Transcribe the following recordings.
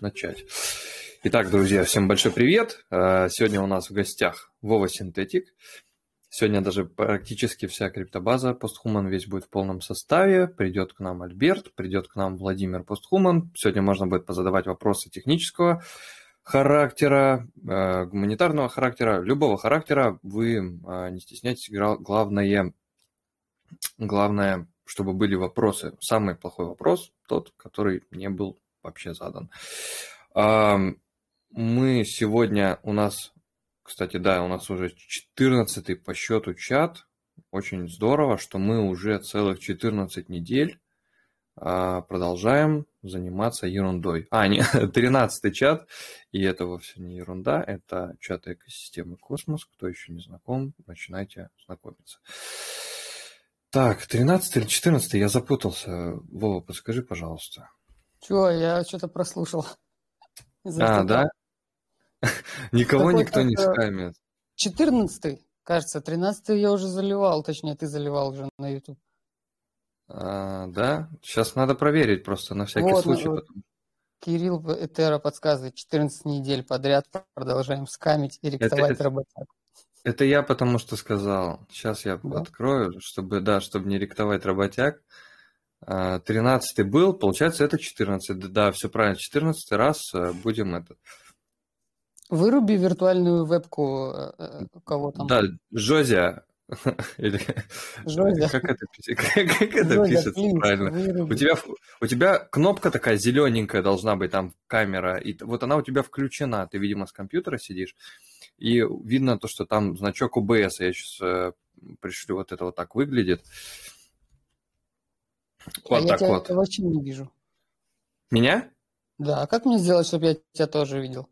начать. Итак, друзья, всем большой привет. Сегодня у нас в гостях Вова Синтетик. Сегодня даже практически вся криптобаза Posthuman весь будет в полном составе. Придет к нам Альберт, придет к нам Владимир Posthuman. Сегодня можно будет позадавать вопросы технического характера, гуманитарного характера, любого характера. Вы не стесняйтесь. Главное, чтобы были вопросы. Самый плохой вопрос тот, который не был вообще задан. Мы сегодня, кстати, у нас уже 14-й по счету чат. Очень здорово, что мы уже целых 14 недель продолжаем заниматься ерундой. Нет, 13-й чат, и это вовсе не ерунда, это чат экосистемы Космос. Кто еще не знаком, начинайте знакомиться. Так, 13 или 14, я запутался. Вова, подскажи, пожалуйста. Чего? Я что-то прослушал. Да? Никого никто не скамит. 14-й, кажется. 13-й я уже заливал. Точнее, ты заливал уже на YouTube. Да? Сейчас надо проверить просто на всякий случай. Потом. Кирилл Этера подсказывает. 14 недель подряд продолжаем скамить и ректовать работяг. Это я потому что сказал. Сейчас я открою, чтобы не ректовать работяг. 13-й был, получается, это 14-й. Да, все правильно. 14-й раз будем это. Выруби виртуальную вебку кого там. Да, Жозя. Жозя. Как это пишется правильно? У тебя кнопка такая зелененькая должна быть, там камера, и вот она у тебя включена. Ты, видимо, с компьютера сидишь, и видно то, что там значок ОБС. Я сейчас пришлю, вот это вот так выглядит. Вот так вот. Я вообще не вижу. Меня? Да, а как мне сделать, чтобы я тебя тоже видел?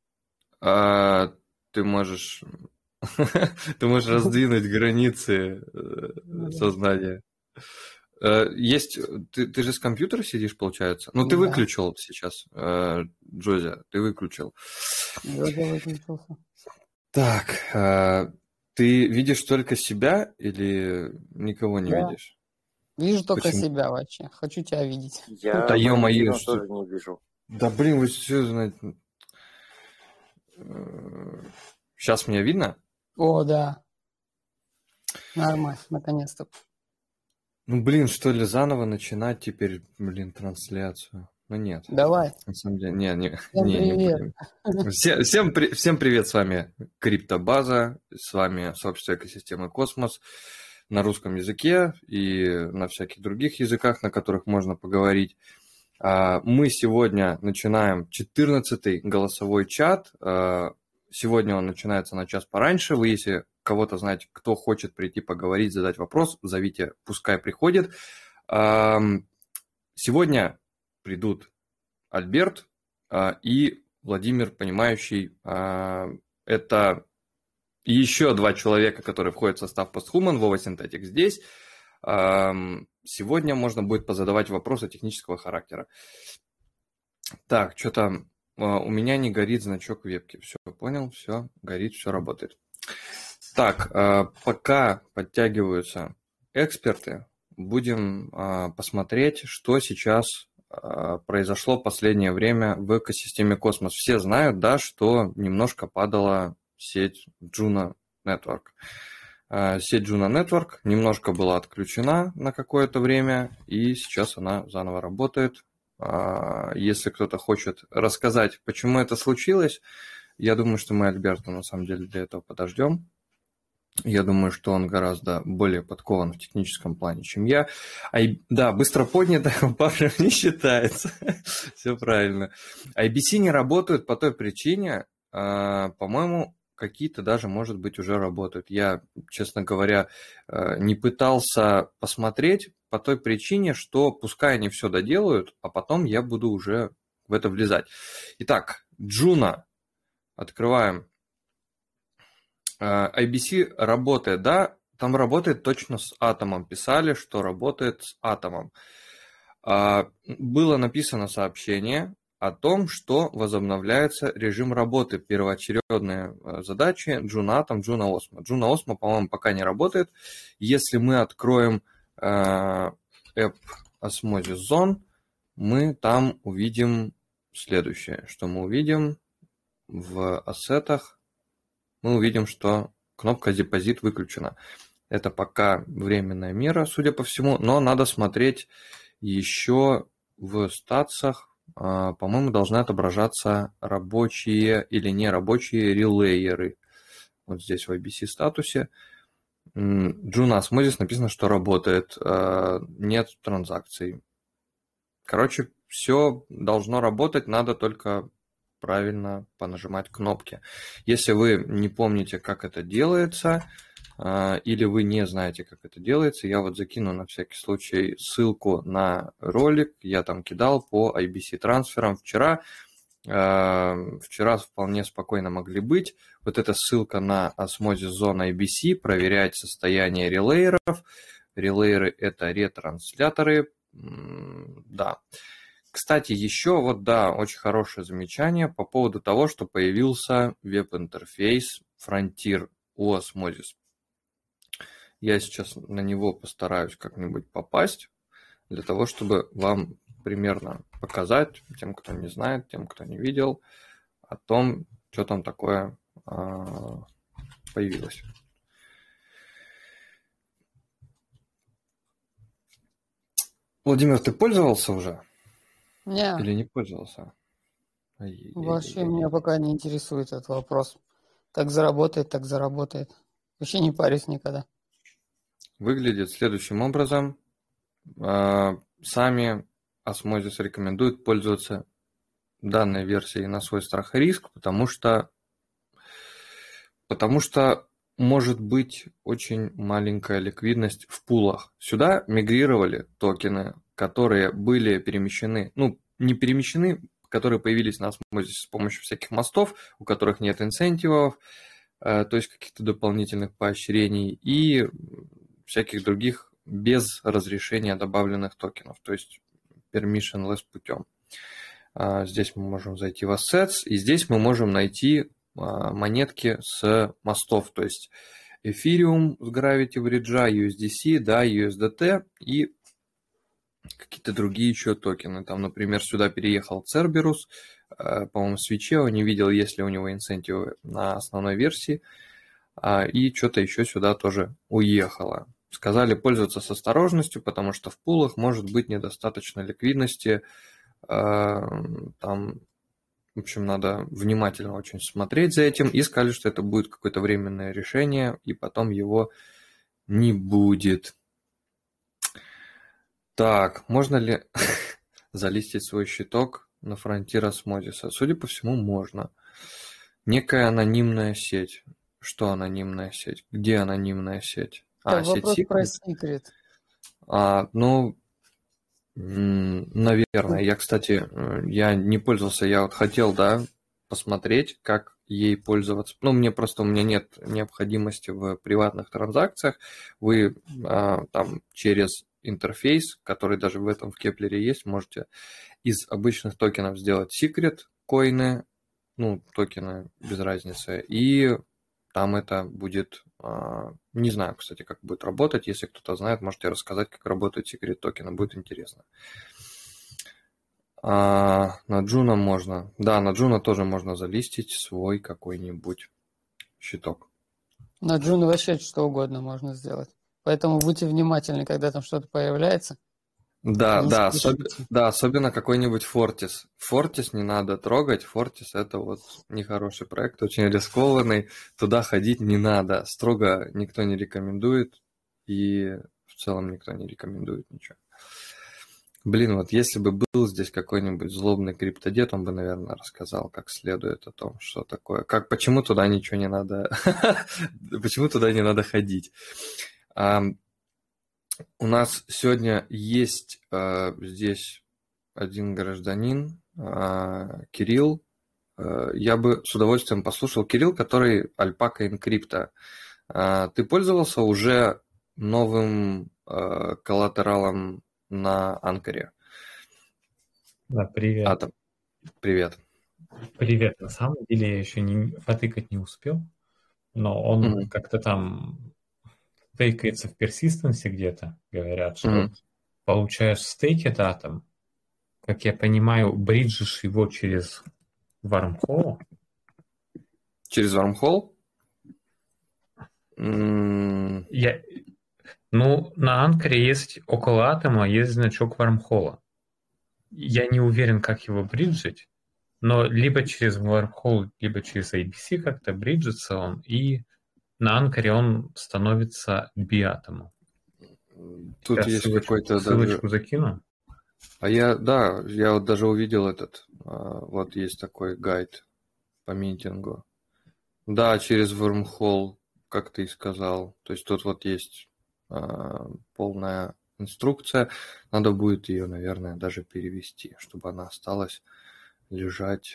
Ты можешь раздвинуть границы сознания. Есть. Ты же с компьютера сидишь, получается? Ну, ты выключил сейчас, Джозя, ты выключил. Джозя выключился. Так, ты видишь только себя или никого не видишь? Вижу только себя вообще. Хочу тебя видеть. Я тоже не вижу. Да блин, вы все знаете. Сейчас меня видно? О, да. Нормально, наконец-то. Ну, блин, что ли, заново начинать теперь, трансляцию? Ну, нет. Давай. На самом деле, не Привет. будем. Всем привет, с вами Криптобаза, с вами сообщество экосистемы Космос на русском языке и на всяких других языках, на которых можно поговорить. Мы сегодня начинаем 14-й голосовой чат. Сегодня он начинается на час пораньше. Вы, если кого-то знаете, кто хочет прийти поговорить, задать вопрос, зовите, пускай приходит. Сегодня придут Альберт и Владимир, понимающий. Это еще два человека, которые входят в состав Posthuman. Вова Синтетик здесь. Сегодня можно будет позадавать вопросы технического характера. Так, что там? У меня не горит значок вебки. Все, понял, все, горит, все работает. Так, пока подтягиваются эксперты, будем посмотреть, что сейчас произошло в последнее время в экосистеме Космос. Все знают, да, что немножко падала сеть Juno Network. Сеть Juno Network немножко была отключена на какое-то время, и сейчас она заново работает. Если кто-то хочет рассказать, почему это случилось, я думаю, что мы Альберта на самом деле для этого подождем. Я думаю, что он гораздо более подкован в техническом плане, чем я. Да, быстро поднятая папа не считается. Все правильно. IBC не работают по той причине, по-моему, какие-то даже, может быть, уже работают. Я, честно говоря, не пытался посмотреть по той причине, что пускай они все доделают, а потом я буду уже в это влезать. Итак, Juno. Открываем. IBC работает, да? Там работает точно с атомом. Писали, что работает с атомом. Было написано сообщение о том, что возобновляется режим работы. Первоочередные задачи Juno Atom, Juno Osmo. Juno Osmo, по-моему, пока не работает. Если мы откроем App Osmosis Zone, мы там увидим следующее, что мы увидим в ассетах. Мы увидим, что кнопка депозит выключена. Это пока временная мера, судя по всему, но надо смотреть еще в статсах. По-моему, должны отображаться рабочие или нерабочие релейеры. Вот здесь в IBC статусе. Juno Osmosis написано, что работает. Нет транзакций. Короче, все должно работать, надо только правильно понажимать кнопки. Если вы не помните, как это делается, или вы не знаете, как это делается, я вот закину на всякий случай ссылку на ролик, я там кидал по IBC трансферам вчера. Вчера вполне спокойно могли быть. Вот эта ссылка на Osmosis Zone IBC, проверять состояние релейеров. Релейеры – это ретрансляторы. Да. Кстати, еще вот, да, очень хорошее замечание по поводу того, что появился веб-интерфейс Frontier у Osmosis. Я сейчас на него постараюсь как-нибудь попасть, для того, чтобы вам примерно показать, тем, кто не знает, тем, кто не видел, о том, что там такое появилось. Владимир, ты пользовался уже? Не, Или не пользовался? вообще меня пока не интересует этот вопрос. Так заработает, так заработает. Вообще не парюсь никогда. Выглядит следующим образом. Сами Osmosis рекомендуют пользоваться данной версией на свой страх и риск, потому что может быть очень маленькая ликвидность в пулах. Сюда мигрировали токены, которые были перемещены, не перемещены, которые появились на Osmosis с помощью всяких мостов, у которых нет инцентивов, то есть каких-то дополнительных поощрений и всяких других без разрешения добавленных токенов, то есть permissionless путем. Здесь мы можем зайти в Assets, и здесь мы можем найти монетки с мостов, то есть Ethereum с Gravity Bridge, USDC, да, USDT и какие-то другие еще токены. Там, например, сюда переехал Cerberus, по-моему, Switcheo, не видел, есть ли у него инцентивы на основной версии, и что-то еще сюда тоже уехало. Сказали пользоваться с осторожностью, потому что в пулах может быть недостаточно ликвидности. Там, в общем, надо внимательно очень смотреть за этим. И сказали, что это будет какое-то временное решение, и потом его не будет. Так, можно ли залистить свой щиток на Frontier Osmosis? Судя по всему, можно. Некая анонимная сеть. Что анонимная сеть? Где анонимная сеть? Вопрос сеть про Secret? Secret. Наверное. Я, кстати, я не пользовался, я вот хотел, да, посмотреть, как ей пользоваться. У меня нет необходимости в приватных транзакциях. Вы там через интерфейс, который даже в Кеплере есть, можете из обычных токенов сделать Secret коины, токены без разницы, и там это будет, не знаю, кстати, как будет работать. Если кто-то знает, можете рассказать, как работают секрет токены, будет интересно. На Juno можно. Да, на Juno тоже можно залистить свой какой-нибудь щиток. На Juno вообще что угодно можно сделать. Поэтому будьте внимательны, когда там что-то появляется. Да, особенно какой-нибудь Fortis. Fortis не надо трогать. Fortis это вот нехороший проект, очень рискованный. Туда ходить не надо. Строго никто не рекомендует. И в целом никто не рекомендует ничего. Блин, вот если бы был здесь какой-нибудь злобный криптодед, он бы, наверное, рассказал как следует о том, что такое. Почему туда ничего не надо... Почему туда не надо ходить. У нас сегодня есть здесь один гражданин, Кирилл. Я бы с удовольствием послушал. Кирилл, который Alpaca Encrypto. Ты пользовался уже новым коллатералом на Анкоре? Да, привет. Привет. Привет. На самом деле я еще потыкать не успел, но он как-то там... стейкается в персистенсе где-то, говорят, что получаешь в стейке датам, как я понимаю, бриджишь его через Wormhole? Через Wormhole? Ну, на анкере есть около атома есть значок Wormhole. Я не уверен, как его бриджить, но либо через Wormhole, либо через ABC как-то бриджится он, и на анкере он становится биатомом. Тут Я есть какой-то ссылочку закину. я вот даже увидел этот, вот есть такой гайд по минтингу. Да, через Wormhole, как ты и сказал. То есть тут вот есть полная инструкция. Надо будет ее, наверное, даже перевести, чтобы она осталась лежать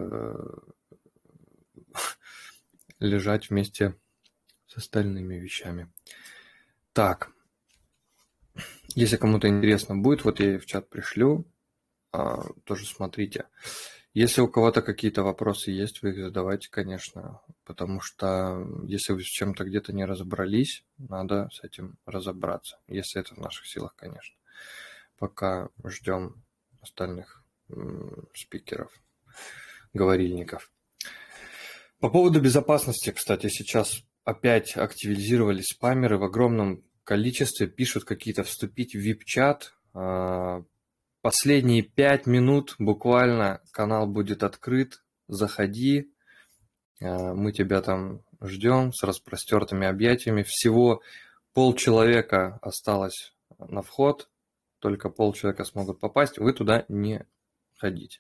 вместе с остальными вещами. Так, если кому-то интересно будет, вот я в чат пришлю, тоже смотрите. Если у кого-то какие-то вопросы есть, вы их задавайте, конечно, потому что если вы с чем-то где-то не разобрались, надо с этим разобраться, если это в наших силах, конечно. Пока ждем остальных спикеров, говорильников. По поводу безопасности, кстати, сейчас опять активизировались спамеры в огромном количестве, пишут какие-то «вступить в VIP-чат». Последние 5 минут буквально канал будет открыт, заходи, мы тебя там ждем с распростертыми объятиями. Всего полчеловека осталось на вход, только полчеловека смогут попасть, вы туда не ходите.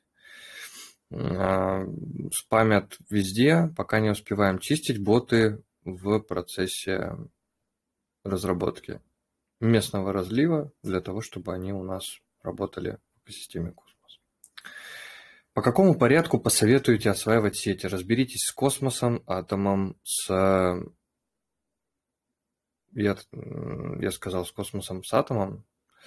Спамят везде, пока не успеваем чистить боты в процессе разработки местного разлива, для того, чтобы они у нас работали в экосистеме Космос. По какому порядку посоветуете осваивать сети? Разберитесь с космосом, атомом, я сказал с космосом, с атомом.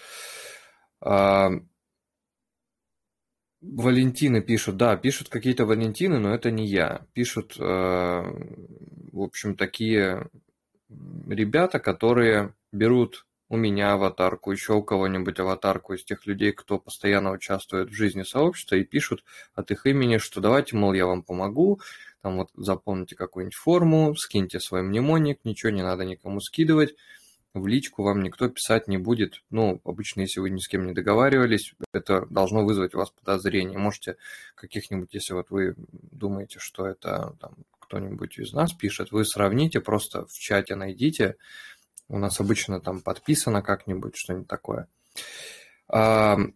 Валентины пишут, да, пишут какие-то Валентины, но это не я. Пишут, в общем, такие ребята, которые берут у меня аватарку, еще у кого-нибудь аватарку из тех людей, кто постоянно участвует в жизни сообщества, и пишут от их имени, что давайте, мол, я вам помогу, там вот запомните какую-нибудь форму, скиньте свой мнемоник, ничего не надо никому скидывать, в личку вам никто писать не будет. Ну, обычно, если вы ни с кем не договаривались, это должно вызвать у вас подозрение. Можете каких-нибудь, если вот вы думаете, что это там кто-нибудь из нас пишет, вы сравните, просто в чате найдите. У нас обычно там подписано как-нибудь, что-нибудь такое. Так,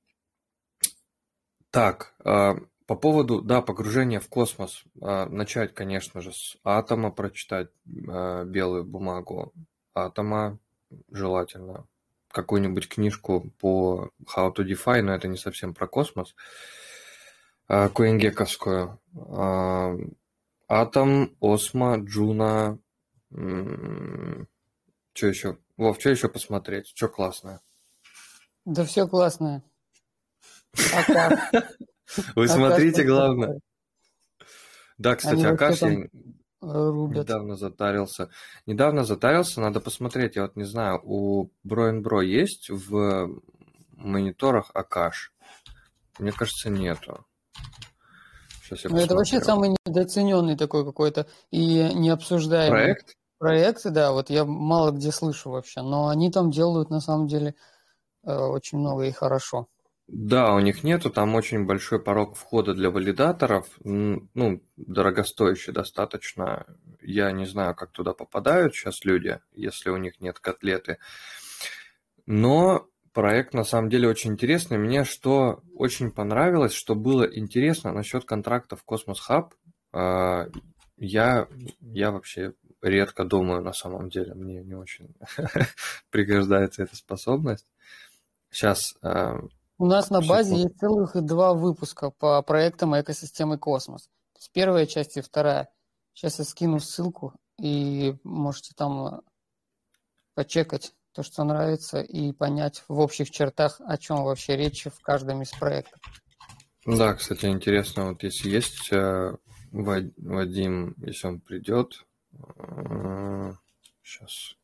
по поводу, да, погружения в космос. Начать, конечно же, с атома, прочитать белую бумагу атома, желательно какую-нибудь книжку по How to DeFi, но это не совсем про космос, коингековскую. Атом, Осмо, Джуна, что еще? Вов, что еще посмотреть? Что классное? Да все классное. Вы смотрите, главное. Да, кстати, Акаш я недавно затарился. Надо посмотреть, я вот не знаю, у Бро есть в мониторах Акаш? Мне кажется, нету. Сейчас я посмотрю. Это вообще самый недооцененный такой какой-то и необсуждаемый проект, да, вот я мало где слышу вообще, но они там делают на самом деле очень много и хорошо. Да, у них нету, там очень большой порог входа для валидаторов, ну, дорогостоящий достаточно. Я не знаю, как туда попадают сейчас люди, если у них нет котлеты. Но проект на самом деле очень интересный. Мне что очень понравилось, что было интересно насчет контрактов Cosmos Hub. Я вообще редко думаю на самом деле, мне не очень пригождается эта способность. Сейчас... У нас на базе есть целых 2 выпуска по проектам экосистемы Космос. То есть первая часть и вторая. Сейчас я скину ссылку, и можете там почекать то, что нравится, и понять в общих чертах, о чем вообще речь в каждом из проектов. Да, кстати, интересно, вот если есть Вадим, если он придет, сейчас...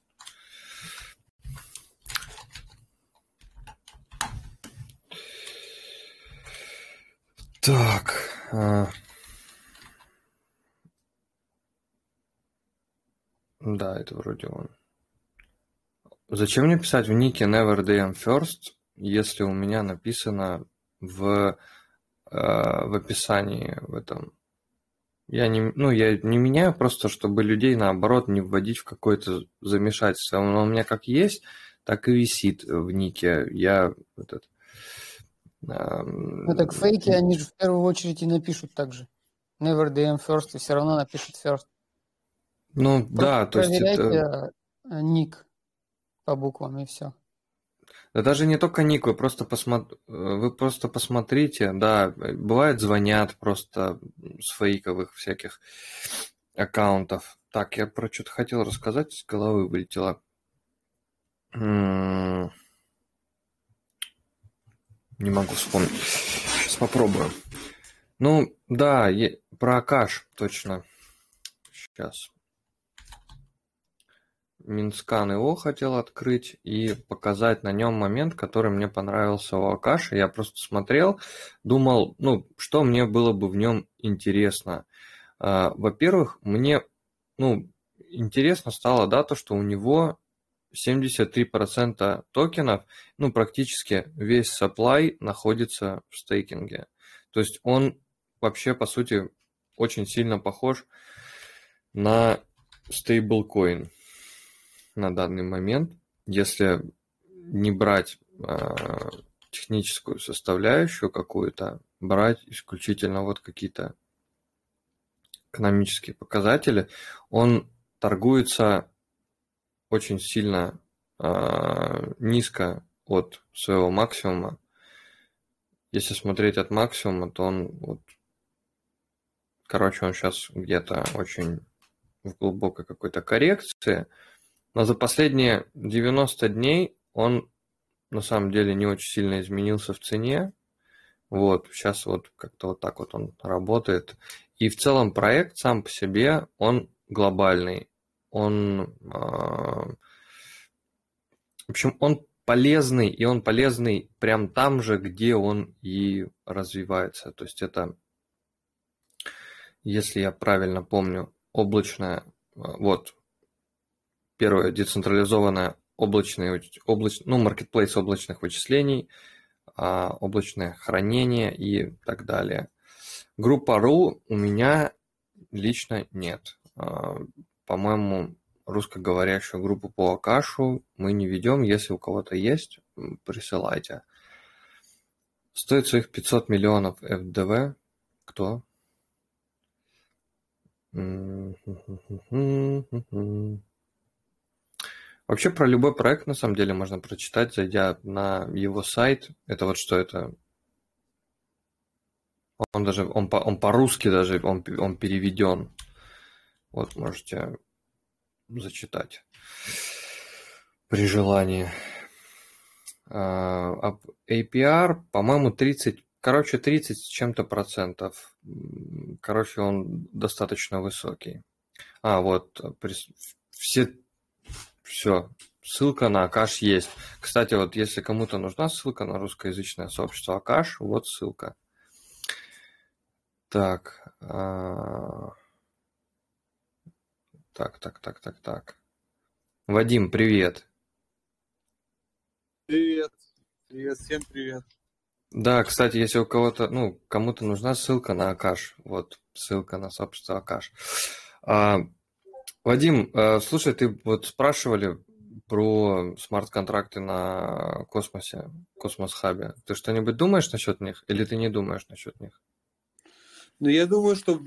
Так. Да, это вроде он. Зачем мне писать в нике Never DM First, если у меня написано в описании в этом? Я не меняю просто, чтобы людей, наоборот, не вводить в какое-то замешательство. Он у меня как есть, так и висит в нике. Я Ну так фейки, они же в первую очередь и напишут так же. Never DM first, и все равно напишут first. Ну, Просто да, то есть проверяйте это... ник по буквам, и все. Да даже не только ник, вы просто посмотрите, да, бывает звонят просто с фейковых всяких аккаунтов. Так, я про что-то хотел рассказать, с головы вылетело. Не могу вспомнить. Сейчас попробую. Ну, да, про Акаш точно. Сейчас. Минскан его хотел открыть и показать на нем момент, который мне понравился у Акаши. Я просто смотрел, думал, что мне было бы в нем интересно. Во-первых, мне, интересно стало, да, то, что у него 73% токенов, практически весь supply находится в стейкинге. То есть он вообще, по сути, очень сильно похож на стейблкоин на данный момент, если не брать техническую составляющую какую-то, брать исключительно вот какие-то экономические показатели, он торгуется очень сильно низко от своего максимума. Если смотреть от максимума, то он сейчас где-то очень в глубокой какой-то коррекции, но за последние 90 дней он на самом деле не очень сильно изменился в цене. Сейчас как-то вот так вот он работает. И в целом проект сам по себе, он глобальный. Он, в общем, он полезный, и он полезный прям там же, где он и развивается. То есть это, если я правильно помню, облачная, первое, децентрализованное маркетплейс облачных вычислений, облачное хранение и так далее. Группа .ru у меня лично нет. По-моему, русскоговорящую группу по Акашу мы не ведем. Если у кого-то есть, присылайте. Стоит своих 500 миллионов FDV. Кто? Вообще про любой проект на самом деле можно прочитать, зайдя на его сайт. Это что это? Он по-русски даже, он переведен. Можете зачитать при желании. APR, по-моему, 30 с чем-то процентов. Он достаточно высокий. Все, ссылка на Акаш есть. Кстати, если кому-то нужна ссылка на русскоязычное сообщество Акаш, ссылка. Так. Так. Вадим, привет. Привет, всем привет. Да, кстати, если у кого-то, кому-то нужна ссылка на Акаш, ссылка на сообщество Акаш. Вадим, слушай, ты спрашивали про смарт-контракты на Космосе, Космос-хабе. Ты что-нибудь думаешь насчет них, или ты не думаешь насчет них? Я думаю, что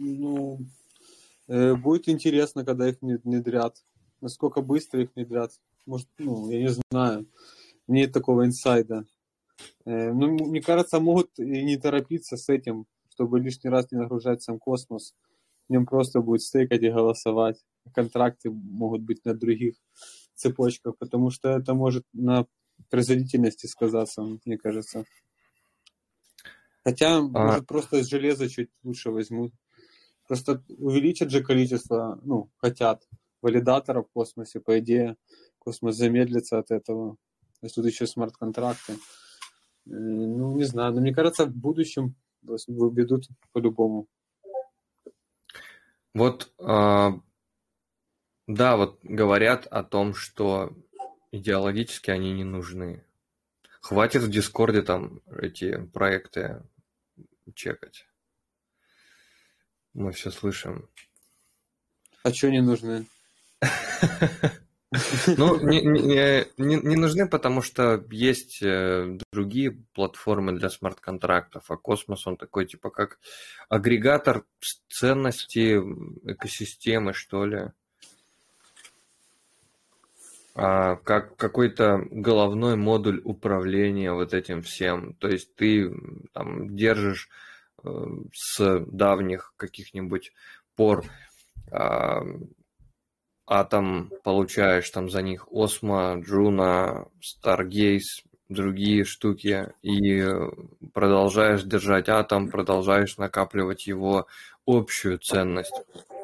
будет интересно, когда их внедрят. Насколько быстро их внедрят. Может, я не знаю. Нет такого инсайда. Мне кажется, могут и не торопиться с этим, чтобы лишний раз не нагружать сам космос. В нем просто будет стейкать и голосовать. Контракты могут быть на других цепочках, потому что это может на производительности сказаться, мне кажется. Хотя, может, просто из железа чуть лучше возьмут. Просто увеличат же количество, хотят валидаторов в космосе. По идее, космос замедлится от этого. То есть тут еще смарт-контракты. Не знаю. Но мне кажется, в будущем То есть ведут по-любому. Вот, да, вот говорят о том, что идеологически они не нужны. Хватит в Дискорде там эти проекты чекать. Мы все слышим. А что не нужны? Ну, не нужны, потому что есть другие платформы для смарт-контрактов, а Космос, он такой, типа, как агрегатор ценностей экосистемы, что ли. Как какой-то головной модуль управления вот этим всем. То есть ты там держишь с давних каких-нибудь пор Атом, получаешь там за них Осмо, Джуна, Старгейз, другие штуки, и продолжаешь держать Атом, продолжаешь накапливать его общую ценность.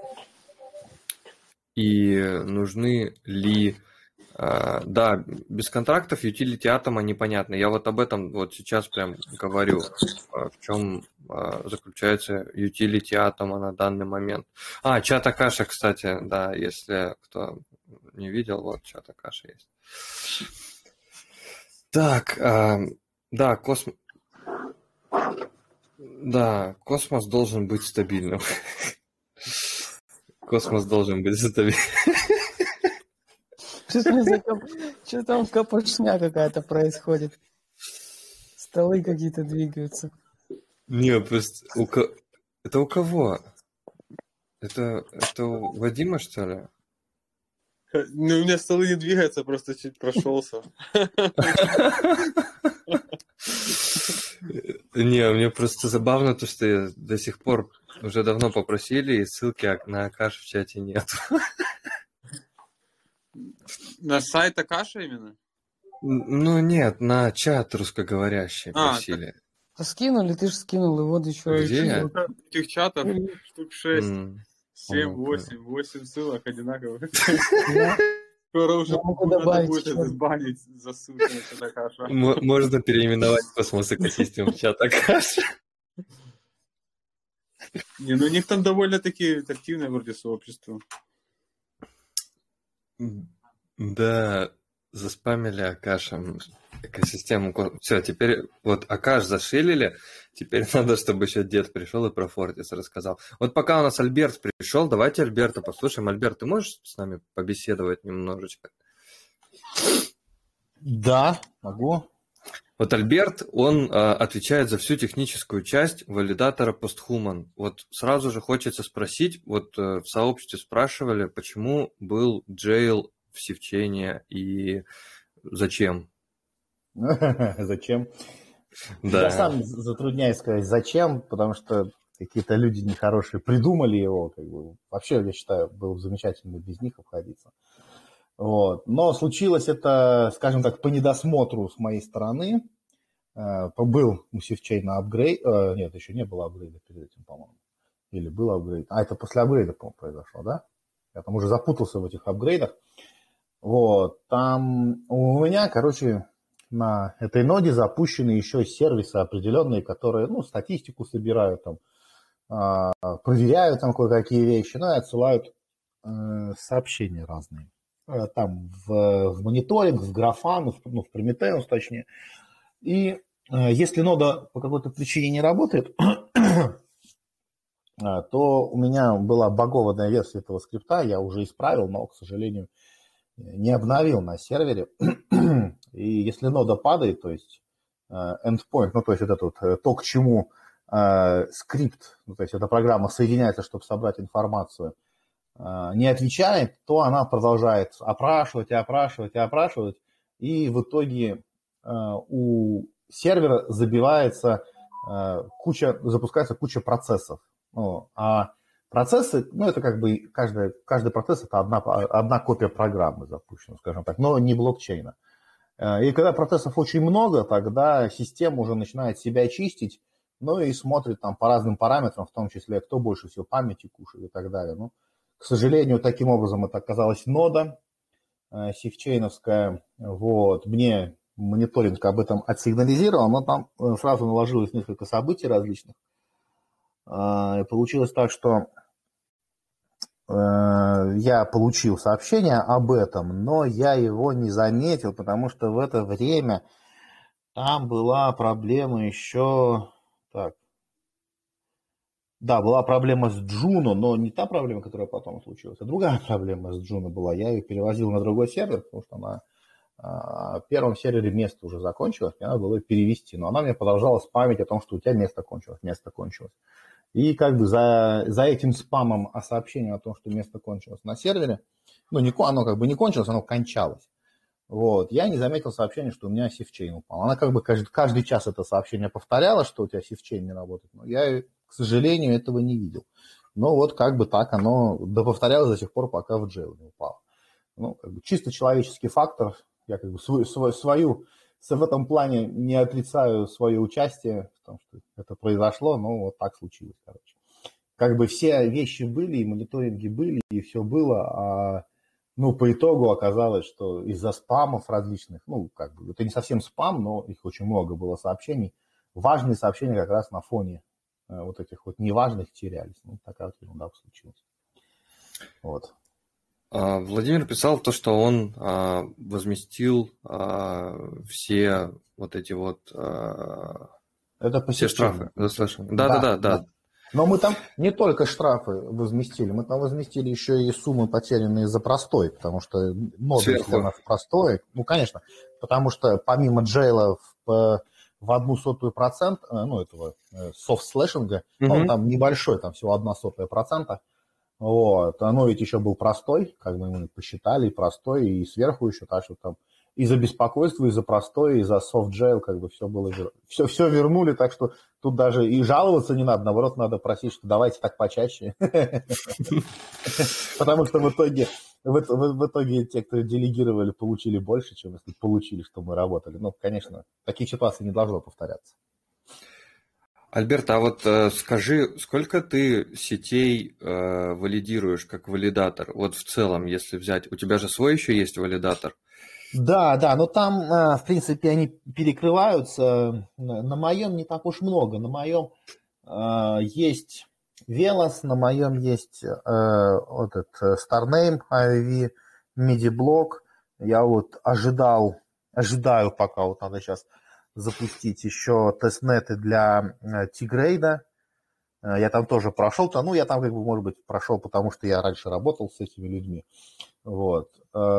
И нужны ли... Да, без контрактов utility атома непонятно. Я вот об этом вот сейчас прям говорю, в чем заключается utility атома на данный момент. Чат Акаша, кстати, да, если кто не видел, вот чат Акаша есть. Так, да, космос должен быть стабильным. Космос должен быть стабильным. Что там капошня какая-то происходит? Столы какие-то двигаются. Не, просто... Это у кого? Это у Вадима, что ли? Ну, у меня столы не двигаются, просто чуть прошелся. Не, мне просто забавно то, что я до сих пор уже давно попросили, и ссылки на Акаш в чате нет. На сайт Акаша именно? Ну нет, на чат русскоговорящий просили. А скинули, ты же скинул, и вот еще... Где? Этих чатов штук 6, 7, 8 ссылок одинаковых. Скоро уже надо будет это сбанить за ссылку на чат Акаша. Можно переименовать Космос экосистему в чат Акаша. Не, ну у них там довольно-таки активное вроде сообщество. Да, заспамили Акашем экосистему. Все, теперь вот Акаш зашилили, теперь надо, чтобы еще дед пришел и про Фортис рассказал. Вот пока у нас Альберт пришел, давайте Альберта послушаем. Альберт, ты можешь с нами побеседовать немножечко? Да, могу. Вот Альберт, он отвечает за всю техническую часть валидатора PostHuman. Вот сразу же хочется спросить, вот в сообществе спрашивали, почему был jail в сивчейне и зачем? Зачем? Да. Я сам затрудняюсь сказать, зачем, потому что какие-то люди нехорошие придумали его. Как бы. Вообще, я считаю, было бы замечательно без них обходиться. Вот. Но случилось это, скажем так, по недосмотру с моей стороны. Был у сивчейна апгрейд. Нет, еще не было апгрейда перед этим, по-моему. Или был апгрейд. Это после апгрейда, по-моему, произошло, да? Я там уже запутался в этих апгрейдах. Вот. Там у меня, короче, на этой ноде запущены еще сервисы определенные, которые, статистику собирают, там, проверяют там кое-какие вещи, и отсылают сообщения разные. Там в мониторинг, в Grafana, в Prometheus точнее. И если нода по какой-то причине не работает, то у меня была багованная версия этого скрипта, я уже исправил, но, к сожалению, не обновил на сервере. И если нода падает, то есть endpoint, то есть вот этот, то, к чему скрипт, то есть эта программа соединяется, чтобы собрать информацию, не отвечает, то она продолжает опрашивать, и в итоге у сервера запускается куча процессов. А процессы, это как бы каждый процесс это одна копия программы запущена, скажем так, но не блокчейна. И когда процессов очень много, тогда система уже начинает себя чистить, и смотрит там по разным параметрам, в том числе, кто больше всего памяти кушает и так далее. К сожалению, таким образом это оказалась нода сивчейновская. Вот. Мне мониторинг об этом отсигнализировал, но там сразу наложилось несколько событий различных. И получилось так, что я получил сообщение об этом, но я его не заметил, потому что в это время там была проблема еще... Так. Да, была проблема с Juno, но не та проблема, которая потом случилась, а другая проблема с Juno была. Я ее перевозил на другой сервер, потому что на первом сервере место уже закончилось, мне надо было ее перевести. Но она мне продолжала спамить о том, что у тебя место кончилось. И как бы за этим спамом о сообщении о том, что место кончилось на сервере, оно как бы не кончилось, оно кончалось. Вот. Я не заметил сообщение, что у меня сифчейн упал. Она как бы каждый час это сообщение повторяла, что у тебя сифчейн не работает. Но я, к сожалению, этого не видел. Но вот как бы так оно повторялось до сих пор, пока в джейл не упало. Как бы чисто человеческий фактор. Я как бы в этом плане не отрицаю свое участие в том, что это произошло, но вот так случилось, короче. Как бы все вещи были, и мониторинги были, и все было, по итогу оказалось, что из-за спамов различных, как бы, это не совсем спам, но их очень много было сообщений. Важные сообщения как раз на фоне вот этих вот неважных терялись. Такая вот ерунда случилась. Вот. Владимир писал то, что он возместил все вот эти вот это все штрафы. Да. Но мы там не только штрафы возместили, мы там возместили еще и суммы, потерянные за простой, потому что модуль для нас простой. Конечно, потому что помимо джейла в 0,01%, этого софт-слэшинга, там небольшой, там всего 0,01%, вот, оно ведь еще был простой, как бы мы посчитали, простой, и сверху еще, так что там и за беспокойство, и за простой, и за soft-jail, как бы все было, все вернули, так что тут даже и жаловаться не надо, наоборот, надо просить, что давайте так почаще. Потому что в итоге те, кто делегировали, получили больше, чем если получили, что мы работали. Конечно, такие ситуации не должно повторяться. Альберт, а вот скажи, сколько ты сетей валидируешь как валидатор? Вот в целом, если взять, у тебя же свой еще есть валидатор? Да, но там, в принципе, они перекрываются. На моем не так уж много. На моем есть Velos, на моем есть Starname, IOV, MIDI-блок. Я вот ожидаю, пока вот надо сейчас запустить еще тестнеты для T-Grade. Я там тоже прошел, я там, как бы, может быть, прошел, потому что я раньше работал с этими людьми. Вот.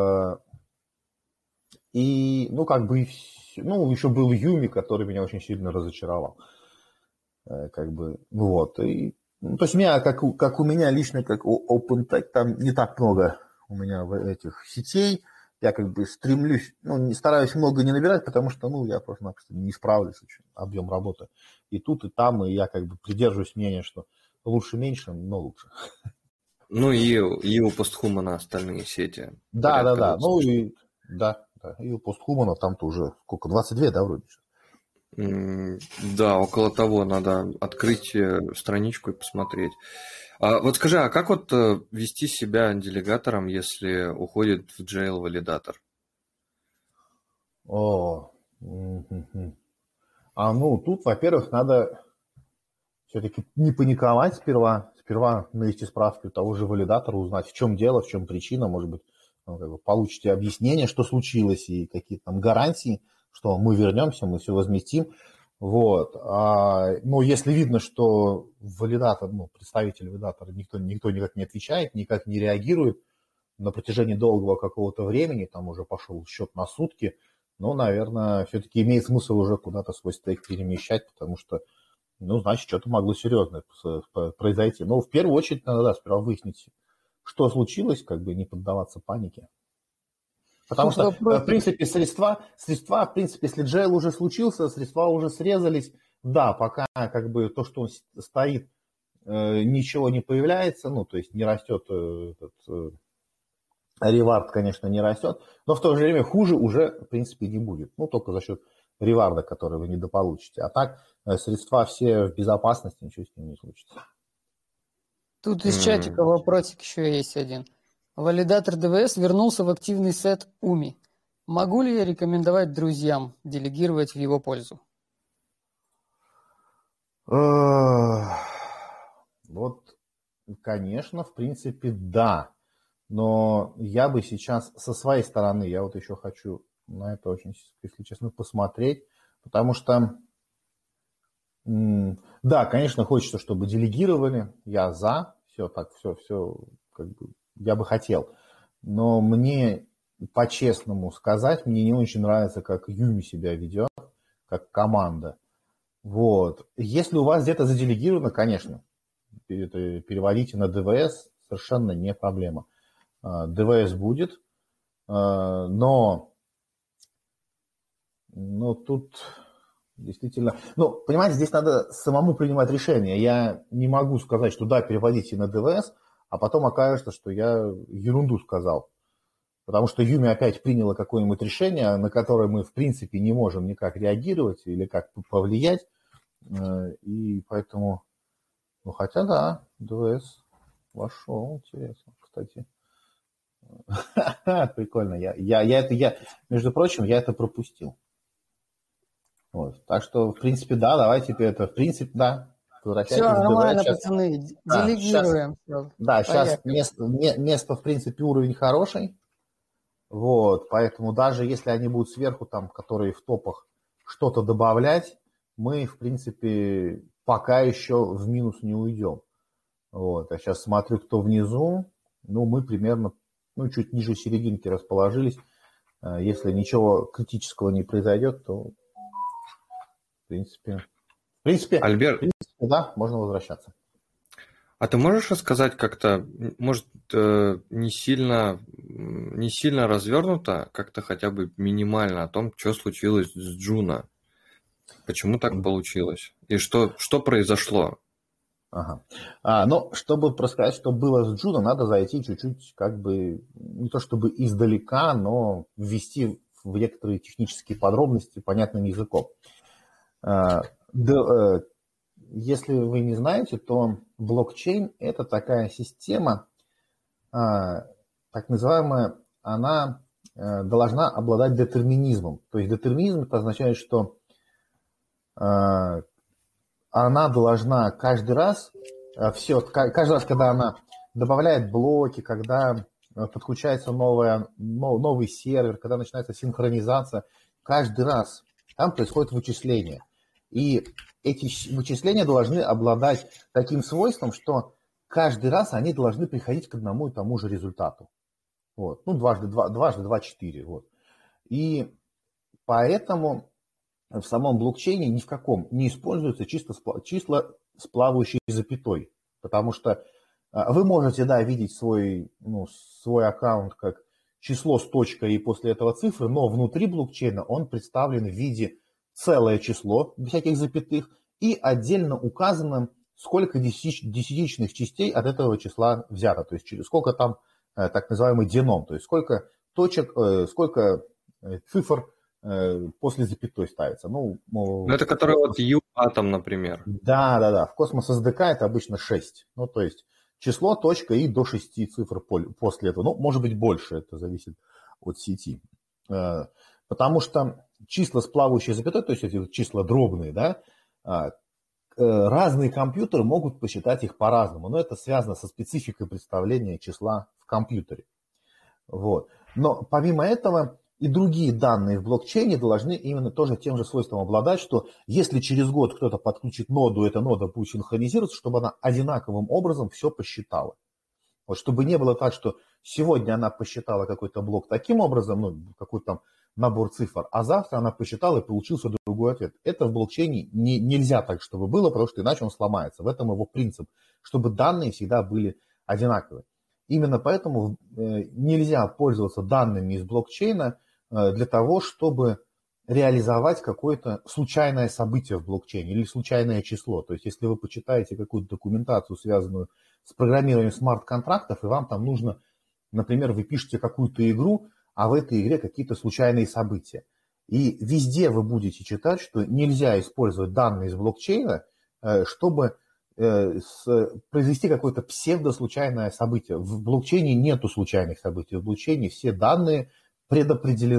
И, еще был Юми, который меня очень сильно разочаровал. Как бы, вот. И, то есть у меня, как у меня лично, как у OpenTech, там не так много у меня этих сетей. Я как бы стремлюсь, стараюсь много не набирать, потому что, я просто-напросто не справлюсь очень, объем работы. И тут, и там, и я как бы придерживаюсь мнения, что лучше меньше, но лучше. И у постхумана остальные сети. Да. И у постхумана там-то уже сколько, 22, да, вроде сейчас? Да, около того, надо открыть страничку и посмотреть. Вот скажи, а как вот вести себя делегатором, если уходит в jail валидатор? Тут, во-первых, надо все-таки не паниковать сперва навести справки у того же валидатора, узнать, в чем дело, в чем причина, может быть, получите объяснение, что случилось, и какие-то там гарантии, что мы вернемся, мы все возместим. Вот. Но если видно, что валидатор, представитель валидатора никто никак не отвечает, никак не реагирует на протяжении долгого какого-то времени, там уже пошел счет на сутки, наверное, все-таки имеет смысл уже куда-то свой стейк перемещать, потому что, значит, что-то могло серьезное произойти. Но в первую очередь надо, сперва выяснить, что случилось, как бы не поддаваться панике. Потому что, в принципе, средства, в принципе, если джейл уже случился, средства уже срезались, да, пока как бы то, что он стоит, ничего не появляется, то есть не растет ревард, конечно, не растет, но в то же время хуже уже, в принципе, не будет. Только за счет реварда, который вы недополучите. А так, средства все в безопасности, ничего с ними не случится. Тут из чатика вопросик еще есть один. Валидатор ДВС вернулся в активный сет УМИ. Могу ли я рекомендовать друзьям делегировать в его пользу? Вот, конечно, в принципе, да. Но я бы сейчас со своей стороны, я вот еще хочу на это очень, если честно, посмотреть, потому что, да, конечно, хочется, чтобы делегировали, я за, все так, все, как бы, я бы хотел, но мне, по-честному сказать, мне не очень нравится, как Юми себя ведет, как команда. Вот. Если у вас где-то заделегировано, конечно, переводите на ДВС, совершенно не проблема. ДВС будет, но тут действительно... Ну, понимаете, здесь надо самому принимать решение. Я не могу сказать, что да, переводите на ДВС, а потом окажется, что я ерунду сказал. Потому что Юми опять приняла какое-нибудь решение, на которое мы, в принципе, не можем никак реагировать или как повлиять. И поэтому... Ну, хотя да, ДВС вошел, интересно, кстати. Прикольно. Между прочим, я это пропустил. Вот. Так что, в принципе, да, давайте теперь это, в принципе, да. Все нормально, пацаны, делегируем. Да, сейчас место, в принципе, уровень хороший. Вот, поэтому даже если они будут сверху, там, которые в топах, что-то добавлять, мы, в принципе, пока еще в минус не уйдем. Вот, я сейчас смотрю, кто внизу. Ну, мы примерно, чуть ниже серединки расположились. Если ничего критического не произойдет, то, в принципе, Альберт, да, можно возвращаться. А ты можешь рассказать как-то, может, не сильно развернуто, как-то хотя бы минимально о том, что случилось с Джуна? Почему так получилось? И что произошло? Ага. Чтобы рассказать, что было с Джуна, надо зайти чуть-чуть, как бы, не то чтобы издалека, но ввести в некоторые технические подробности понятным языком. Если вы не знаете, то блокчейн – это такая система, так называемая, она должна обладать детерминизмом. То есть детерминизм – это означает, что она должна каждый раз, когда она добавляет блоки, когда подключается новый сервер, когда начинается синхронизация, каждый раз там происходит вычисление. И эти вычисления должны обладать таким свойством, что каждый раз они должны приходить к одному и тому же результату. Вот. Дважды 2 – 4. Вот. И поэтому в самом блокчейне ни в каком не используются числа с плавающей запятой. Потому что вы можете, да, видеть свой аккаунт как число с точкой и после этого цифры, но внутри блокчейна он представлен в виде целое число, без всяких запятых, и отдельно указано, сколько десятичных частей от этого числа взято. То есть сколько там так называемый деном, то есть сколько точек, сколько цифр после запятой ставится. Это который вот U-атом, например. Да. В Cosmos SDK это обычно 6. То есть число, точка и до 6 цифр после этого. Может быть больше, это зависит от сети. Потому что числа с плавающей запятой, то есть эти числа дробные, да, разные компьютеры могут посчитать их по-разному. Но это связано со спецификой представления числа в компьютере. Вот. Но помимо этого и другие данные в блокчейне должны именно тоже тем же свойством обладать, что если через год кто-то подключит ноду, эта нода будет синхронизироваться, чтобы она одинаковым образом все посчитала. Вот, чтобы не было так, что сегодня она посчитала какой-то блок таким образом, какой-то там набор цифр, а завтра она посчитала и получился другой ответ. Это в блокчейне нельзя так, чтобы было, потому что иначе он сломается. В этом его принцип, чтобы данные всегда были одинаковые. Именно поэтому нельзя пользоваться данными из блокчейна для того, чтобы реализовать какое-то случайное событие в блокчейне или случайное число. То есть, если вы почитаете какую-то документацию, связанную с программированием смарт-контрактов, и вам там нужно, например, вы пишете какую-то игру, а в этой игре какие-то случайные события. И везде вы будете читать, что нельзя использовать данные из блокчейна, чтобы произвести какое-то псевдослучайное событие. В блокчейне нету случайных событий. В блокчейне все данные предопределены.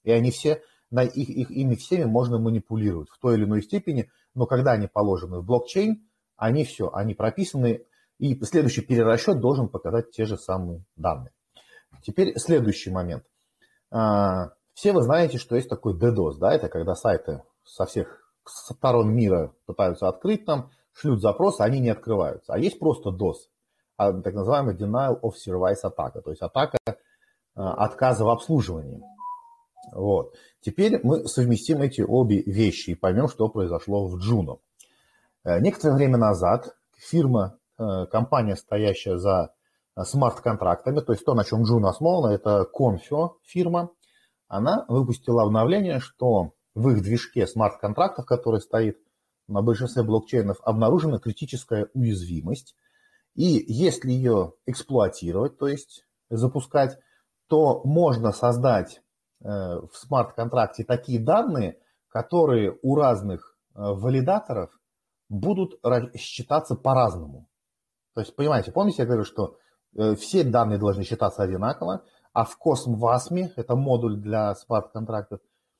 И они все, ими всеми можно манипулировать в той или иной степени, но когда они положены в блокчейн, они все, они прописаны, и следующий перерасчет должен показать те же самые данные. Теперь следующий момент. Все вы знаете, что есть такой DDoS, да, это когда сайты со всех сторон мира пытаются открыть там, шлют запросы, они не открываются. А есть просто DOS, так называемый Denial of Service атака, то есть атака отказа в обслуживании. Вот. Теперь мы совместим эти обе вещи и поймем, что произошло в Juno. Некоторое время назад фирма, компания, стоящая за смарт-контрактами, то есть то, на чем Juno основана, это Confio фирма, она выпустила обновление, что в их движке смарт-контрактов, который стоит на большинстве блокчейнов, обнаружена критическая уязвимость. И если ее эксплуатировать, то есть запускать, то можно создать в смарт-контракте такие данные, которые у разных валидаторов будут считаться по-разному. То есть, понимаете, помните, я говорю, что все данные должны считаться одинаково, а в CosmWasm, это модуль для смарт-контрактов,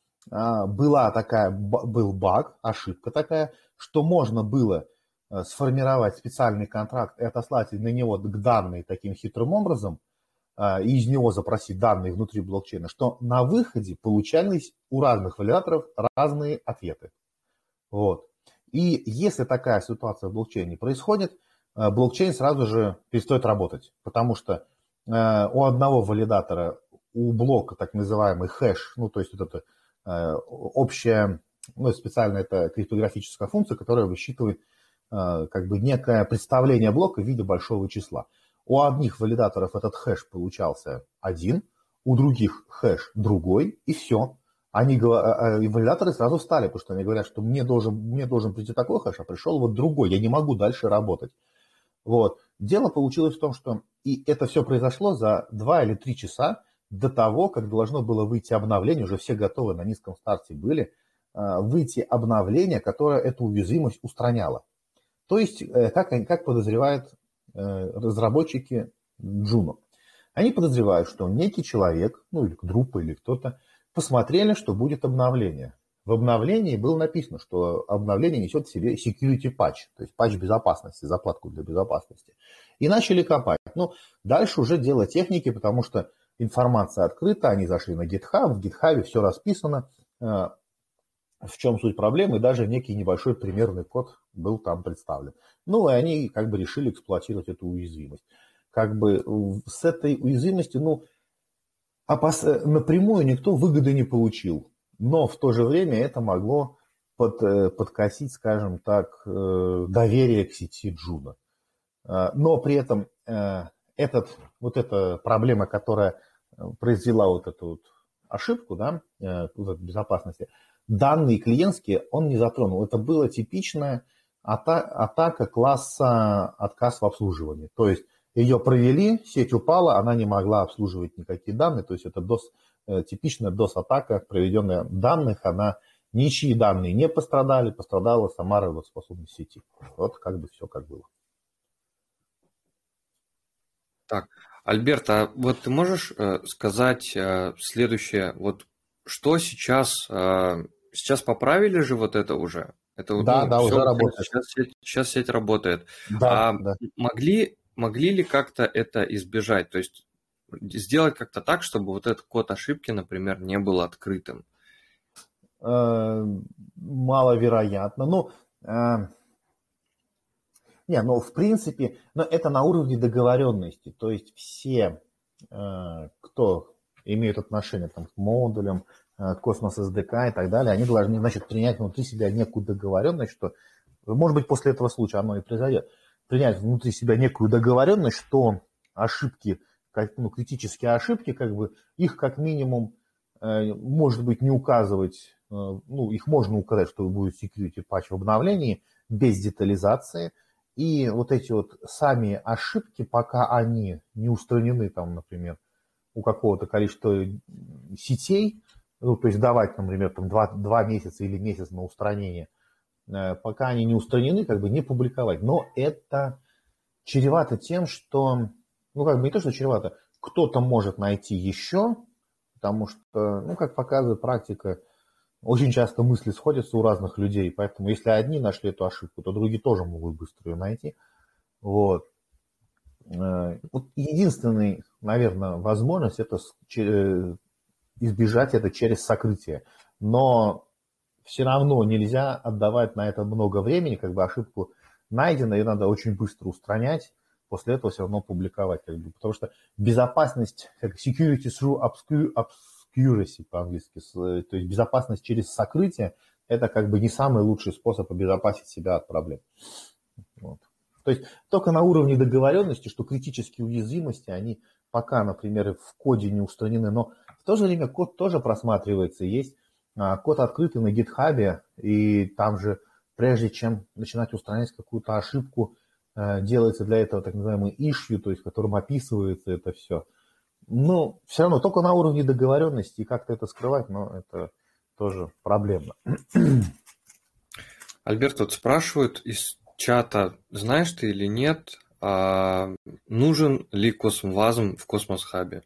был баг, ошибка такая, что можно было сформировать специальный контракт и отослать на него данные таким хитрым образом, и из него запросить данные внутри блокчейна, что на выходе получались у разных валидаторов разные ответы. Вот. И если такая ситуация в блокчейне происходит, блокчейн сразу же перестает работать, потому что у одного валидатора, у блока так называемый хэш, ну то есть вот это общая, ну специально это криптографическая функция, которая высчитывает как бы некое представление блока в виде большого числа. У одних валидаторов этот хэш получался один, у других хэш другой, и все. Валидаторы сразу встали, потому что они говорят, что мне должен прийти такой хэш, а пришел вот другой, я не могу дальше работать. Вот. Дело получилось в том, что и это все произошло за 2 или 3 часа до того, как должно было выйти обновление, уже все готовы, на низком старте были, выйти обновление, которое эту уязвимость устраняло. То есть, как подозревают разработчики Juno. Они подозревают, что некий человек, ну или группа, или кто-то, посмотрели, что будет обновление. В обновлении было написано, что обновление несет в себе security patch, то есть патч безопасности, закладку для безопасности. И начали копать. Ну, дальше уже дело техники, потому что информация открыта, они зашли на GitHub, в GitHub все расписано, в чем суть проблемы, и даже некий небольшой примерный код был там представлен. Ну, и они как бы решили эксплуатировать эту уязвимость. Как бы с этой уязвимостью, ну, напрямую никто выгоды не получил. Но в то же время это могло подкосить, скажем так, доверие к сети Juno. Но при этом эта проблема, которая произвела вот эту вот ошибку, да, безопасности, данные клиентские он не затронул. Это была типичная атака класса отказ в обслуживании. То есть ее провели, сеть упала, она не могла обслуживать никакие данные. То есть это типичная DOS-атака, проведенная данных, ничьи данные не пострадали, пострадала сама работоспособность сети. Вот как бы все как было. Так, Альберт, а вот ты можешь сказать следующее, вот что сейчас поправили же вот это уже? Это, да, ну, уже работает. Сейчас сеть работает. Да, да. Могли ли как-то это избежать? То есть сделать как-то так, чтобы вот этот код ошибки, например, не был открытым? Маловероятно. В принципе, это на уровне договоренности. То есть все, кто имеют отношение там, к модулям, Cosmos SDK и так далее, они должны, значит, принять внутри себя некую договоренность, что, может быть, после этого случая оно и произойдет, принять внутри себя некую договоренность, что ошибки, критические ошибки, как бы, их как минимум, может быть, не указывать, их можно указать, что будет security patch в обновлении, без детализации, и вот эти вот сами ошибки, пока они не устранены, там, например, у какого-то количества сетей, то есть давать, например, там 2 месяца или месяц на устранение, пока они не устранены, как бы не публиковать. Но это чревато тем, что, не то, что чревато, кто-то может найти еще потому что, ну, как показывает практика, очень часто мысли сходятся у разных людей, поэтому если одни нашли эту ошибку, то другие тоже могут быстро ее найти. Вот. Вот единственная, наверное, возможность это избежать это через сокрытие. Но все равно нельзя отдавать на это много времени, как бы ошибку найдена, ее надо очень быстро устранять, после этого все равно публиковать. Как бы, потому что безопасность, как security through obscurity по-английски, то есть безопасность через сокрытие, это как бы не самый лучший способ обезопасить себя от проблем. Вот. То есть только на уровне договоренности, что критические уязвимости, они пока, например, в коде не устранены, но в то же время код тоже просматривается. Есть код открытый на GitHub, и там же, прежде чем начинать устранять какую-то ошибку, делается для этого так называемый issue, то есть в котором описывается это все. Но все равно только на уровне договоренности, и как-то это скрывать, но это тоже проблемно. Альберт, вот спрашивают из чата, знаешь ты или нет, нужен ли Космвазм в Космос-хабе?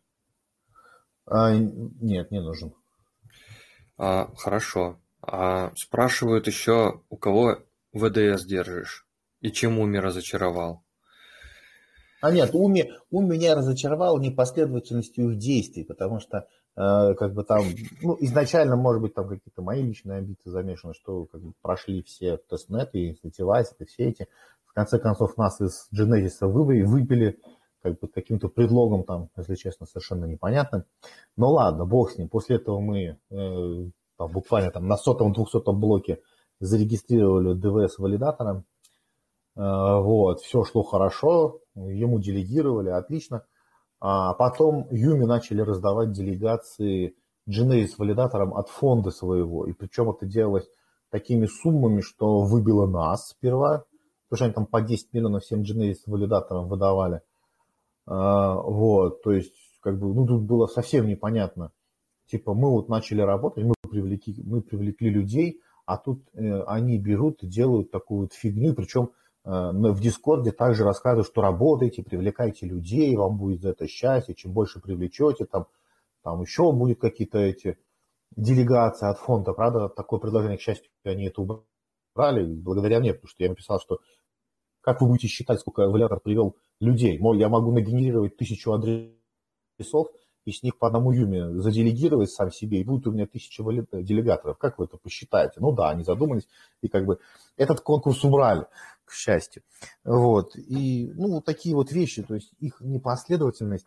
Нет, не нужен. Хорошо. Спрашивают еще, у кого ВДС держишь и чем Уми разочаровал? Нет, Уми меня разочаровал непоследовательностью их действий, потому что как бы там, ну, изначально, может быть, там какие-то мои личные амбиции замешаны, что как бы прошли все тестнеты, и девайсы, и все эти. В конце концов, нас из Genesis выпили как бы каким-то предлогом, там, если честно, совершенно непонятным. Но ладно, бог с ним. После этого мы там, буквально там, на 100-200 блоке зарегистрировали ДВС-валидатором. Вот, все шло хорошо, ему делегировали, отлично. А потом Юми начали раздавать делегации Genesis валидаторам от фонда своего. И причем это делалось такими суммами, что выбило нас сперва, потому что они там по 10 миллионов всем Genesis валидаторам выдавали. Вот, то есть, как бы, ну, тут было совсем непонятно. Типа, мы вот начали работать, мы привлекли людей, а тут они берут и делают такую вот фигню, причем в Дискорде также рассказывают, что работайте, привлекайте людей, вам будет за это счастье, чем больше привлечете, там еще будут какие-то эти делегации от фонда. Правда, такое предложение, к счастью, они это убрали, благодаря мне, потому что я написал, что как вы будете считать, сколько валидатор привел людей? Мол, я могу нагенерировать 1000 адресов, и с них по одному Юме заделегировать сам себе, и будет у меня 1000 делегаторов. Как вы это посчитаете? Ну да, они задумались, и как бы этот конкурс убрали, к счастью. Вот. И, ну, вот такие вот вещи, то есть их непоследовательность.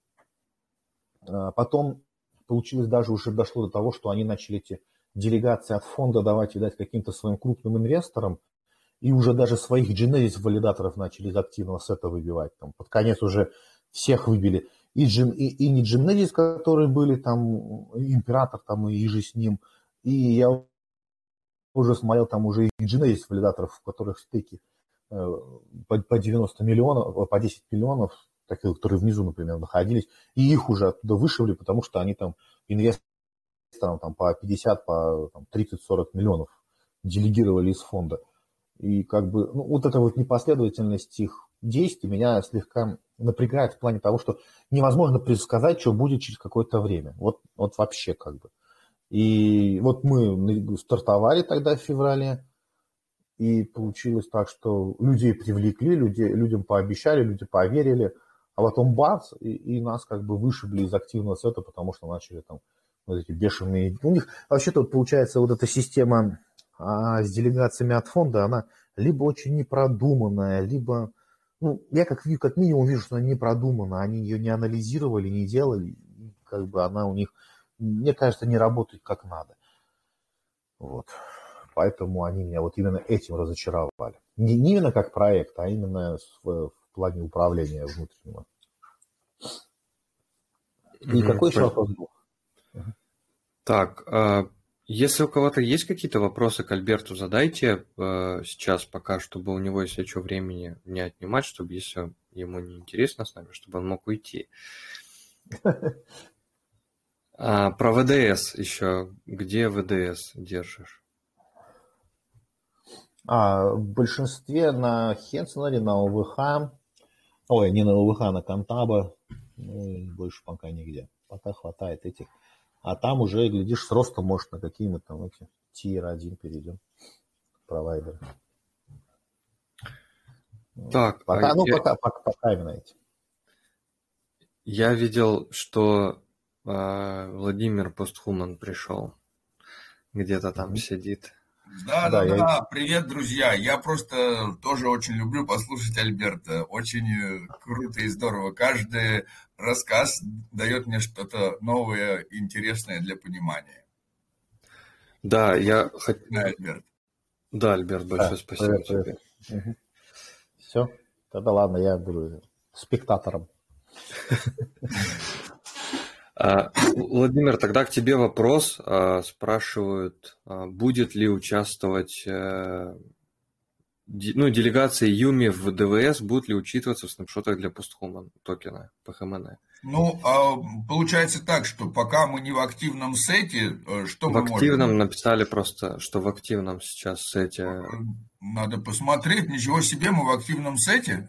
Потом получилось, даже уже дошло до того, что они начали эти делегации от фонда давать, видать, каким-то своим крупным инвесторам, и уже даже своих Genesis валидаторов начали из активного сета выбивать. Там, под конец уже всех выбили. И не Genesis, которые были там, Император там и же с ним. И я уже смотрел там уже и Genesis валидаторов, в которых стейки по 90 миллионов, по 10 миллионов, такие, которые внизу, например, находились. И их уже оттуда вышибли, потому что они там инвесторам там, по 50, по 30-40 миллионов делегировали из фонда. И как бы, ну, вот эта вот непоследовательность их действий меня слегка напрягает в плане того, что невозможно предсказать, что будет через какое-то время. Вот вообще как бы. И вот мы стартовали тогда в феврале, и получилось так, что людей привлекли, людям пообещали, люди поверили, а потом бац, и нас как бы вышибли из активного сета, потому что начали там вот эти бешеные... У них вообще-то вот получается вот эта система с делегациями от фонда, она либо очень непродуманная, либо, ну, я как минимум вижу, что она не продумана, они ее не анализировали, не делали, как бы она у них, мне кажется, не работает как надо. Вот. Поэтому они меня вот именно этим разочаровали. Не именно как проект, а именно в плане управления внутреннего. И какой еще вопрос был? Так, если у кого-то есть какие-то вопросы к Альберту, задайте сейчас пока, чтобы у него, если что, времени не отнимать, чтобы, если ему не интересно с нами, чтобы он мог уйти. Про ВДС еще. Где ВДС держишь? В большинстве на Хенсонере, на ОВХ, ой, не на ОВХ, на Контаба, ну, больше пока нигде. Пока хватает этих А там уже, глядишь, с ростом, может, на какие-нибудь там эти Tier 1 перейдем. Провайдеры. Так, пока именно эти. Я видел, что Владимир Постхуман пришел. Где-то там сидит. Да, привет, друзья. Я просто тоже очень люблю послушать Альберта. Очень круто и здорово. Каждый рассказ дает мне что-то новое, интересное для понимания. Да, Альберт. Да, Альберт, большое спасибо тебе. Угу. Все, тогда ладно, я буду спектатором. Владимир, тогда к тебе вопрос. Спрашивают, будет ли участвовать делегация Юми в ДВС, будут ли учитываться в снапшотах для постхуман токена PHMN? Получается так, что пока мы не в активном сете, что мы можем? В активном написали просто, что в активном сейчас сете. Надо посмотреть, ничего себе, мы в активном сете.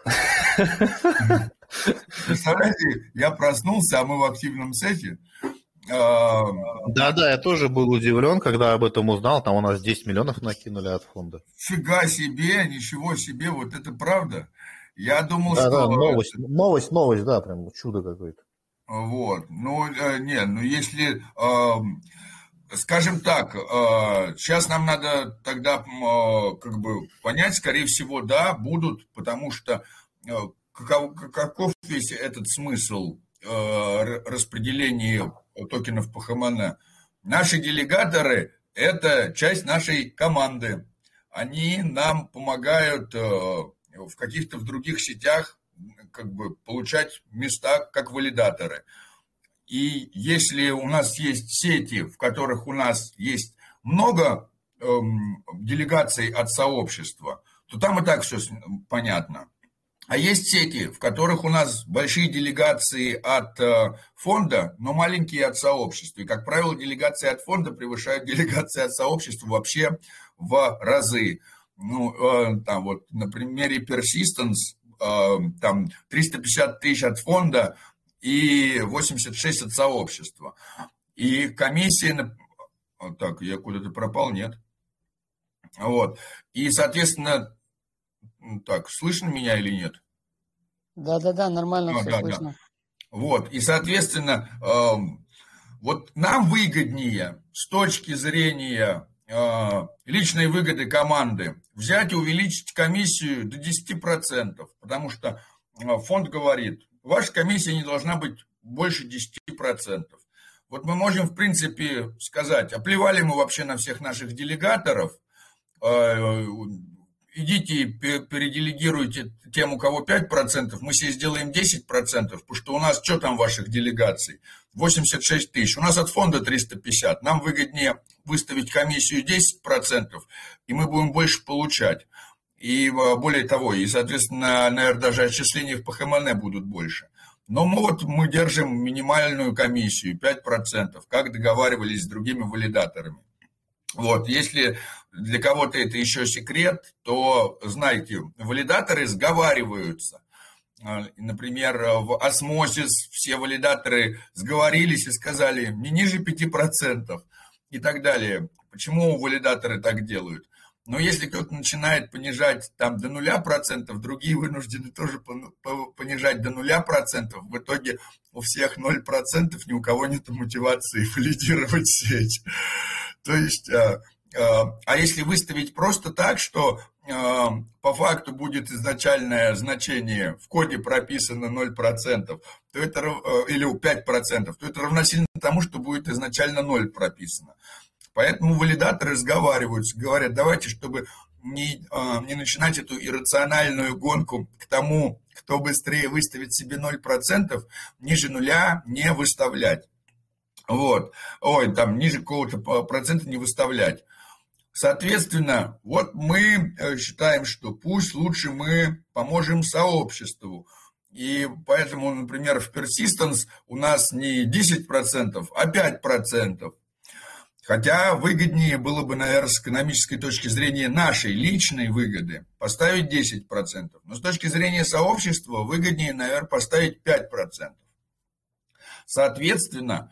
Представляете, я проснулся, а мы в активном сете. Да, я тоже был удивлен, когда об этом узнал. Там у нас 10 миллионов накинули от фонда. Фига себе, ничего себе, вот это правда. Я думал, что... Да, новость, да, прям чудо какое-то. Вот, если... Скажем так, сейчас нам надо тогда понять, скорее всего, да, будут, потому что каков весь этот смысл распределения токенов PHMN? Наши делегаторы – это часть нашей команды. Они нам помогают в каких-то других сетях получать места как валидаторы. И если у нас есть сети, в которых у нас есть много делегаций от сообщества, то там и так все понятно. А есть сети, в которых у нас большие делегации от фонда, но маленькие от сообщества. И, как правило, делегации от фонда превышают делегации от сообщества вообще в разы. На примере Persistence, там 350 тысяч от фонда и 86 от сообщества. И комиссия... Так, я куда-то пропал, нет? Вот. И, соответственно... Так, слышно меня или нет? Да, нормально все слышно. Да. Вот, и, соответственно, вот нам выгоднее с точки зрения личной выгоды команды взять и увеличить комиссию до 10%, потому что фонд говорит, ваша комиссия не должна быть больше 10%. Вот мы можем, в принципе, сказать, а плевали мы вообще на всех наших делегаторов, идите переделегируйте тем, у кого 5%, мы себе сделаем 10%, потому что у нас, что там ваших делегаций? 86 тысяч, у нас от фонда 350, нам выгоднее выставить комиссию 10%, и мы будем больше получать. И более того, и, соответственно, наверное, даже отчисления в PHMN будут больше. Но мы держим минимальную комиссию 5%, как договаривались с другими валидаторами. Вот, если для кого-то это еще секрет, то, знаете, валидаторы сговариваются. Например, в Osmosis все валидаторы сговорились и сказали не ниже 5% и так далее. Почему валидаторы так делают? Но если кто-то начинает понижать там до 0%, другие вынуждены тоже понижать до 0%, в итоге у всех 0%, ни у кого нет мотивации валидировать сеть. То есть, а если выставить просто так, что по факту будет изначальное значение, в коде прописано 0%, то это, или 5%, то это равносильно тому, что будет изначально 0 прописано. Поэтому валидаторы сговариваются, говорят, давайте, чтобы не начинать эту иррациональную гонку к тому, кто быстрее выставит себе 0%, ниже нуля не выставлять. Вот. Там ниже какого-то процента не выставлять. Соответственно, вот мы считаем, что пусть лучше мы поможем сообществу. И поэтому, например, в Persistence у нас не 10%, а 5%. Хотя выгоднее было бы, наверное, с экономической точки зрения нашей личной выгоды поставить 10%. Но с точки зрения сообщества выгоднее, наверное, поставить 5%. Соответственно,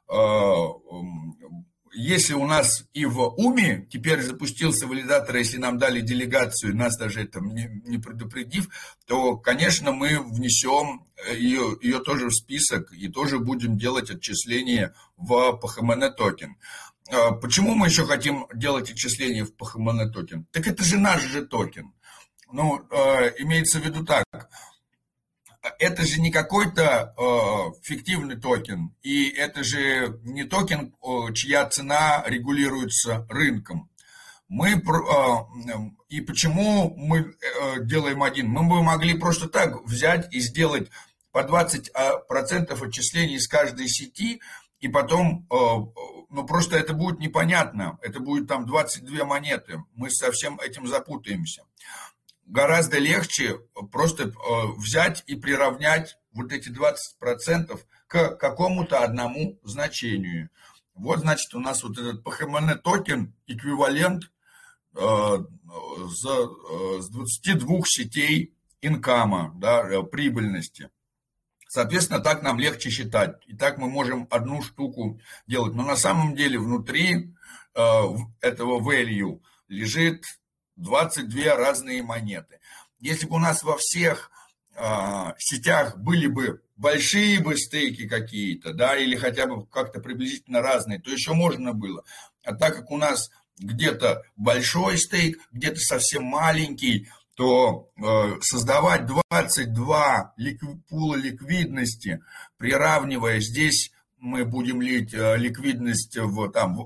если у нас и в УМИ теперь запустился валидатор, если нам дали делегацию, нас даже это не предупредив, то, конечно, мы внесем ее тоже в список и тоже будем делать отчисления в ПХМН токен. Почему мы еще хотим делать отчисления в ПХМН токен? Так это же наш же токен. Ну, имеется в виду так. Это же не какой-то фиктивный токен, и это же не токен, чья цена регулируется рынком. И почему мы делаем один? Мы бы могли просто так взять и сделать по 20% отчислений из каждой сети, и потом, ну просто это будет непонятно, это будет там 22 монеты, мы со всем этим запутаемся. Гораздо легче просто взять и приравнять вот эти 20% к какому-то одному значению. Вот, значит, у нас вот этот ПХМН токен эквивалент с 22 сетей инкама, да, прибыльности. Соответственно, так нам легче считать. И так мы можем одну штуку делать. Но на самом деле внутри этого value лежит 22 разные монеты. Если бы у нас во всех сетях были бы большие бы стейки какие-то, да, или хотя бы как-то приблизительно разные, то еще можно было. А так как у нас где-то большой стейк, где-то совсем маленький, то создавать 22 пула ликвидности, приравнивая здесь, мы будем лить ликвидность в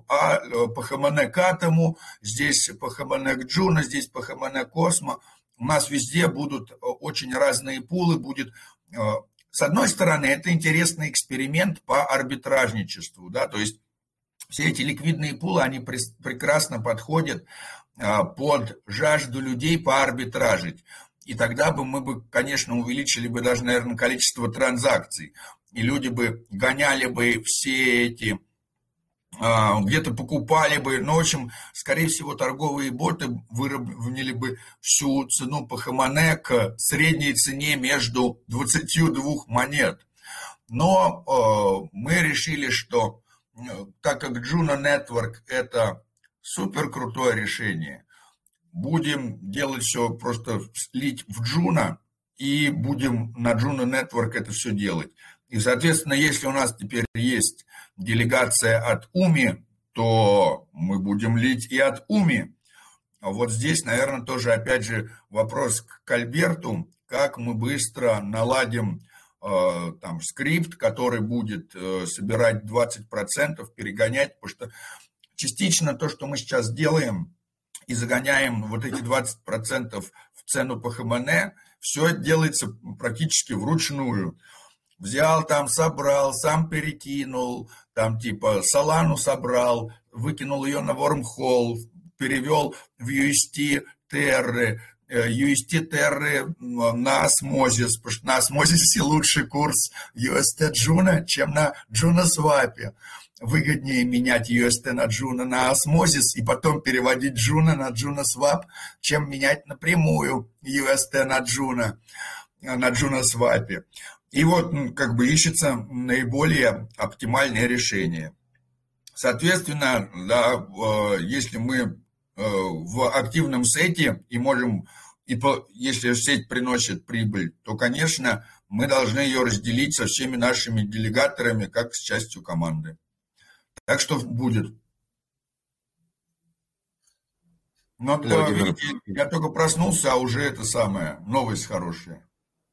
ПХМН к Атому, здесь ПХМН к Джуна, здесь ПХМН к Космо. У нас везде будут очень разные пулы. Будет, с одной стороны, это интересный эксперимент по арбитражничеству. Да? То есть все эти ликвидные пулы, они прекрасно подходят под жажду людей поарбитражить. И тогда бы мы бы, конечно, увеличили бы даже, наверное, количество транзакций. И люди бы гоняли бы все эти, где-то покупали бы. Ну, в общем, скорее всего, торговые боты выровняли бы всю цену ПХМН к средней цене между 22 монет. Но мы решили, что так как Juno Network – это супер крутое решение, будем делать все, просто слить в Juno и будем на Juno Network это все делать. И, соответственно, если у нас теперь есть делегация от УМИ, то мы будем лить и от УМИ. А вот здесь, наверное, тоже, опять же, вопрос к Альберту, как мы быстро наладим там скрипт, который будет собирать 20%, перегонять, потому что частично то, что мы сейчас делаем, и загоняем вот эти 20% в цену ПХМН, все это делается практически вручную. Взял там, собрал, сам перекинул, там типа Solana собрал, выкинул ее на Wormhole, перевел в UST Terra, UST Terra на Osmosis, потому что на Osmosis лучший курс UST Juno, чем на Juno Swap. Выгоднее менять UST на Juno на Osmosis и потом переводить Juno на Juno Swap, чем менять напрямую UST на Juno Swap. И вот как бы ищется наиболее оптимальное решение. Соответственно, да, если мы в активном сете и можем, если сеть приносит прибыль, то, конечно, мы должны ее разделить со всеми нашими делегаторами, как с частью команды. Так что будет. Но, видите, я только проснулся, а уже это самое, новость хорошая.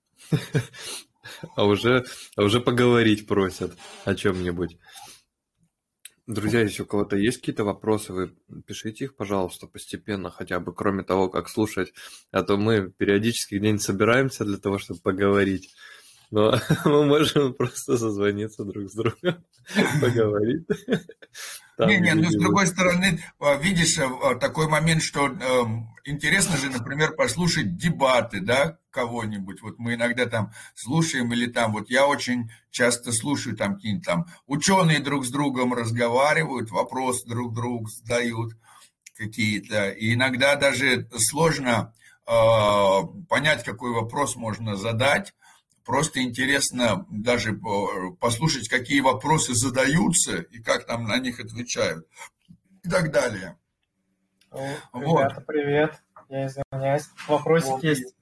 А уже поговорить просят о чем-нибудь. Друзья, если у кого-то есть какие-то вопросы, вы пишите их, пожалуйста, постепенно, хотя бы кроме того, как слушать. А то мы периодически где-нибудь собираемся для того, чтобы поговорить. Но мы можем просто созвониться друг с другом, поговорить. Не, с другой стороны, видишь, такой момент, что интересно же, например, послушать дебаты, да, кого-нибудь. Вот мы иногда там слушаем, или там, вот я очень часто слушаю, там какие-нибудь там ученые друг с другом разговаривают, вопросы друг другу задают какие-то. И иногда даже сложно понять, какой вопрос можно задать, Просто интересно даже послушать, какие вопросы задаются и как там на них отвечают и так далее. Ребята, привет. Я извиняюсь. Вопросик есть.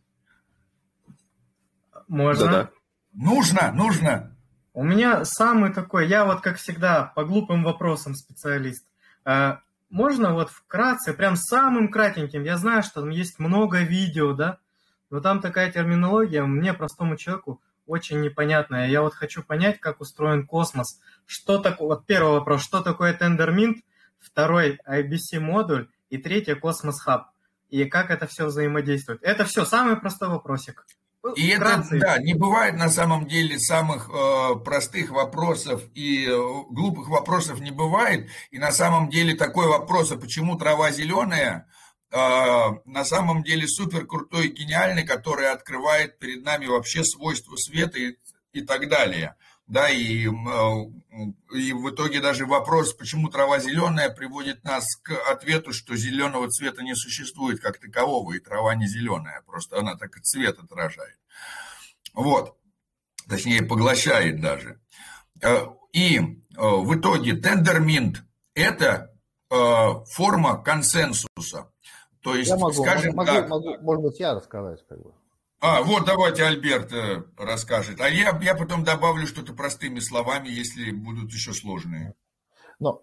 Можно? Да-да. Нужно. У меня самый такой, я вот как всегда по глупым вопросам специалист. Можно вот вкратце, прям самым кратеньким, я знаю, что там есть много видео, да, но там такая терминология мне, простому человеку, очень непонятная. Я вот хочу понять, как устроен космос. Что такое, вот первый вопрос, что такое Tendermint, второй IBC-модуль и третий Космос Хаб. И как это все взаимодействует. Это все, самый простой вопросик. И вкратце. Это, да, не бывает на самом деле самых простых вопросов и глупых вопросов не бывает. И на самом деле такой вопрос, а почему трава зеленая, на самом деле супер крутой и гениальный, который открывает перед нами вообще свойства света и так далее. Да, и в итоге даже вопрос, почему трава зеленая, приводит нас к ответу, что зеленого цвета не существует как такового, и трава не зеленая, просто она так и цвет отражает. Вот, точнее, поглощает даже. И в итоге Tendermint – это форма консенсуса. То есть, скажем так... Может быть, я рассказать как бы. Вот давайте Альберт расскажет. А я потом добавлю что-то простыми словами, если будут еще сложные. Но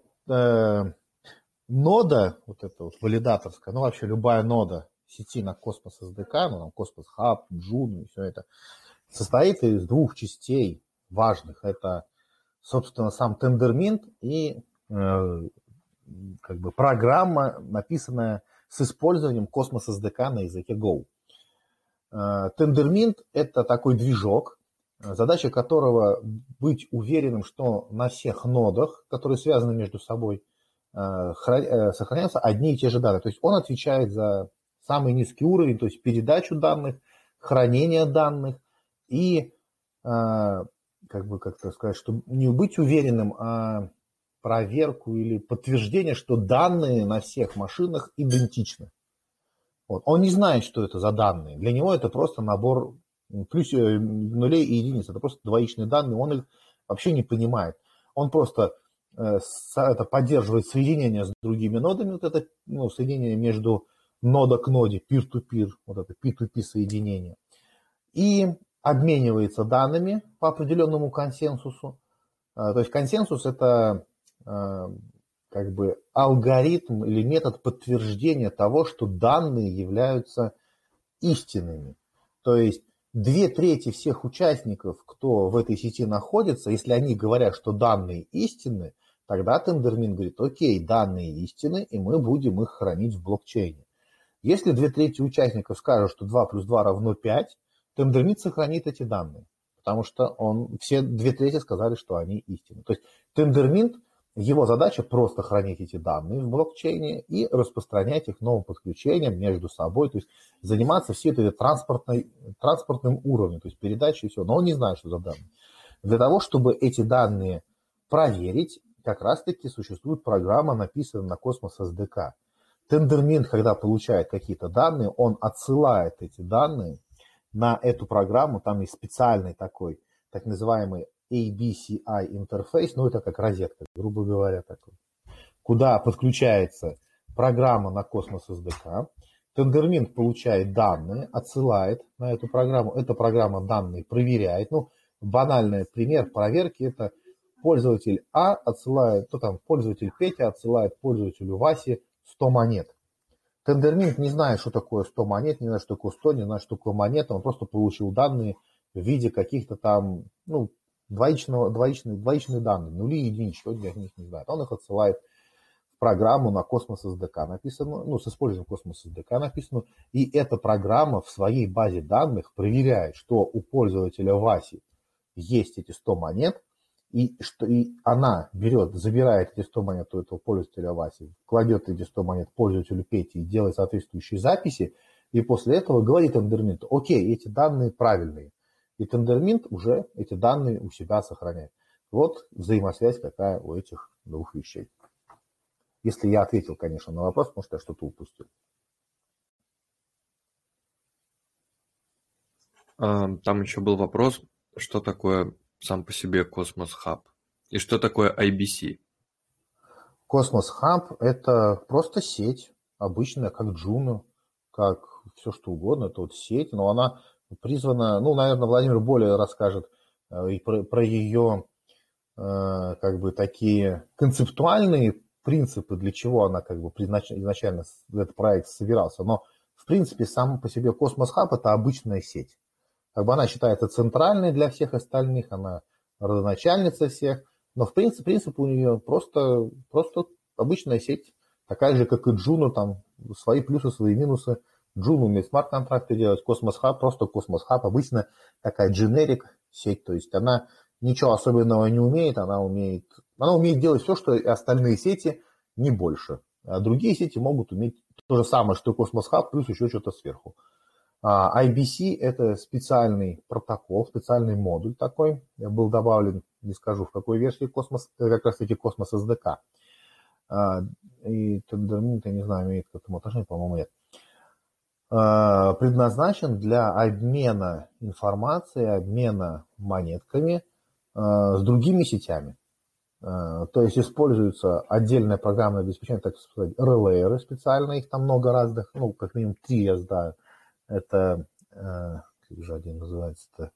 нода, вот эта вот валидаторская, ну вообще любая нода сети на Cosmos SDK, ну там Cosmos Hub, Juno и все это, состоит из двух частей важных. Это, собственно, сам Tendermint и как бы программа, написанная с использованием Cosmos SDK на языке Go. Tendermint – это такой движок, задача которого быть уверенным, что на всех нодах, которые связаны между собой, сохраняются одни и те же данные. То есть он отвечает за самый низкий уровень, то есть передачу данных, хранение данных и, как-то сказать, что не быть уверенным, а проверку или подтверждение, что данные на всех машинах идентичны. Вот. Он не знает, что это за данные. Для него это просто набор нулей и единиц. Это просто двоичные данные. Он их вообще не понимает. Он просто это поддерживает соединение с другими нодами. Вот это соединение между нода к ноде, peer-to-peer, вот это P2P соединение. И обменивается данными по определенному консенсусу. То есть консенсус – это как бы алгоритм или метод подтверждения того, что данные являются истинными. То есть 2/3 всех участников, кто в этой сети находится, если они говорят, что данные истинны, тогда Tendermint говорит: окей, данные истинны, и мы будем их хранить в блокчейне. Если 2/3 участников скажут, что 2 + 2 = 5, Tendermint сохранит эти данные, потому что все 2/3 сказали, что они истинны. То есть Tendermint, его задача просто хранить эти данные в блокчейне и распространять их новым подключением между собой, то есть заниматься всей этой транспортным уровнем, то есть передачей и все. Но он не знает, что за данные. Для того, чтобы эти данные проверить, как раз-таки существует программа, написанная на Cosmos SDK. Tendermint, когда получает какие-то данные, он отсылает эти данные на эту программу, там есть специальный такой, так называемый ABCI интерфейс, ну это как розетка, грубо говоря, такой, куда подключается программа на Cosmos SDK. Tendermint получает данные, отсылает на эту программу, эта программа данные проверяет. Ну, банальный пример проверки – это пользователь А отсылает, пользователь Петя отсылает пользователю Васе 100 монет. Tendermint не знает, что такое 100 монет, не знает, что такое 100, не знает, что такое монета, он просто получил данные в виде каких-то там, двоичные данные, нули и единички, он них не знает. Он их отсылает в программу на Cosmos SDK написанную, с использованием Cosmos SDK написанную, и эта программа в своей базе данных проверяет, что у пользователя Васи есть эти 100 монет, и она забирает эти 100 монет у этого пользователя Васи, кладет эти 100 монет пользователю Пети и делает соответствующие записи, и после этого говорит Tendermint: окей, эти данные правильные. И Tendermint уже эти данные у себя сохраняет. Вот взаимосвязь какая у этих двух вещей. Если я ответил, конечно, на вопрос, может, я что-то упустил. Там еще был вопрос, что такое сам по себе Cosmos Hub и что такое IBC? Cosmos Hub – это просто сеть, обычная, как Juno, как все что угодно, это вот сеть, но она призвана, ну, наверное, Владимир более расскажет и про ее как бы такие концептуальные принципы, для чего она как бы изначально этот проект собирался. Но, в принципе, сам по себе Cosmos Hub – это обычная сеть. Как бы она считается центральной для всех остальных, она родоначальница всех, но в принципе принцип у нее просто обычная сеть, такая же, как и Juno, там свои плюсы, свои минусы. Juno умеет смарт-контракты делать, Cosmos Hub просто Cosmos Hub, обычно такая generic сеть, то есть она ничего особенного не умеет, она умеет делать все, что и остальные сети, не больше. А другие сети могут уметь то же самое, что и Cosmos Hub, плюс еще что-то сверху. IBC – это специальный протокол, специальный модуль такой, был добавлен, не скажу в какой версии Cosmos, как раз таки Cosmos SDK. И Tendermint, я не знаю, имеет к этому отношение, по-моему, нет. Предназначен для обмена информацией, обмена монетками с другими сетями. То есть используется отдельное программное обеспечение, так сказать, релейеры специальные, их там много разных, ну, как минимум 3 я знаю. Это, как же один называется-то,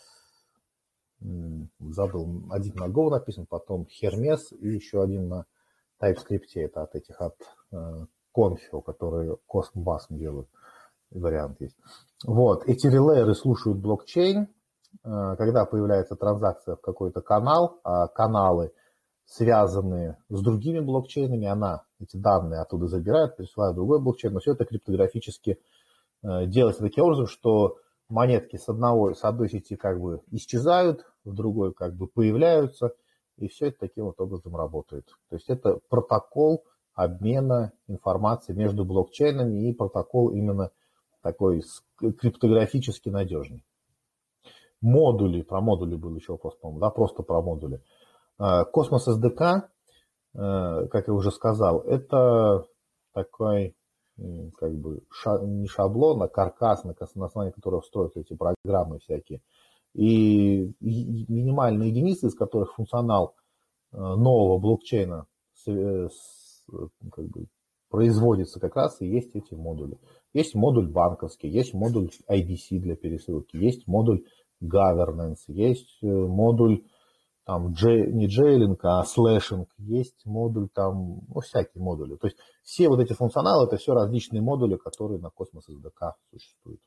забыл, один на Go написан, потом Hermes и еще один на TypeScript, это от этих, от Confio, которые Cosmos делают, вариант есть. Вот, эти релейеры слушают блокчейн, когда появляется транзакция в какой-то канал, а каналы, связанные с другими блокчейнами, она эти данные оттуда забирает, присылает в другой блокчейн, но все это криптографически делается таким образом, что монетки с одной сети как бы исчезают, в другой как бы появляются, и все это таким вот образом работает. То есть это протокол обмена информацией между блокчейнами и протокол именно такой криптографически надежный. Модули, про модули был еще вопрос, по-моему, да, просто про модули. Cosmos SDK, как я уже сказал, это такой как бы не шаблон, а каркас, на основании которого строятся эти программы всякие. И минимальные единицы, из которых функционал нового блокчейна как бы производится как раз и есть эти модули. Есть модуль банковский, есть модуль IBC для пересылки, есть модуль governance, есть модуль там не джейлинг, а слэшинг, есть модуль там, ну, всякие модули. То есть все вот эти функционалы, это все различные модули, которые на Cosmos SDK существуют.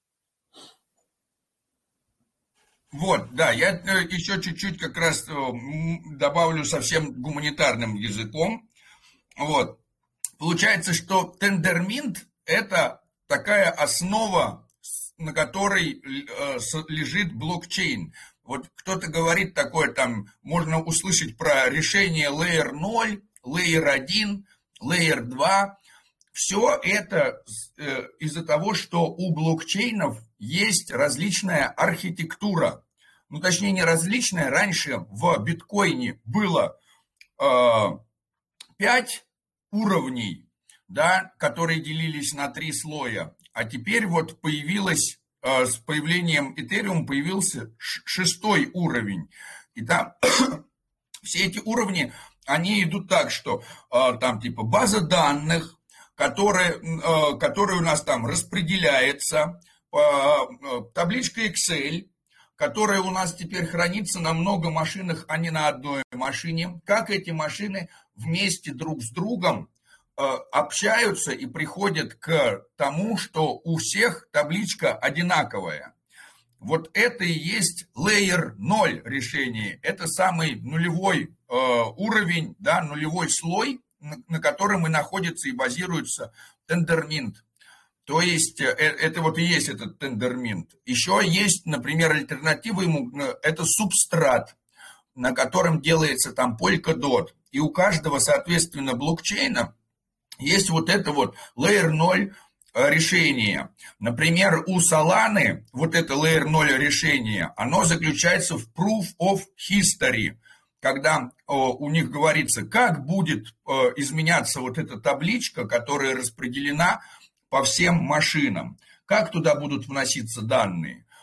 Вот, да, я еще чуть-чуть как раз добавлю совсем гуманитарным языком. Вот. Получается, что Tendermint – это такая основа, на которой лежит блокчейн. Вот кто-то говорит такое, там можно услышать про решение Layer 0, Layer 1, Layer 2. Все это из-за того, что у блокчейнов есть различная архитектура. Ну, точнее, не различная. Раньше в биткоине было 5 уровней, да, которые делились на 3 слоя. А теперь вот появилось, с появлением Ethereum появился 6-й уровень. И там все эти уровни, они идут так, что там типа база данных, которая у нас там распределяется, табличка Excel, которая у нас теперь хранится на много машинах, а не на одной машине. Как эти машины вместе друг с другом общаются и приходят к тому, что у всех табличка одинаковая. Вот это и есть Layer 0 решение. Это самый нулевой уровень, да, нулевой слой, на котором и находится и базируется Tendermint. То есть это вот и есть этот Tendermint. Еще есть, например, альтернатива ему, это субстрат, на котором делается там Polkadot. И у каждого, соответственно, блокчейна есть вот это вот Layer 0 решение. Например, у Solana вот это Layer 0 решение, оно заключается в Proof of History, когда у них говорится, как будет изменяться вот эта табличка, которая распределена по всем машинам, как туда будут вноситься данные.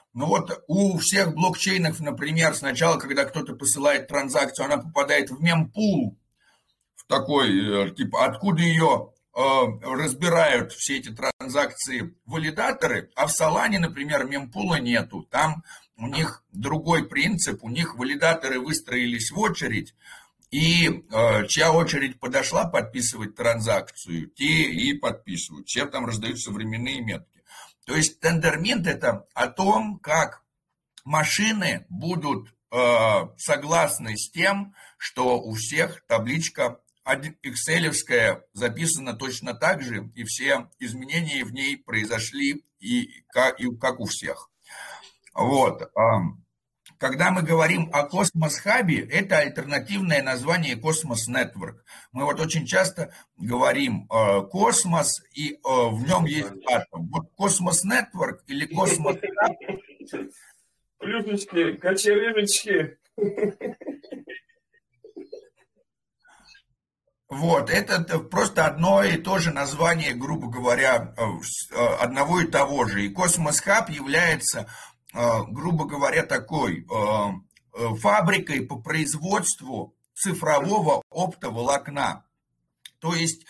Ну вот у всех блокчейнов, например, сначала, когда кто-то посылает транзакцию, она попадает в мемпул, в такой, типа, откуда ее разбирают все эти транзакции валидаторы, а в Solana, например, мемпула нету. Там у них другой принцип, у них валидаторы выстроились в очередь, и чья очередь подошла подписывать транзакцию, те и подписывают. Все там раздаются временные метки. То есть тендерминт – это о том, как машины будут согласны с тем, что у всех табличка экселевская записана точно так же, и все изменения в ней произошли и как у всех. Вот. Когда мы говорим о космос-хабе, это альтернативное название Космос Нетворк. Мы вот очень часто говорим космос, и в нем есть атом. Вот Космос Нетворк или Космос Хаб. Плюшечки, кочерышечки. Вот, это просто одно и то же название, грубо говоря, одного и того же. И Космос Хаб является, грубо говоря, такой фабрикой по производству цифрового оптоволокна. То есть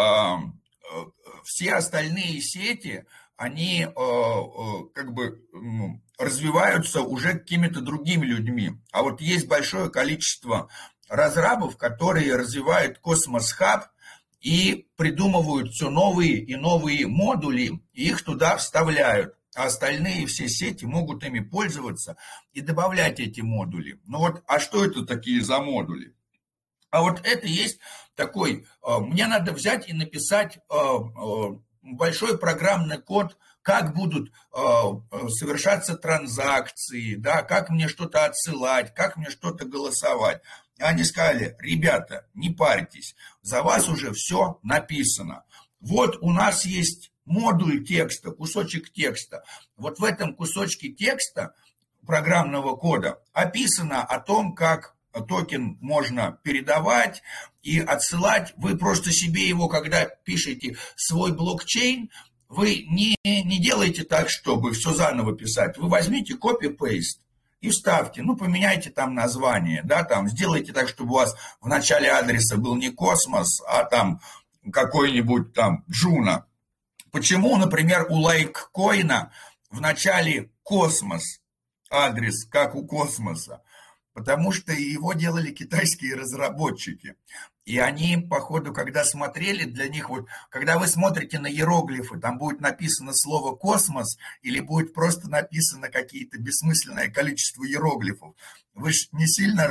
все остальные сети, они как бы развиваются уже какими-то другими людьми. А вот есть большое количество разрабов, которые развивают Космос Хаб и придумывают все новые и новые модули, и их туда вставляют. А остальные все сети могут ими пользоваться и добавлять эти модули. Ну вот, а что это такие за модули? А вот это есть такой, мне надо взять и написать большой программный код, как будут совершаться транзакции, да, как мне что-то отсылать, как мне что-то голосовать. Они сказали: ребята, не парьтесь, за вас уже все написано. Вот у нас есть модуль текста, кусочек текста. Вот в этом кусочке текста программного кода описано о том, как токен можно передавать и отсылать. Вы просто себе его, когда пишете свой блокчейн, вы не делаете так, чтобы все заново писать. Вы возьмите copy-paste и вставьте, ну, поменяйте там название, да, там, сделайте так, чтобы у вас в начале адреса был не космос, а там какой-нибудь там Джуна. Почему, например, у лайткоина в начале космос, адрес как у космоса? Потому что его делали китайские разработчики. И они, походу, когда смотрели, для них вот, когда вы смотрите на иероглифы, там будет написано слово «космос» или будет просто написано какие-то бессмысленное количество иероглифов, вы же не сильно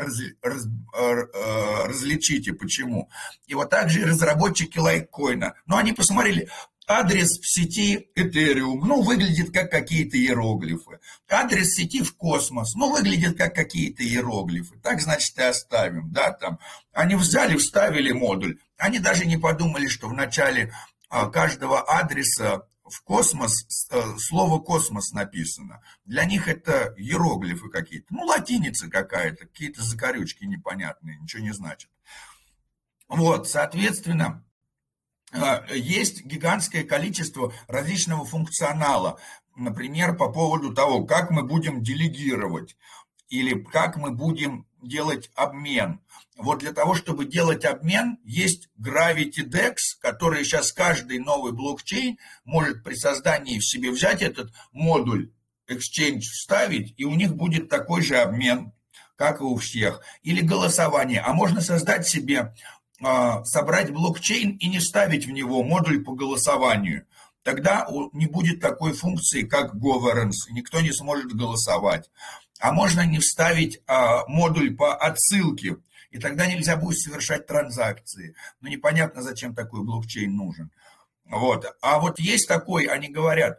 различите, почему. И вот так же и разработчики лайткоина. Но они посмотрели, адрес в сети Ethereum, ну, выглядит как какие-то иероглифы. Адрес сети в космос, ну, выглядит как какие-то иероглифы. Так, значит, и оставим, да, там. Они взяли, вставили модуль. Они даже не подумали, что в начале каждого адреса в космос слово «космос» написано. Для них это иероглифы какие-то. Ну, латиница какая-то, какие-то закорючки непонятные, ничего не значит. Вот, соответственно, есть гигантское количество различного функционала. Например, по поводу того, как мы будем делегировать или как мы будем делать обмен. Вот для того, чтобы делать обмен, есть Gravity DEX, который сейчас каждый новый блокчейн может при создании в себе взять этот модуль Exchange, вставить, и у них будет такой же обмен, как и у всех. Или голосование. А можно создать себе, собрать блокчейн и не вставить в него модуль по голосованию. Тогда не будет такой функции, как governance, никто не сможет голосовать. А можно не вставить модуль по отсылке, и тогда нельзя будет совершать транзакции. Но непонятно, зачем такой блокчейн нужен. Вот. А вот есть такой, они говорят,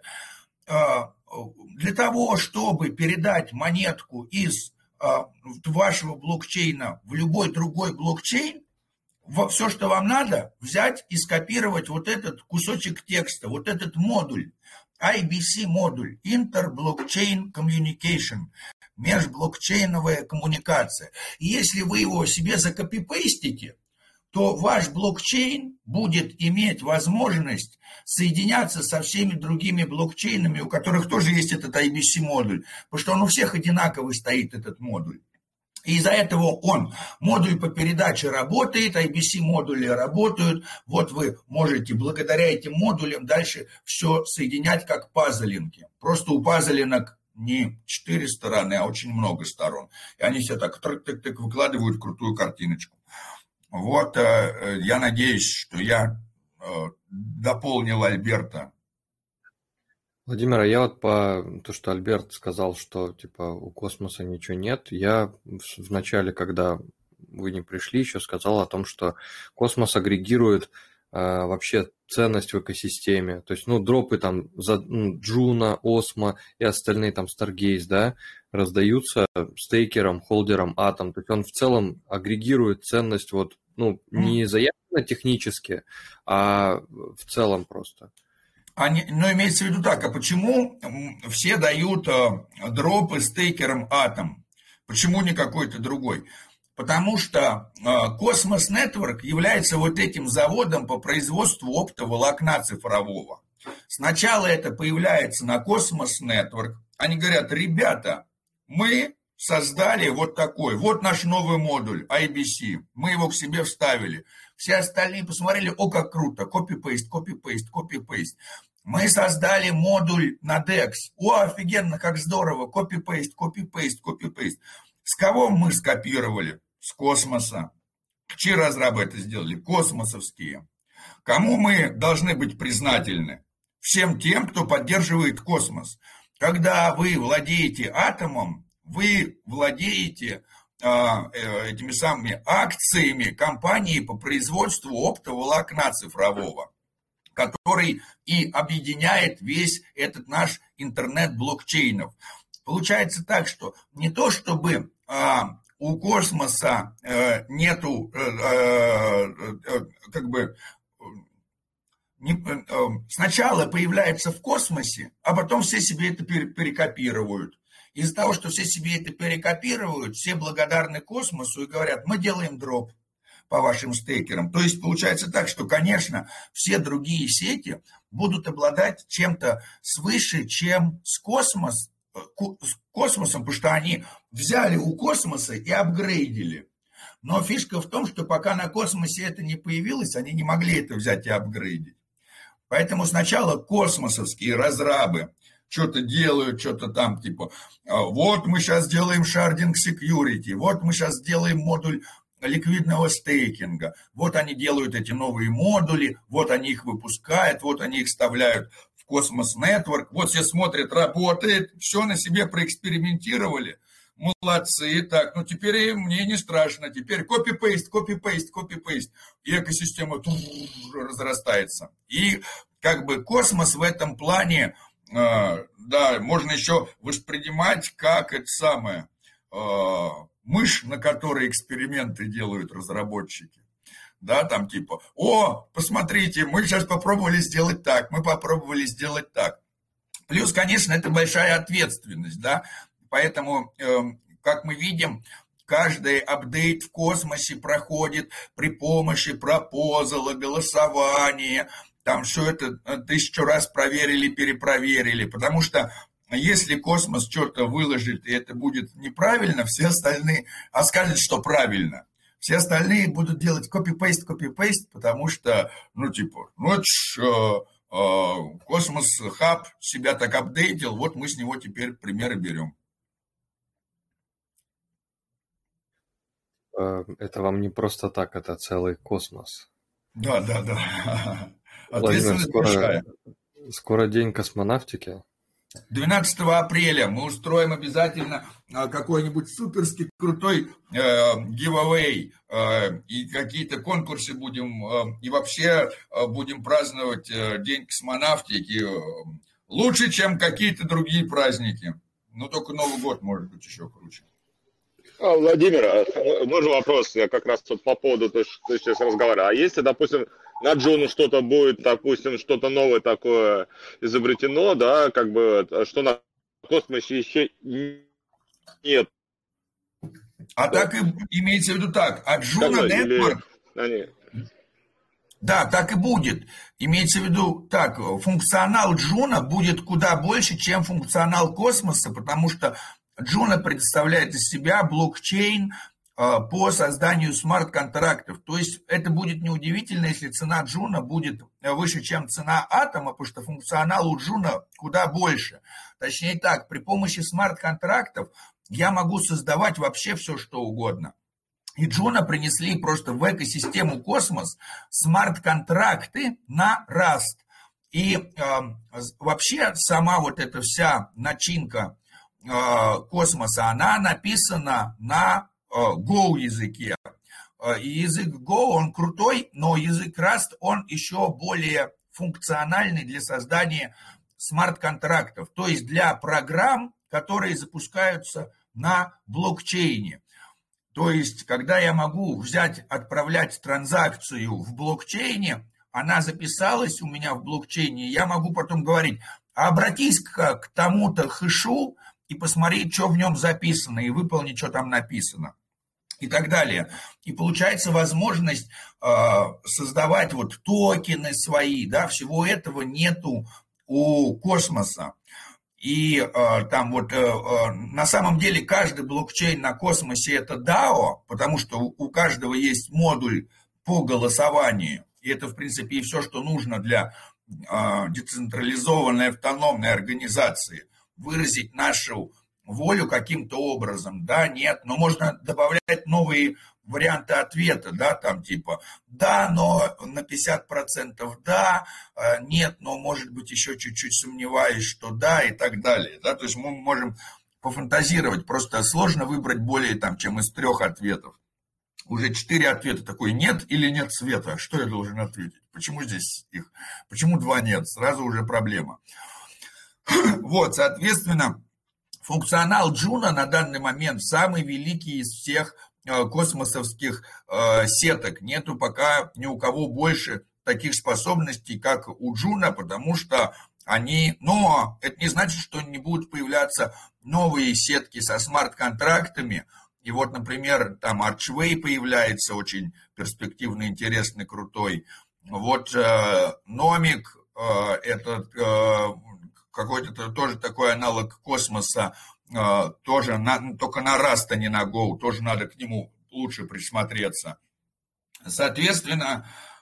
для того, чтобы передать монетку из вашего блокчейна в любой другой блокчейн, все, что вам надо, взять и скопировать вот этот кусочек текста, вот этот модуль, IBC модуль, Inter-Blockchain Communication, межблокчейновая коммуникация. И если вы его себе закопипейстите, то ваш блокчейн будет иметь возможность соединяться со всеми другими блокчейнами, у которых тоже есть этот IBC-модуль, потому что он у всех одинаковый стоит, этот модуль. И из-за этого модуль по передаче работает, IBC-модули работают. Вот вы можете благодаря этим модулям дальше все соединять как пазлинки. Просто у пазлинок не 4 стороны, а очень много сторон. И они все так тык-тык-тык выкладывают крутую картиночку. Вот, я надеюсь, что я дополнил Альберта. Владимир, а я вот по то, что Альберт сказал, что типа у космоса ничего нет, я в начале, когда вы не пришли, еще сказал о том, что космос агрегирует вообще ценность в экосистеме. То есть, дропы там за Джуна, Осмо и остальные там Stargaze, да, раздаются стейкерам, холдерам Атом. То есть он в целом агрегирует ценность вот, не заявлено технически, а в целом просто. Имеется в виду так, а почему все дают дропы стейкерам Атом? Почему не какой-то другой? Потому что Cosmos Network является вот этим заводом по производству оптоволокна цифрового. Сначала это появляется на Cosmos Network. Они говорят, ребята, мы создали вот такой, вот наш новый модуль IBC, мы его к себе вставили. Все остальные посмотрели, как круто, копи-пейст, копи-пейст, копи-пейст. Мы создали модуль на DEX. Офигенно, как здорово, копи-пейст, копи-пейст, копи-пейст. С кого мы скопировали? С космоса. Чьи разрабы это сделали? Космосовские. Кому мы должны быть признательны? Всем тем, кто поддерживает космос. Когда вы владеете атомом, вы владеете этими самыми акциями компании по производству оптоволокна цифрового, который и объединяет весь этот наш интернет блокчейнов. Получается так, что не то чтобы у космоса нету сначала появляется в космосе, а потом все себе это перекопируют. Из-за того, что все себе это перекопируют, все благодарны космосу и говорят, мы делаем дроп по вашим стейкерам. То есть получается так, что, конечно, все другие сети будут обладать чем-то свыше, чем с космосом, потому что они взяли у космоса и апгрейдили. Но фишка в том, что пока на космосе это не появилось, они не могли это взять и апгрейдить. Поэтому сначала космосовские разрабы что-то делают, что-то там, типа, вот мы сейчас делаем sharding security, вот мы сейчас сделаем модуль ликвидного стейкинга, вот они делают эти новые модули, вот они их выпускают, вот они их вставляют в Cosmos Network, вот все смотрят, работает, все на себе проэкспериментировали, молодцы, так, теперь мне не страшно, теперь копи-пейст, копи-пейст, копи-пейст, и экосистема разрастается. И космос в этом плане, да, можно еще воспринимать как это самое, мышь, на которой эксперименты делают разработчики. Да, там типа, посмотрите, мы сейчас попробовали сделать так, мы попробовали сделать так. Плюс, конечно, это большая ответственность, да, поэтому, как мы видим, каждый апдейт в космосе проходит при помощи пропозала, голосования, там все это 1000 раз проверили, перепроверили, потому что если космос что-то выложит, и это будет неправильно, все остальные, скажут, что правильно, все остальные будут делать копи-пейст, копи-пейст, потому что, Космос Хаб себя так апдейтил, вот мы с него теперь примеры берем. Это вам не просто так, это целый космос. Да. Ответственность большая. Скоро день космонавтики. 12 апреля мы устроим обязательно какой-нибудь суперски крутой giveaway, и какие-то конкурсы будем, и вообще будем праздновать День космонавтики лучше, чем какие-то другие праздники. Но только Новый год может быть еще круче. Владимир, можно вопрос? Я как раз тут по поводу того, что ты сейчас разговаривал. А если, допустим, на Джуну что-то будет, допустим, что-то новое такое изобретено, да, что на космосе еще нет. А так и имеется в виду так. А Джуна Network... Да, так и будет. Имеется в виду так, функционал Джуна будет куда больше, чем функционал Космоса, потому что Джуна представляет из себя блокчейн по созданию смарт-контрактов. То есть это будет неудивительно, если цена Джуна будет выше, чем цена Атома, потому что функционал у Джуна куда больше. Точнее так, при помощи смарт-контрактов я могу создавать вообще все, что угодно. И Джуна принесли просто в экосистему Космос смарт-контракты на Rust. И вообще сама вот эта вся начинка Космоса, она написана на Go языке. И язык Go, он крутой, но язык Rust, он еще более функциональный для создания смарт-контрактов. То есть для программ, которые запускаются на блокчейне. То есть, когда я могу взять, отправлять транзакцию в блокчейне, она записалась у меня в блокчейне, я могу потом говорить, обратись-ка к тому-то хэшу и посмотри, что в нем записано, и выполни, что там написано, и так далее. И получается возможность создавать вот токены свои, да, всего этого нету у Космоса. И там вот на самом деле каждый блокчейн на Космосе это DAO, потому что у каждого есть модуль по голосованию. И это, в принципе, и все, что нужно для децентрализованной автономной организации. Выразить нашу волю каким-то образом, да, нет, но можно добавлять новые варианты ответа, да, там типа да, но на 50% да, нет, но может быть еще чуть-чуть сомневаюсь, что да, и так далее, да, то есть мы можем пофантазировать, просто сложно выбрать более там, чем из 3 ответов. Уже 4 ответа, такой нет или нет света, что я должен ответить, почему здесь их, почему 2 нет, сразу уже проблема. Вот, соответственно, функционал Джуна на данный момент самый великий из всех космосовских сеток. Нету пока ни у кого больше таких способностей, как у Джуна, потому что они... Но это не значит, что не будут появляться новые сетки со смарт-контрактами. И вот, например, там Archway появляется, очень перспективный, интересный, крутой. Вот Nomic, это какой-то тоже такой аналог Космоса, тоже только на Rust, а не на Go, тоже надо к нему лучше присмотреться. Соответственно,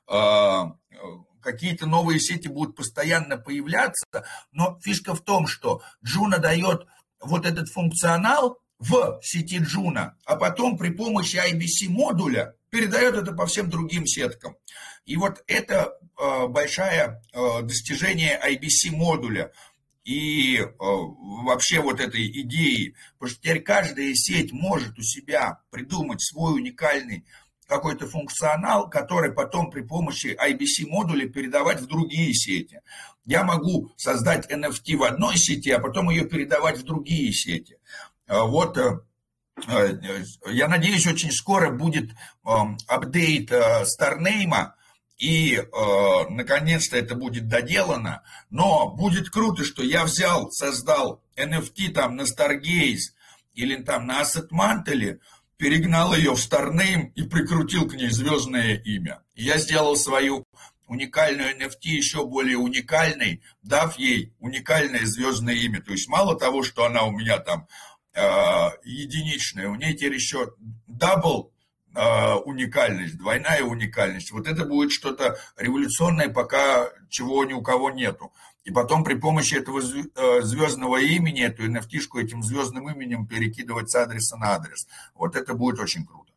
какие-то новые сети будут постоянно появляться, но фишка в том, что Джуна дает вот этот функционал в сети Джуна, а потом при помощи IBC модуля передает это по всем другим сеткам. И вот это большое достижение IBC модуля. И вообще вот этой идеи, потому что теперь каждая сеть может у себя придумать свой уникальный какой-то функционал, который потом при помощи IBC-модуля передавать в другие сети. Я могу создать NFT в одной сети, а потом ее передавать в другие сети. Вот, я надеюсь, очень скоро будет апдейт Starname, и наконец-то это будет доделано, но будет круто, что я взял, создал NFT там на Stargaze или там на Asset Mantle, перегнал ее в Starname и прикрутил к ней звездное имя. И я сделал свою уникальную NFT еще более уникальной, дав ей уникальное звездное имя. То есть мало того, что она у меня там единичная, у нее теперь еще double уникальность, двойная уникальность. Вот это будет что-то революционное, пока чего ни у кого нету. И потом при помощи этого звездного имени, эту NFT-шку этим звездным именем перекидывать с адреса на адрес. Вот это будет очень круто.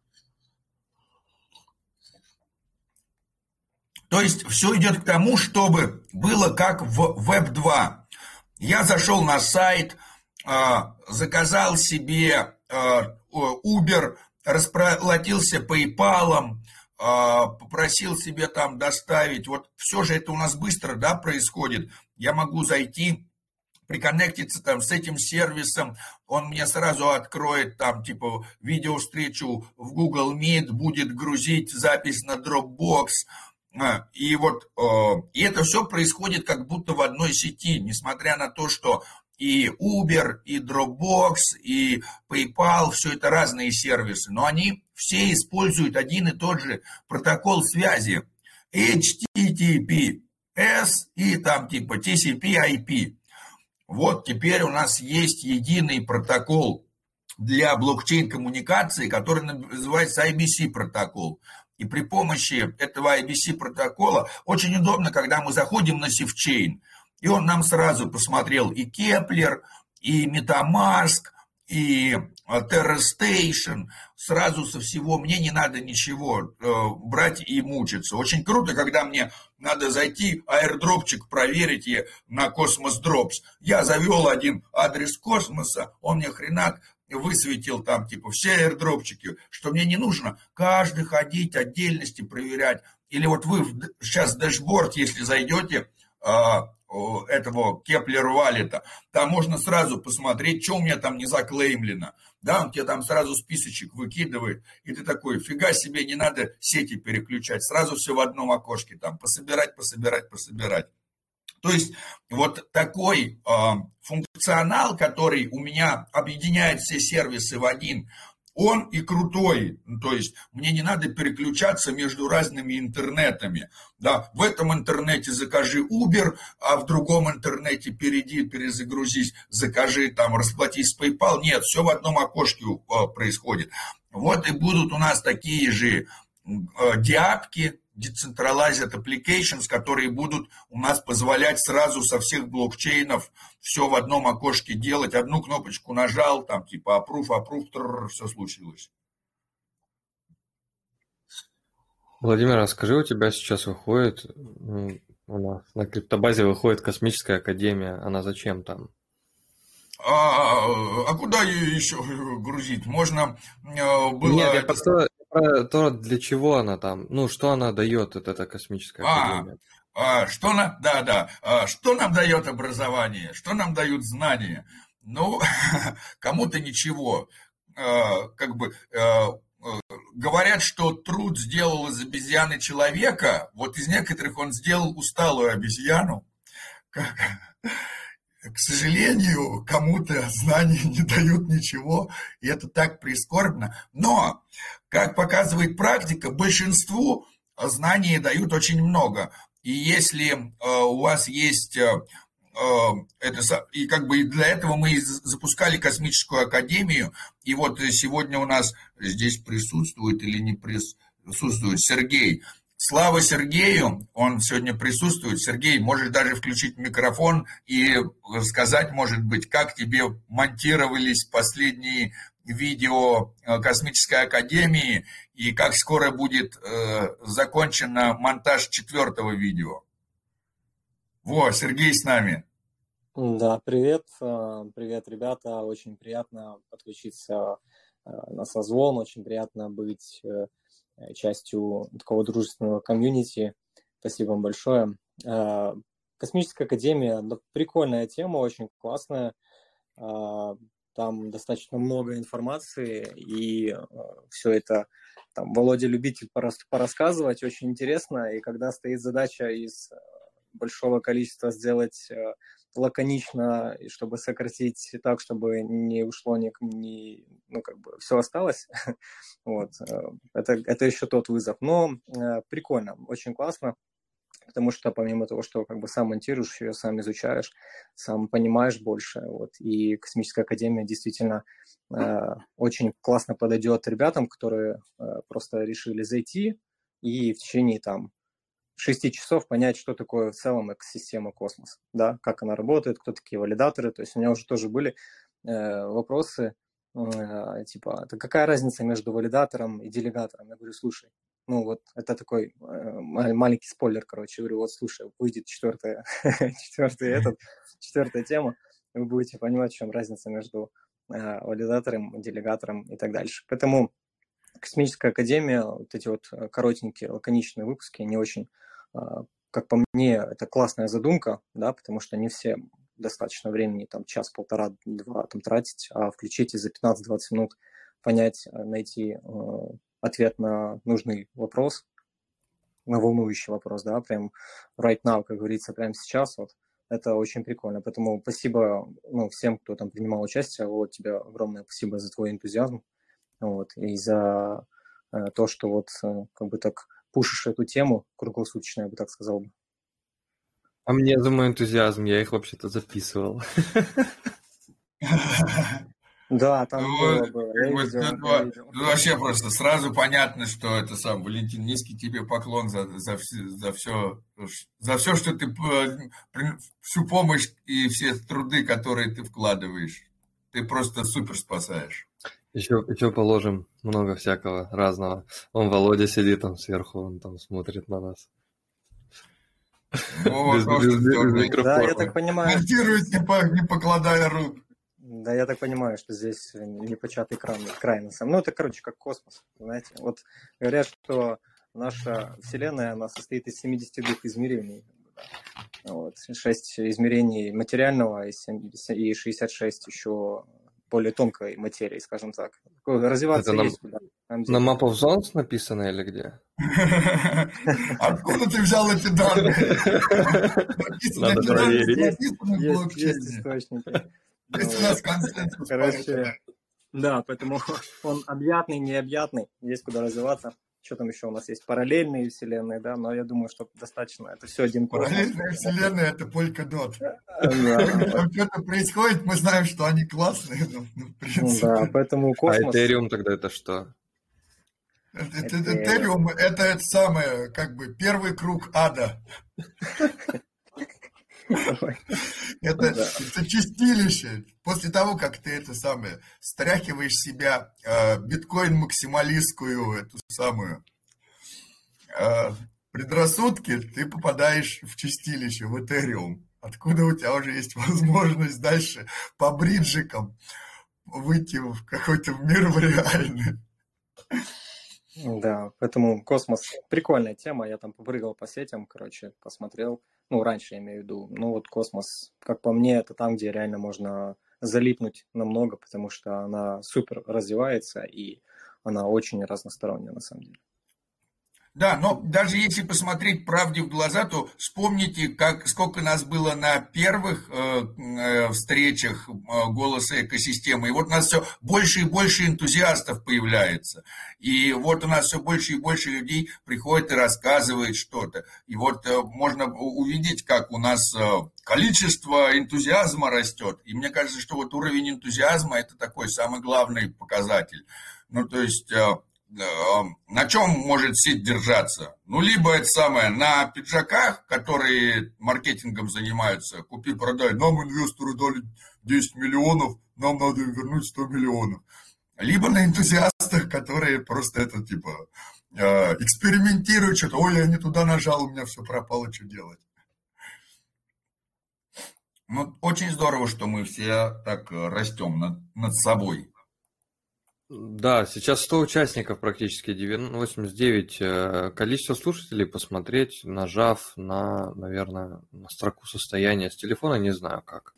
То есть все идет к тому, чтобы было как в Web2. Я зашел на сайт, заказал себе Uber, расплатился PayPal, попросил себе там доставить. Вот все же это у нас быстро, да, происходит. Я могу зайти, приконнектиться там с этим сервисом, он мне сразу откроет там типа видеовстречу в Google Meet, будет грузить запись на Dropbox. И вот и это все происходит как будто в одной сети, несмотря на то, что и Uber, и Dropbox, и PayPal, все это разные сервисы, но они все используют один и тот же протокол связи. HTTPS и там типа TCP/IP. Вот теперь у нас есть единый протокол для блокчейн-коммуникации, который называется IBC протокол. И при помощи этого IBC протокола очень удобно, когда мы заходим на SafeChain, и он нам сразу посмотрел и Kepler, и MetaMask, и TerraStation, сразу со всего, мне не надо ничего брать и мучиться. Очень круто, когда мне надо зайти, аирдропчик проверить на Cosmos Drops. Я завел один адрес космоса, он мне хренак высветил там типа все аирдропчики, что мне не нужно каждый ходить, отдельности проверять. Или вот вы сейчас дэшборд, если зайдете, этого Kepler валета, там можно сразу посмотреть, что у меня там не заклеймлено. Да, он тебе там сразу списочек выкидывает, и ты такой, фига себе, не надо сети переключать, сразу все в одном окошке, там пособирать. То есть вот такой функционал, который у меня объединяет все сервисы в один, он и крутой, то есть мне не надо переключаться между разными интернетами. Да, в этом интернете закажи Uber, а в другом интернете перезагрузись, закажи там, расплатись с PayPal. Нет, все в одном окошке происходит. Вот и будут у нас такие же диапки, Decentralized Applications, которые будут у нас позволять сразу со всех блокчейнов все в одном окошке делать. Одну кнопочку нажал, там типа approve, все случилось. Владимир, а скажи, у тебя сейчас выходит, у нас на криптобазе выходит Космическая Академия, она зачем там? А куда ее еще грузить? Можно было... Нет, я просто про то, для чего она там, ну, что она дает, эта Космическая Академия. Что нам дает образование, что нам дают знания? Ну, кому-то ничего. Говорят, что труд сделал из обезьяны человека, вот из некоторых он сделал усталую обезьяну. К сожалению, кому-то знания не дают ничего, и это так прискорбно. Но, как показывает практика, большинству знаний дают очень много. И если у вас есть и как бы для этого мы запускали Космическую Академию, и вот сегодня у нас здесь присутствует или не присутствует Сергей. Слава Сергею, он сегодня присутствует. Сергей, можешь даже включить микрофон и сказать, может быть, как тебе монтировались последние видео Космической Академии и как скоро будет закончен монтаж 4-го видео. Во, Сергей с нами. Да, привет, ребята. Очень приятно подключиться на созвон, очень приятно быть частью такого дружественного комьюнити. Спасибо вам большое. Космическая Академия, прикольная тема, очень классная. Там достаточно много информации, и все это там Володя любитель порассказывать, очень интересно. И когда стоит задача из большого количества сделать лаконично, и чтобы сократить так, чтобы не ушло все осталось. Вот. Это еще тот вызов. Но прикольно, очень классно, потому что помимо того, что как бы сам монтируешь ее, сам изучаешь, сам понимаешь больше. Вот. И Космическая Академия действительно очень классно подойдет ребятам, которые просто решили зайти и в течение 6 часов понять, что такое в целом экосистема космос, да, как она работает, кто такие валидаторы. То есть у меня уже тоже были вопросы, типа, какая разница между валидатором и делегатором? Я говорю, слушай, это такой маленький спойлер, короче. Я говорю, вот слушай, выйдет четвертая тема, вы будете понимать, в чем разница между валидатором, делегатором и так дальше. Поэтому Космическая Академия, вот эти вот коротенькие, лаконичные выпуски, они очень, как по мне, это классная задумка, да, потому что не все достаточно времени, час, полтора, два тратить, а включить и за 15-20 минут понять, найти ответ на нужный вопрос, на волнующий вопрос, да, прям right now, как говорится, прямо сейчас, вот, это очень прикольно. Поэтому спасибо всем, кто там принимал участие, вот, тебе огромное спасибо за твой энтузиазм. Вот, и за то, что вот как бы так пушишь эту тему круглосуточно, я бы так сказал бы. А мне за мой энтузиазм, я их вообще-то записывал. Да, там было. Я видел. Вообще просто сразу понятно, что это сам Валентин, низкий тебе поклон за все, что ты, всю помощь и все труды, которые ты вкладываешь. Ты просто супер спасаешь. Еще положим много всякого разного. Он Володя сидит там сверху, он там смотрит на нас. Без микрофона. Да, я так понимаю. Монтирует, не покладая рук. Да, я так понимаю, что здесь непочатый край на самом деле. Ну, это, короче, как космос, знаете. Вот говорят, что наша Вселенная, она состоит из 72 измерений. Вот. 6 измерений материального и 66 еще более тонкой материи, скажем так. Развиваться это есть куда. На Map of Zones написано или где? Откуда ты взял эти данные? Надо проверить. Есть источники. Есть у нас консенсус. Короче, да, поэтому он объятный, необъятный, есть куда развиваться. Что там еще у нас есть? Параллельные вселенные, да, но я думаю, что достаточно. Это все один космос. Параллельная вселенная – это Polkadot. Там что-то происходит, мы знаем, что они классные, но в принципе... Да, поэтому космос... А Ethereum тогда это что? Ethereum – это самое, как бы, первый круг ада. Это чистилище. После того, как ты это самое стряхиваешь себя биткоин-максималистскую эту самую предрассудки, ты попадаешь в чистилище, в Ethereum. Откуда у тебя уже есть возможность дальше по бриджикам выйти в какой-то мир в реальный. Да, поэтому космос прикольная тема. Я там попрыгал по сетям, короче, посмотрел. Ну, раньше я имею в виду. Ну, вот космос, как по мне, это там, где реально можно залипнуть намного, потому что она супер развивается, и она очень разносторонняя, на самом деле. Да, но даже если посмотреть правде в глаза, то вспомните, сколько нас было на первых встречах «Голоса экосистемы». И вот у нас все больше и больше энтузиастов появляется. И вот у нас все больше и больше людей приходят и рассказывают что-то. И вот можно увидеть, как у нас количество энтузиазма растет. И мне кажется, что вот уровень энтузиазма – это такой самый главный показатель. Ну, то есть... на чем может сеть держаться? Ну, либо это самое, на пиджаках, которые маркетингом занимаются, купи-продай, нам инвесторы дали 10 миллионов, нам надо им вернуть 100 миллионов. Либо на энтузиастах, которые просто это типа экспериментируют что-то, ой, я не туда нажал, у меня все пропало, что делать. Ну, очень здорово, что мы все так растем над собой. Да, сейчас 100 участников практически, 89. Количество слушателей посмотреть, нажав на, наверное, на строку состояния с телефона, не знаю как.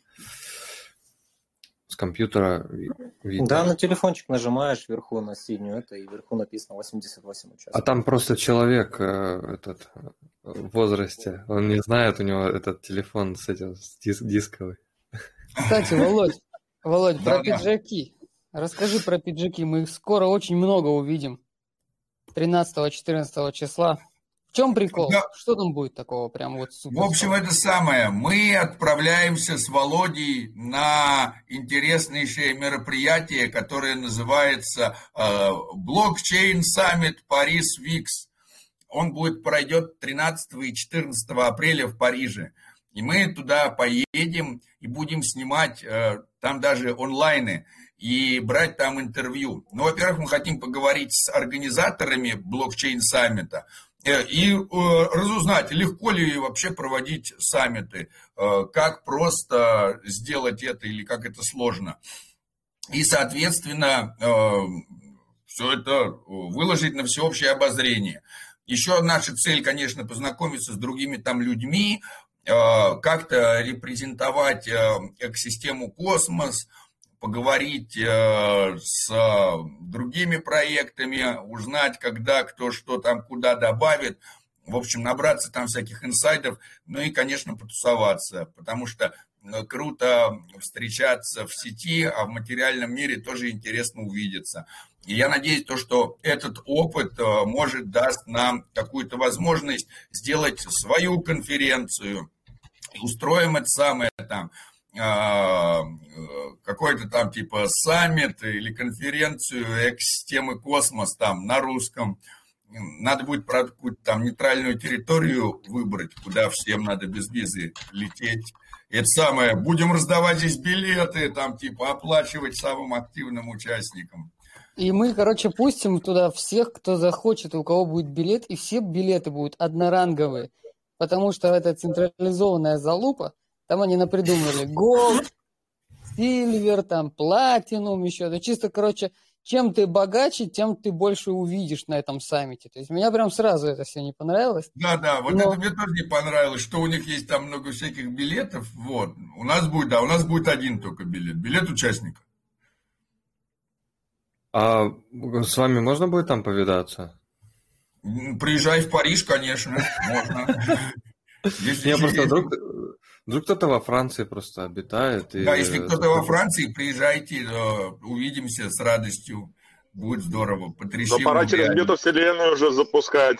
С компьютера видно. Да, на телефончик нажимаешь вверху на синюю, это и вверху написано 88 участников. А там просто человек этот в возрасте, он не знает, у него этот телефон с этим дисковый. Кстати, Володь, про пиджаки. Расскажи про пиджаки, мы их скоро очень много увидим. 13-14 числа. В чем прикол? Да. Что там будет такого прям вот супер? В общем, это самое. Мы отправляемся с Володей на интереснейшее мероприятие, которое называется Blockchain Summit Paris Weeks. Он пройдет 13 и 14 апреля в Париже. И мы туда поедем и будем снимать там даже онлайны и брать там интервью. Ну, во-первых, мы хотим поговорить с организаторами блокчейн-саммита и разузнать, легко ли вообще проводить саммиты, как просто сделать это или как это сложно. И, соответственно, все это выложить на всеобщее обозрение. Еще наша цель, конечно, познакомиться с другими там людьми, как-то репрезентовать экосистему «Космос», поговорить с другими проектами, узнать, когда, кто, что там, куда добавит. В общем, набраться там всяких инсайдов, ну и, конечно, потусоваться, потому что круто встречаться в сети, а в материальном мире тоже интересно увидеться. И я надеюсь, что этот опыт может даст нам какую-то возможность сделать свою конференцию. Устроим это самое там, какой-то там типа саммит или конференцию экосистемы космос там на русском. Надо будет, правда, какую-то там нейтральную территорию выбрать, куда всем надо без визы лететь. Это самое, будем раздавать здесь билеты, там типа оплачивать самым активным участникам. И мы, короче, пустим туда всех, кто захочет, у кого будет билет, и все билеты будут одноранговые. Потому что это централизованная залупа, там они напридумывали Gold, Silver, там Platinum еще. Это чисто, короче, чем ты богаче, тем ты больше увидишь на этом саммите. То есть мне прям сразу это все не понравилось. Да, вот это мне тоже не понравилось, что у них есть там много всяких билетов. Вот. У нас будет один только билет. Билет участника. А с вами можно будет там повидаться? Приезжай в Париж, конечно, можно. Я просто вдруг кто-то во Франции просто обитает. Да, если кто-то во Франции, приезжайте, увидимся с радостью. Будет здорово, потрясем. Но пора через метавселенную уже запускать.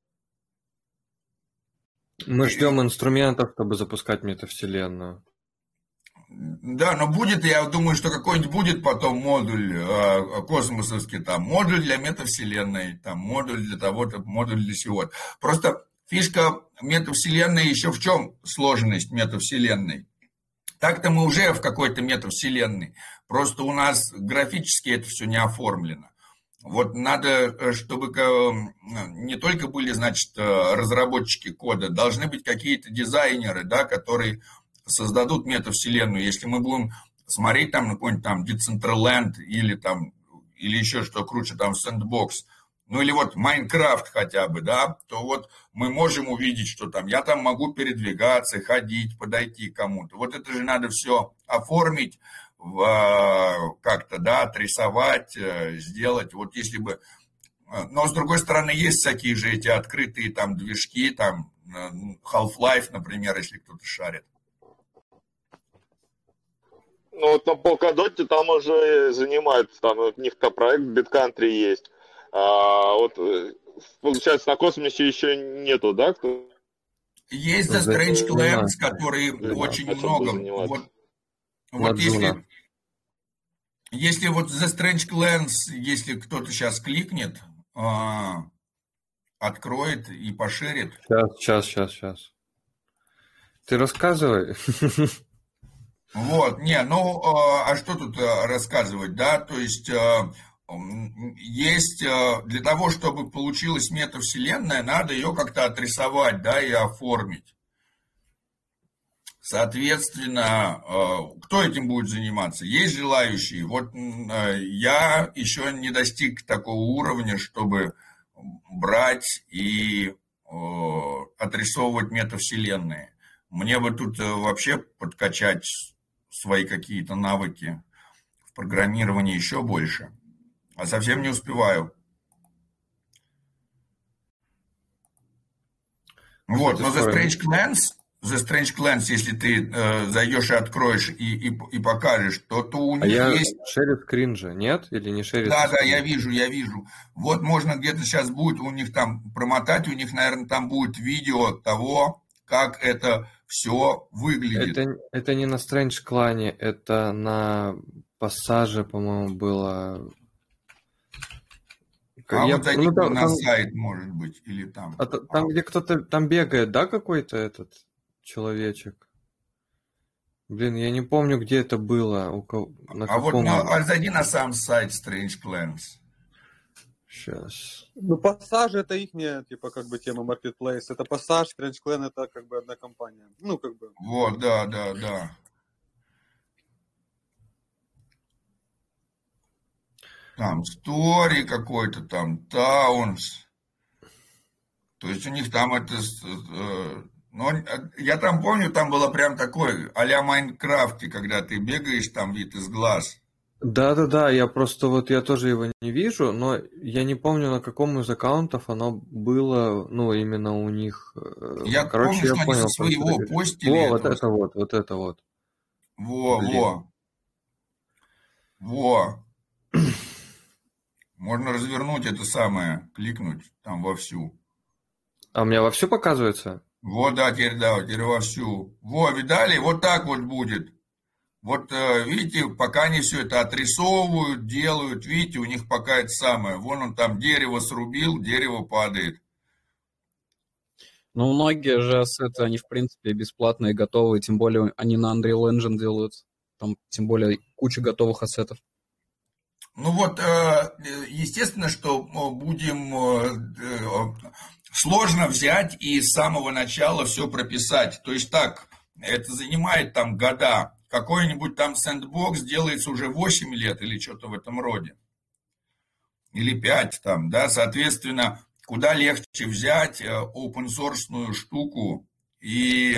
Мы ждем инструментов, чтобы запускать метавселенную. Да, но будет, я думаю, что какой-нибудь будет потом модуль космосовский, там, модуль для метавселенной, там, модуль для того-то, модуль для сего. Просто фишка метавселенной еще в чем сложность метавселенной? Так-то мы уже в какой-то метавселенной, просто у нас графически это все не оформлено. Вот надо, чтобы не только были, значит, разработчики кода, должны быть какие-то дизайнеры, да, которые создадут метавселенную. Если мы будем смотреть там на какой-нибудь там Decentraland или еще что круче, там Sandbox, ну или вот Майнкрафт хотя бы, да, то вот мы можем увидеть, что там я там могу передвигаться, ходить, подойти к кому-то. Вот это же надо все оформить, как-то, да, отрисовать, сделать. Вот если бы... Но, с другой стороны, есть всякие же эти открытые там движки, там Half-Life, например, если кто-то шарит. Ну вот на Polkadot там уже занимаются, там у них-то проект BitCountry есть. А вот получается на космосе еще нету, да? Есть The Strange Clans, который очень много. Вот если вот The Strange Clans, если кто-то сейчас кликнет, откроет и поширит. Сейчас. Ты рассказывай. Вот, а что тут рассказывать, да, то есть есть, для того, чтобы получилась метавселенная, надо ее как-то отрисовать, да, и оформить. Соответственно, кто этим будет заниматься? Есть желающие. Вот я еще не достиг такого уровня, чтобы брать и отрисовывать метавселенные. Мне бы тут вообще подкачать свои какие-то навыки в программировании еще больше. А совсем не успеваю. Вот, но The Strange Clans, если ты зайдешь и откроешь и покажешь, то у них есть... шерит скрин же, нет? Или не шерит? Да, я вижу. Вот можно где-то сейчас будет у них там промотать, у них, наверное, там будет видео того, как это все выглядит. Это не на Strange Clan, это на пассаже, по-моему, было... Вот зайди на сайт, может быть, или там. Там, где кто-то там бегает, да, какой-то этот человечек? Блин, я не помню, где это было. Зайди на сам сайт Strange Clans. Сейчас. Ну, пассаж это их, типа, как бы тема Marketplace. Это пассаж, Strange Clan это как бы одна компания. Ну, как бы. Вот, да. Там Story какой-то, там Towns. То есть у них там это... я там помню, там было прям такой а-ля Майнкрафте, когда ты бегаешь, там вид из глаз. Да, я тоже его не вижу, но я не помню, на каком из аккаунтов оно было, именно у них. Я помню, что они со своего постили. Вот это вот. Во. Можно развернуть это самое, кликнуть там вовсю. А у меня вовсю показывается? Вот, да, теперь вовсю. Видали? Вот так вот будет. Вот, видите, пока они все это отрисовывают, делают, видите, у них пока это самое. Вон он там дерево срубил, дерево падает. Ну, многие же ассеты, они, в принципе, бесплатные, готовые, тем более они на Unreal Engine делаются. Там, тем более, куча готовых ассетов. Ну вот, естественно, что будем сложно взять и с самого начала все прописать. То есть так, это занимает там года. Какой-нибудь там сэндбокс делается уже 8 лет или что-то в этом роде. Или 5 там, да, соответственно, куда легче взять open-source штуку и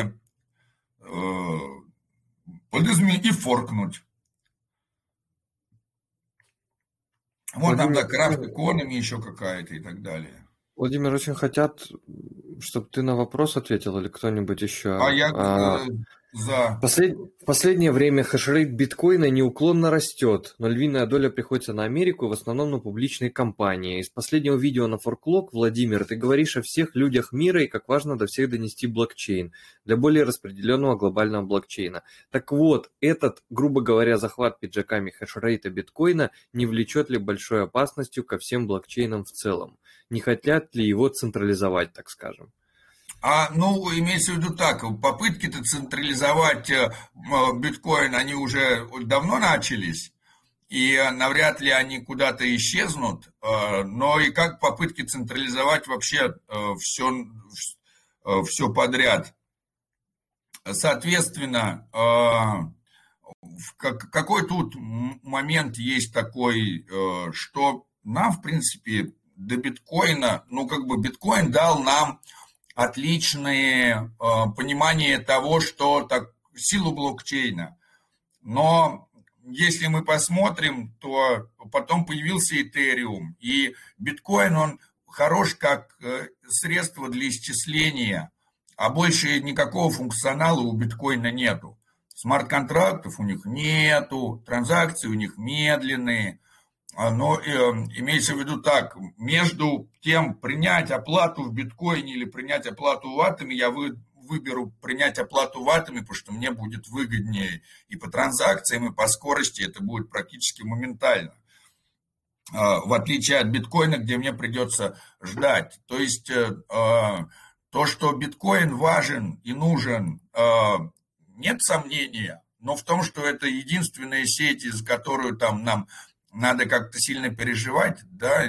подизменить и форкнуть. Вот там, да, крафт экономи еще какая-то и так далее. Владимир, очень хотят, чтобы ты на вопрос ответил или кто-нибудь еще. За. В последнее время хешрейт биткоина неуклонно растет, но львиная доля приходится на Америку, в основном на публичные компании. Из последнего видео на ForkLog, Владимир, ты говоришь о всех людях мира и как важно до всех донести блокчейн для более распределенного глобального блокчейна. Так вот, этот, грубо говоря, захват пиджаками хешрейта биткоина не влечет ли большой опасностью ко всем блокчейнам в целом? Не хотят ли его централизовать, так скажем? Ну, имеется в виду так, попытки-то централизовать биткоин, они уже давно начались, и навряд ли они куда-то исчезнут, но и как попытки централизовать вообще все подряд. Соответственно, какой тут момент есть такой, что нам, в принципе, до биткоина, биткоин дал нам отличное понимание того, что силу блокчейна. Но если мы посмотрим, то потом появился Ethereum, и биткоин, он хорош как средство для исчисления, а больше никакого функционала у биткоина нету. Смарт-контрактов у них нету, транзакции у них медленные. Но имеется в виду так, между тем принять оплату в биткоине или принять оплату в атоме, я выберу принять оплату в атоме, потому что мне будет выгоднее и по транзакциям, и по скорости это будет практически моментально. В отличие от биткоина, где мне придется ждать. То есть то, что биткоин важен и нужен, нет сомнения, но в том, что это единственная сеть, из которой там нам надо как-то сильно переживать, да,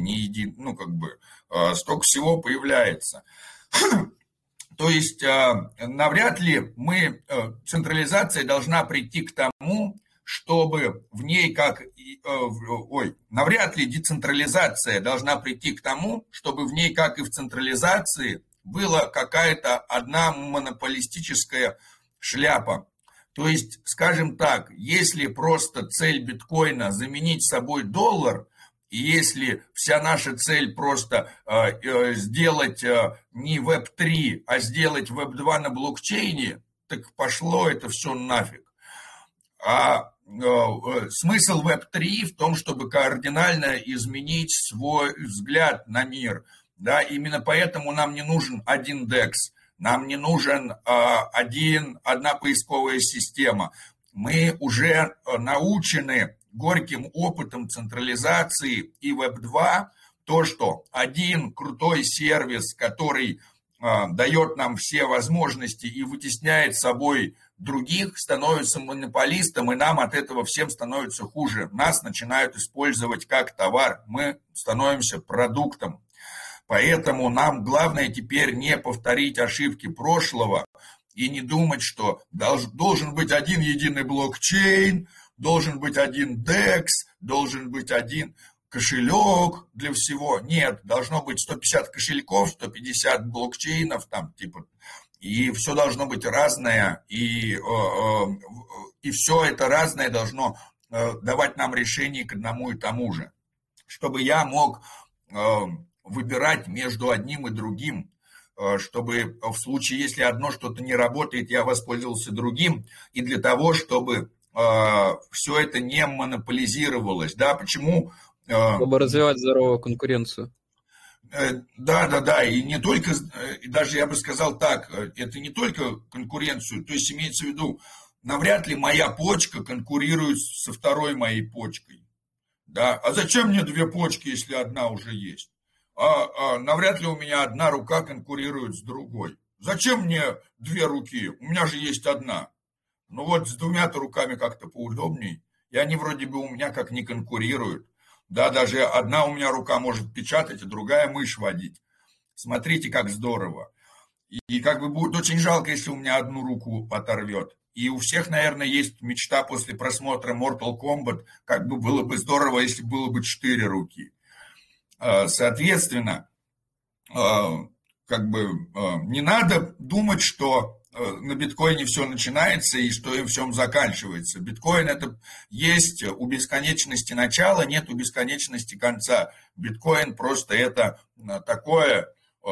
столько всего появляется. То есть навряд ли централизация должна прийти к тому, чтобы в ней навряд ли децентрализация должна прийти к тому, чтобы в ней, как и в централизации, была какая-то одна монополистическая шляпа. То есть, скажем так, если просто цель биткоина заменить собой доллар, и если вся наша цель просто сделать не Web3, а сделать Web2 на блокчейне, так пошло это все нафиг. А смысл Web3 в том, чтобы кардинально изменить свой взгляд на мир. Да, именно поэтому нам не нужен один DEX. Нам не нужен одна поисковая система. Мы уже научены горьким опытом централизации и Web2, то, что один крутой сервис, который дает нам все возможности и вытесняет собой других, становится монополистом, и нам от этого всем становится хуже. Нас начинают использовать как товар, мы становимся продуктом. Поэтому нам главное теперь не повторить ошибки прошлого и не думать, что должен быть один единый блокчейн, должен быть один DEX, должен быть один кошелек для всего. Нет, должно быть 150 кошельков, 150 блокчейнов, и все должно быть разное, и все это разное должно давать нам решение к одному и тому же. Чтобы я мог выбирать между одним и другим, чтобы в случае, если одно что-то не работает, я воспользовался другим, и для того, чтобы все это не монополизировалось. Да, почему? Чтобы развивать здоровую конкуренцию. Да, и не только, даже я бы сказал так, это не только конкуренцию, то есть имеется в виду, навряд ли моя почка конкурирует со второй моей почкой. Да? А зачем мне две почки, если одна уже есть? Навряд ли у меня одна рука конкурирует с другой. Зачем мне две руки? У меня же есть одна. Ну вот с двумя-то руками как-то поудобней. И они вроде бы у меня как не конкурируют. Да, даже одна у меня рука может печатать, а другая мышь водить. Смотрите, как здорово. И как бы будет очень жалко, если у меня одну руку оторвет. И у всех, наверное, есть мечта после просмотра Mortal Kombat, как бы было бы здорово, если было бы 4 руки. Соответственно, как бы не надо думать, что на биткоине все начинается и что им всем заканчивается. Биткоин это есть у бесконечности начала, нет у бесконечности конца. Биткоин просто это такое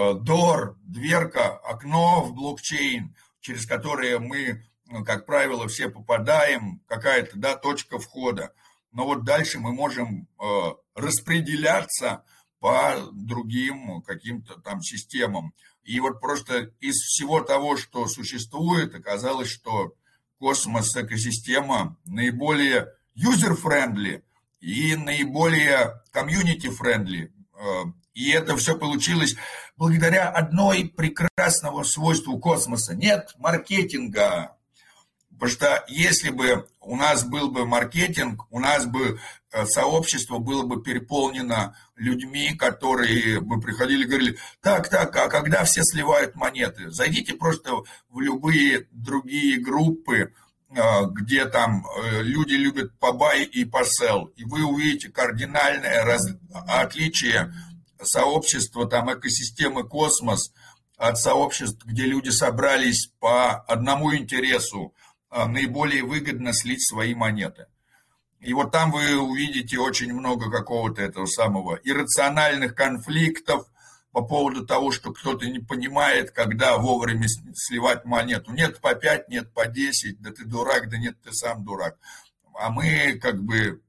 дверка, окно в блокчейн, через которое мы, как правило, все попадаем, какая-то, да, точка входа. Но вот дальше мы можем распределяться по другим каким-то там системам. И вот просто из всего того, что существует, оказалось, что космос, экосистема наиболее user-friendly и наиболее community-friendly. И это все получилось благодаря одной прекрасному свойству космоса. Нет маркетинга. Потому что если бы у нас был бы маркетинг, у нас бы сообщество было бы переполнено людьми, которые бы приходили и говорили, так, а когда все сливают монеты? Зайдите просто в любые другие группы, где там люди любят по buy и по sell, и вы увидите кардинальное отличие сообщества, там, экосистемы космос от сообществ, где люди собрались по одному интересу, наиболее выгодно слить свои монеты. И вот там вы увидите очень много какого-то этого самого иррациональных конфликтов по поводу того, что кто-то не понимает, когда вовремя сливать монету. Нет по 5, нет по 10, да ты дурак, да нет, ты сам дурак. А мы как бы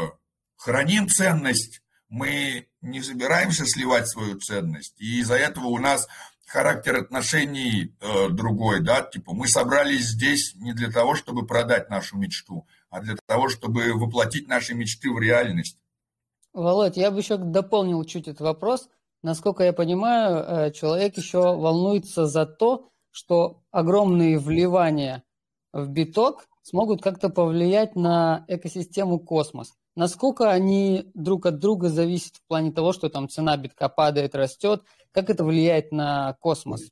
храним ценность, мы не собираемся сливать свою ценность. И из-за этого у нас характер отношений другой, да, типа мы собрались здесь не для того, чтобы продать нашу мечту, а для того, чтобы воплотить наши мечты в реальность. Володь, я бы еще дополнил чуть этот вопрос. Насколько я понимаю, человек еще волнуется за то, что огромные вливания в биток смогут как-то повлиять на экосистему космос. Насколько они друг от друга зависят в плане того, что там цена битка падает, растет, как это влияет на космос?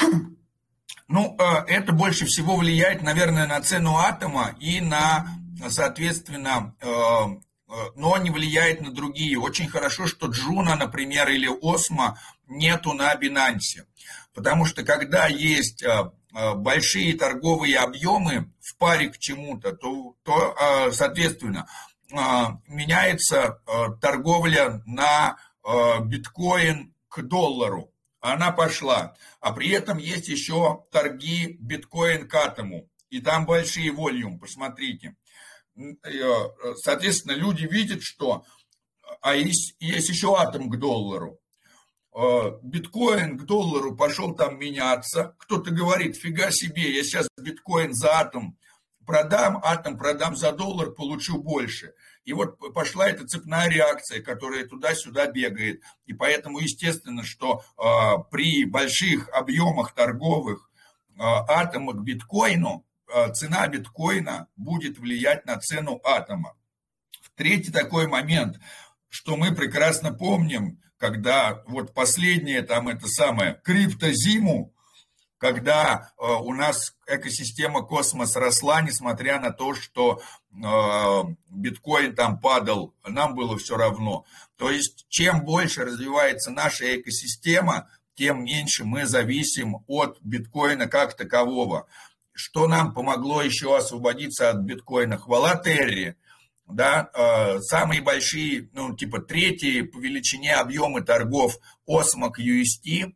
Ну, это больше всего влияет, наверное, на цену атома и на, соответственно, но не влияет на другие. Очень хорошо, что Джуна, например, или Осмо нету на Binance. Потому что когда есть большие торговые объемы в паре к чему-то, то соответственно, меняется торговля на биткоин к доллару. Она пошла. А при этом есть еще торги биткоин к атому. И там большие волюм, посмотрите. Соответственно, люди видят, что есть еще атом к доллару. Биткоин к доллару пошел там меняться. Кто-то говорит, фига себе, я сейчас биткоин за атом продам за доллар, получу больше. И вот пошла эта цепная реакция, которая туда-сюда бегает. И поэтому естественно, что при больших объемах торговых атома к биткоину цена биткоина будет влиять на цену атома. Третий такой момент, что мы прекрасно помним, когда вот последнее там это самое криптозиму, когда у нас экосистема космос росла, несмотря на то, что биткоин там падал, нам было все равно. То есть, чем больше развивается наша экосистема, тем меньше мы зависим от биткоина как такового. Что нам помогло еще освободиться от биткоина? Хвала Терри. Да, самые большие, ну, типа третьи по величине объемы торгов Osmo UST,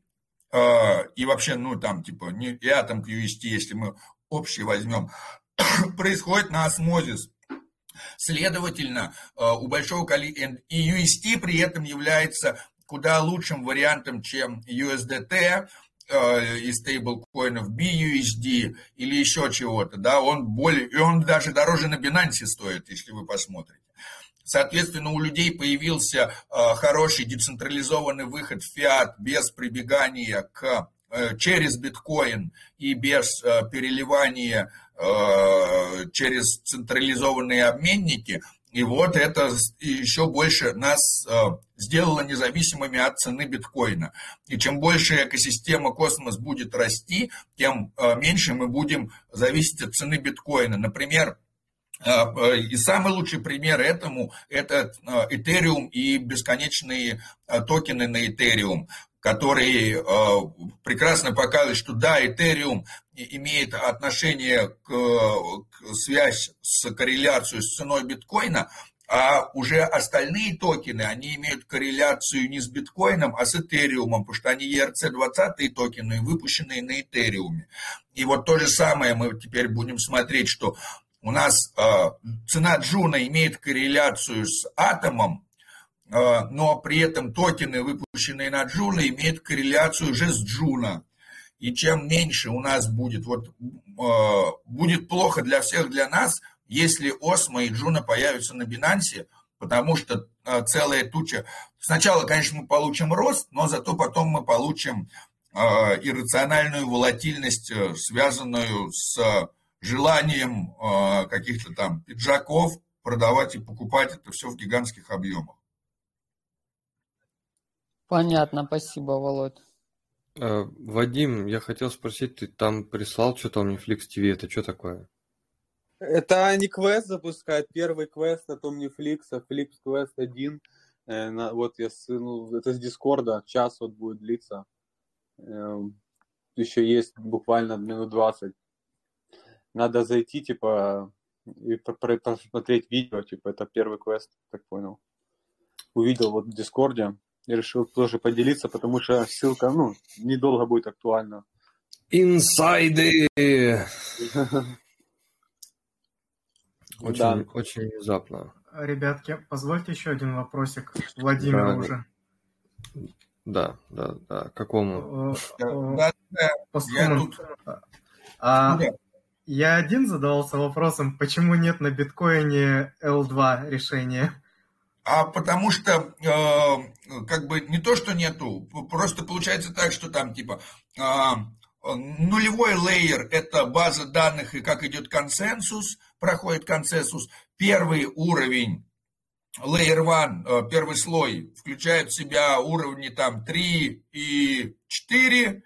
и вообще, ну, там, типа, не Atom QST, если мы общий возьмем, происходит на осмозис. Следовательно, у большого количества... И UST при этом является куда лучшим вариантом, чем USDT из стейблкоинов, BUSD или еще чего-то. Да? И он даже дороже на Binance стоит, если вы посмотрите. Соответственно, у людей появился хороший децентрализованный выход в фиат без прибегания через биткоин и без переливания через централизованные обменники. И вот это еще больше нас сделало независимыми от цены биткоина. И чем больше экосистема Космос будет расти, тем меньше мы будем зависеть от цены биткоина. Например, и самый лучший пример этому – это Ethereum и бесконечные токены на Ethereum, которые прекрасно показывают, что да, Ethereum имеет отношение к связь с корреляцией с ценой биткоина, а уже остальные токены, они имеют корреляцию не с биткоином, а с Ethereum, потому что они ERC-20 токены, выпущенные на Ethereum. И вот то же самое мы теперь будем смотреть, что у нас цена Джуна имеет корреляцию с атомом, но при этом токены, выпущенные на Джуна, имеют корреляцию уже с Джуна. И чем меньше у нас будет, будет плохо для всех, для нас, если Осмо и Джуна появятся на Binance, потому что целая туча... Сначала, конечно, мы получим рост, но зато потом мы получим иррациональную волатильность, связанную с желанием каких-то там пиджаков продавать и покупать это все в гигантских объемах. Понятно, спасибо, Володь. Вадим, я хотел спросить, ты там прислал что-то Omniflix TV, это что такое? Это они квест запускают, первый квест от Omniflix, Flix Quest 1. Вот я это с Дискорда, час вот будет длиться. Еще есть буквально минут 20. Надо зайти, типа, и просмотреть видео, типа, это первый квест, так понял. Увидел вот в Дискорде и решил тоже поделиться, потому что ссылка, ну, недолго будет актуальна. Инсайды! Очень внезапно. Ребятки, позвольте еще один вопросик Владимиру уже. Да. Какому? Я один задавался вопросом, почему нет на биткоине L2 решения? А потому что, как бы, не то, что нету, просто получается так, что там, типа, нулевой лейер – это база данных, и как идет консенсус, проходит консенсус. Первый уровень, layer 1, первый слой, включает в себя уровни там 3 и 4,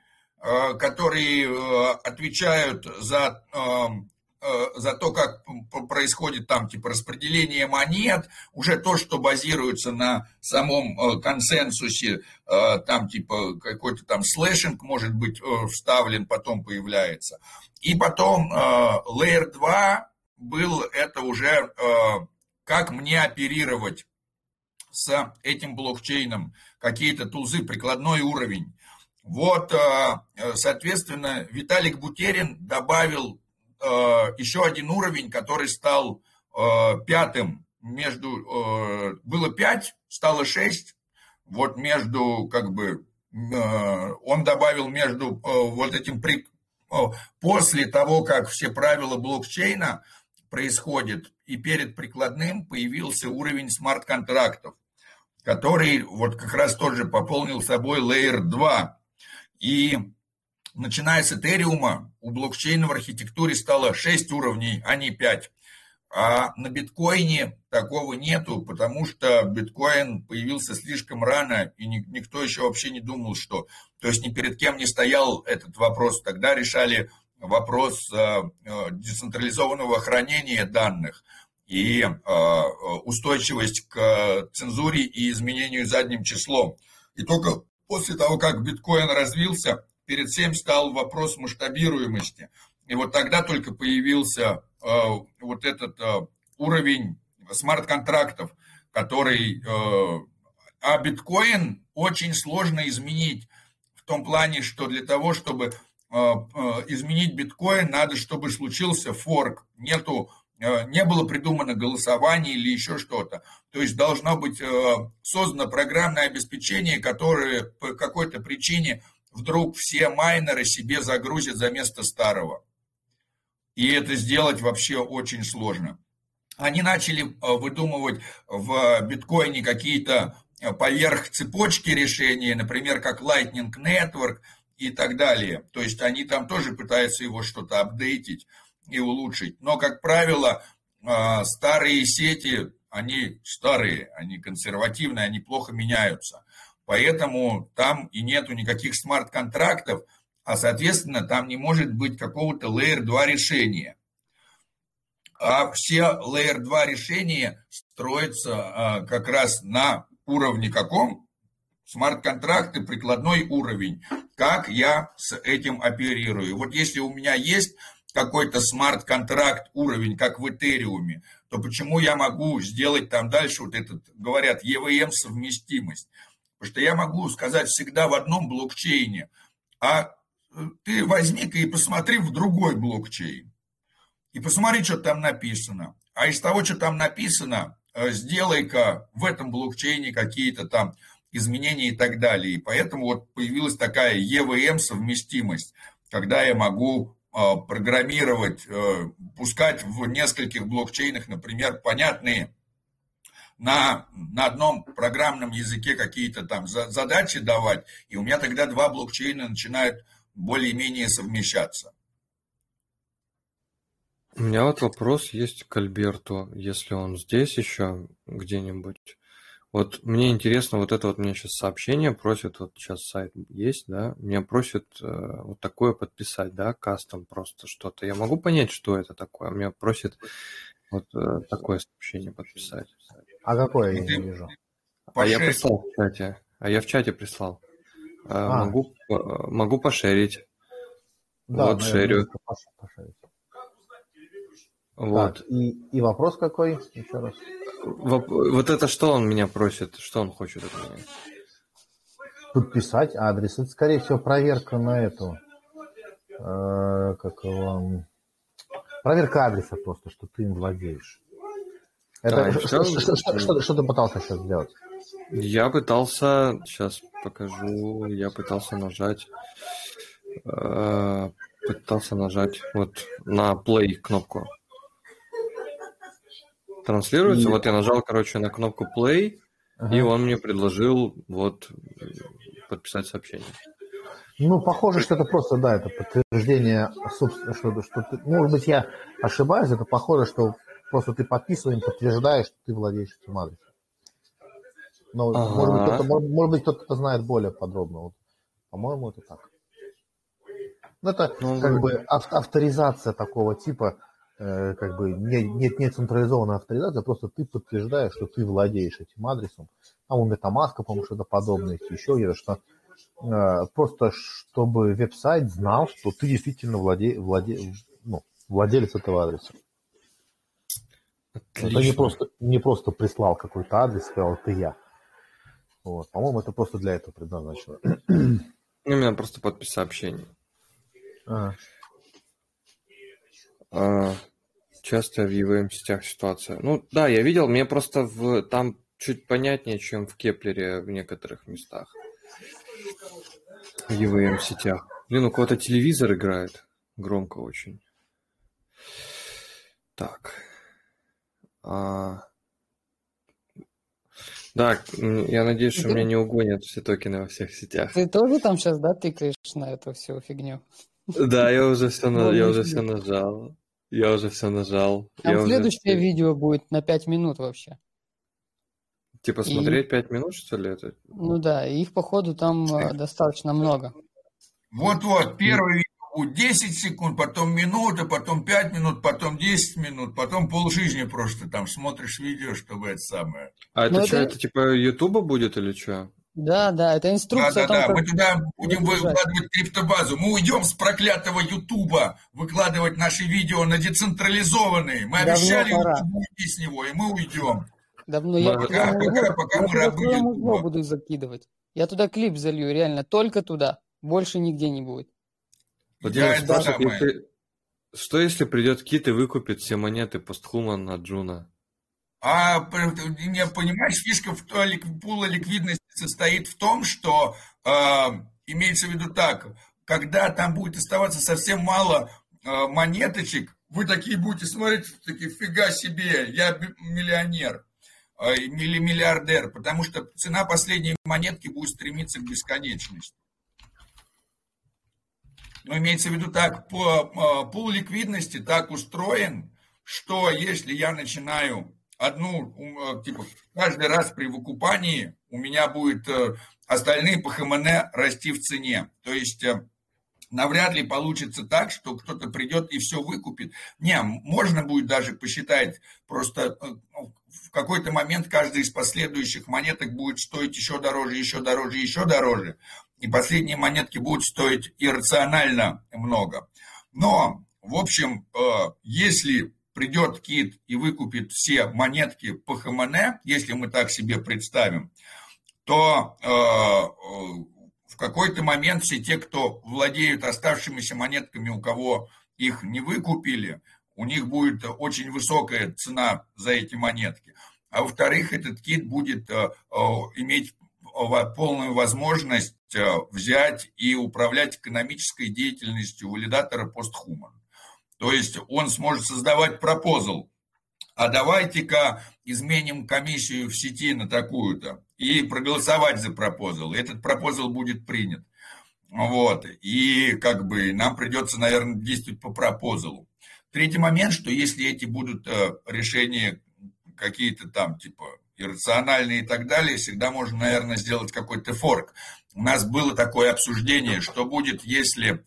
которые отвечают за то, как происходит там типа распределение монет, уже то, что базируется на самом консенсусе, там типа какой-то там слэшинг может быть вставлен, потом появляется. И потом Layer 2 был это уже как мне оперировать с этим блокчейном, какие-то тулзы, прикладной уровень. Вот, соответственно, Виталик Бутерин добавил еще один уровень, который стал пятым было 5, стало 6, вот между, как бы, он добавил между вот этим, после того, как все правила блокчейна происходят, и перед прикладным появился уровень смарт-контрактов, который вот как раз тоже пополнил собой Layer 2. И начиная с Этериума у блокчейна в архитектуре стало 6 уровней, а не 5. А на биткоине такого нету, потому что биткоин появился слишком рано, и никто еще вообще не думал, что... То есть ни перед кем не стоял этот вопрос. Тогда решали вопрос децентрализованного хранения данных и устойчивость к цензуре и изменению задним числом. И только после того, как биткоин развился, перед всем стал вопрос масштабируемости. И вот тогда только появился вот этот уровень смарт-контрактов, который... А биткоин очень сложно изменить том плане, что для того, чтобы изменить биткоин, надо, чтобы случился форк. Не было придумано голосование или еще что-то. То есть должно быть создано программное обеспечение, которое по какой-то причине вдруг все майнеры себе загрузят за место старого. И это сделать вообще очень сложно. Они начали выдумывать в биткоине какие-то поверх цепочки решения, например, как Lightning Network и так далее. То есть они там тоже пытаются его что-то апдейтить и улучшить. Но, как правило, старые сети, они старые, они консервативные, они плохо меняются. Поэтому там и нету никаких смарт-контрактов, а, соответственно, там не может быть какого-то Layer 2 решения. А все Layer 2 решения строятся как раз на уровне каком? Смарт-контракты, прикладной уровень. Как я с этим оперирую? Вот если у меня есть какой-то смарт-контракт уровень, как в Этериуме, то почему я могу сделать там дальше вот этот, говорят, EVM совместимость? Потому что я могу сказать всегда в одном блокчейне, а ты возьми-ка и посмотри в другой блокчейн. И посмотри, что там написано. А из того, что там написано, сделай-ка в этом блокчейне какие-то там изменения и так далее. И поэтому вот появилась такая EVM-совместимость, когда я могу программировать, пускать в нескольких блокчейнах, например, понятные на одном программном языке какие-то там задачи давать, и у меня тогда два блокчейна начинают более-менее совмещаться. У меня вот вопрос есть к Альберту, если он здесь еще где-нибудь. Вот мне интересно, вот это вот мне сейчас сообщение просит, вот сейчас сайт есть, да, меня просят вот такое подписать, да, кастом просто что-то. Я могу понять, что это такое? Меня просят вот такое сообщение подписать. А какое я не вижу? А я прислал в чате. А я в чате прислал. Могу пошерить. Да, вот шерю. Пошерить. Вот. Так, и вопрос какой? Еще раз. Вот это что он меня просит? Что он хочет от меня? Подписать адрес. Это, скорее всего, проверка на эту. Как его... Проверка адреса просто, что ты им владеешь. Это, что ты пытался сейчас сделать? Я пытался... Сейчас покажу. Я пытался нажать... вот на play кнопку. Транслируется. Вот я нажал, короче, на кнопку play, и он мне предложил вот подписать сообщение. Ну, похоже, что это просто, да, это подтверждение, что ты, может быть, я ошибаюсь, это похоже, что просто ты подписываешь, подтверждаешь, что ты владеешь этим адресом. Но, может быть, кто-то знает более подробно. Вот, по-моему, это так. Ну, это как бы авторизация такого типа, как бы не централизованная авторизация, просто ты подтверждаешь, что ты владеешь этим адресом. А у MetaMask, по-моему, что-то подобное, еще где-то, что просто чтобы веб-сайт знал, что ты действительно владелец этого адреса. Это не просто прислал какой-то адрес, сказал, это я. Вот. По-моему, это просто для этого предназначено. Именно просто подпись сообщений. Часто в EVM сетях ситуация. Ну да, я видел, мне просто там чуть понятнее, чем в Кеплере в некоторых местах. В EVM сетях. Блин, у кого-то телевизор играет. Громко очень. Так. Да, я надеюсь, что меня не угонят все токены во всех сетях. Ты тоже там сейчас, да, тыкаешь на эту всю фигню? Да, я уже все нажал. Там следующее видео будет на 5 минут вообще. Типа смотреть 5 минут, что ли? Это? Ну да, их, походу, там достаточно много. Вот-вот, первый видео будет 10 секунд, потом минута, потом 5 минут, потом 10 минут, потом полжизни просто там смотришь видео, чтобы это самое. А это что, это типа Ютуба будет или что? Да, это инструкция. Да, мы туда будем выкладывать криптобазу. Мы уйдем с проклятого Ютуба выкладывать наши видео на децентрализованные. Мы обещали уйти с него, и мы уйдем. Давно я пока мы рабы Ютуба буду закидывать. Я туда клип залью, реально, только туда. Больше нигде не будет. Владимир это спрашивает, самое. что если придет Кит и выкупит все монеты постхуман на Джуна? Не понимаешь, фишка в пула ликвидности состоит в том, что имеется в виду так, когда там будет оставаться совсем мало монеточек, вы такие будете смотреть, такие, фига себе, я миллионер или миллиардер, потому что цена последней монетки будет стремиться к бесконечности. Но имеется в виду так, пул ликвидности так устроен, что если я начинаю типа, каждый раз при выкупании у меня будет остальные по ХМН расти в цене. То есть навряд ли получится так, что кто-то придет и все выкупит. Не, можно будет даже посчитать, просто в какой-то момент каждая из последующих монеток будет стоить еще дороже, еще дороже, еще дороже. И последние монетки будут стоить иррационально много. Но, в общем, если придет Кит и выкупит все монетки по ХМН, если мы так себе представим, то в какой-то момент все те, кто владеют оставшимися монетками, у кого их не выкупили, у них будет очень высокая цена за эти монетки. А во-вторых, этот Кит будет иметь полную возможность взять и управлять экономической деятельностью валидатора постхуман. То есть он сможет создавать пропозал. А давайте-ка изменим комиссию в сети на такую-то и проголосовать за пропозал. Этот пропозал будет принят. Вот. И как бы нам придется, наверное, действовать по пропозалу. Третий момент, что если эти будут решения какие-то там типа иррациональные и так далее, всегда можно, наверное, сделать какой-то форк. У нас было такое обсуждение, что будет, если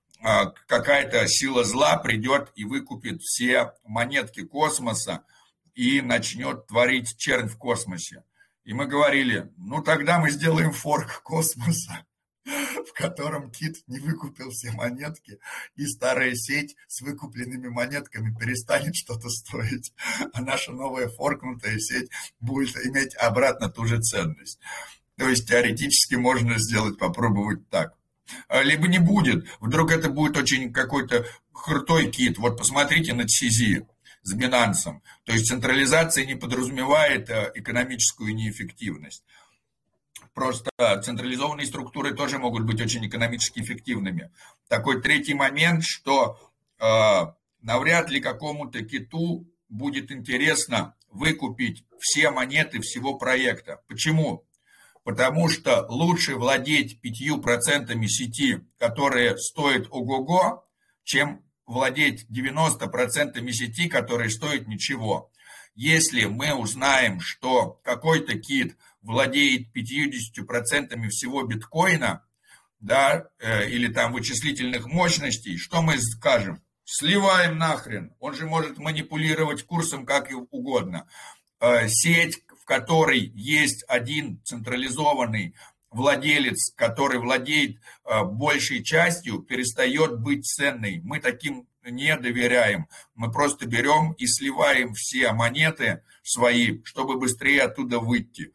какая-то сила зла придет и выкупит все монетки космоса и начнет творить чернь в космосе. И мы говорили, ну тогда мы сделаем форк космоса, в котором Кит не выкупил все монетки, и старая сеть с выкупленными монетками перестанет что-то стоить, а наша новая форкнутая сеть будет иметь обратно ту же ценность. То есть теоретически можно сделать, попробовать так. Либо не будет. Вдруг это будет очень какой-то крутой Кит. Вот посмотрите на CZ с Binance. То есть централизация не подразумевает экономическую неэффективность. Просто централизованные структуры тоже могут быть очень экономически эффективными. Такой третий момент, что навряд ли какому-то киту будет интересно выкупить все монеты всего проекта. Почему? Потому что лучше владеть 5% сети, которые стоят ого-го, чем владеть 90% сети, которые стоят ничего. Если мы узнаем, что какой-то кит владеет 50% всего биткоина, да, или там вычислительных мощностей, что мы скажем? Сливаем нахрен. Он же может манипулировать курсом как угодно. Сеть, в которой есть один централизованный владелец, который владеет большей частью, перестает быть ценной. Мы таким не доверяем. Мы просто берем и сливаем все монеты свои, чтобы быстрее оттуда выйти.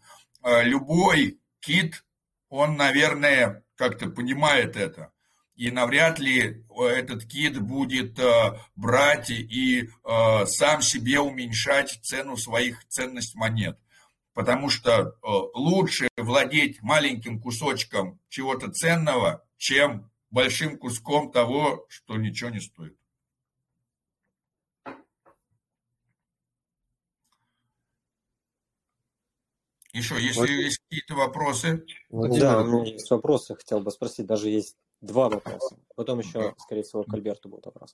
Любой кит, он, наверное, как-то понимает это. И навряд ли этот кит будет брать и сам себе уменьшать цену своих ценностей монет. Потому что лучше владеть маленьким кусочком чего-то ценного, чем большим куском того, что ничего не стоит. Еще, если есть какие-то вопросы? Да, у меня есть вопросы, хотел бы спросить, даже есть два вопроса. Потом еще, скорее всего, к Альберту будет вопрос.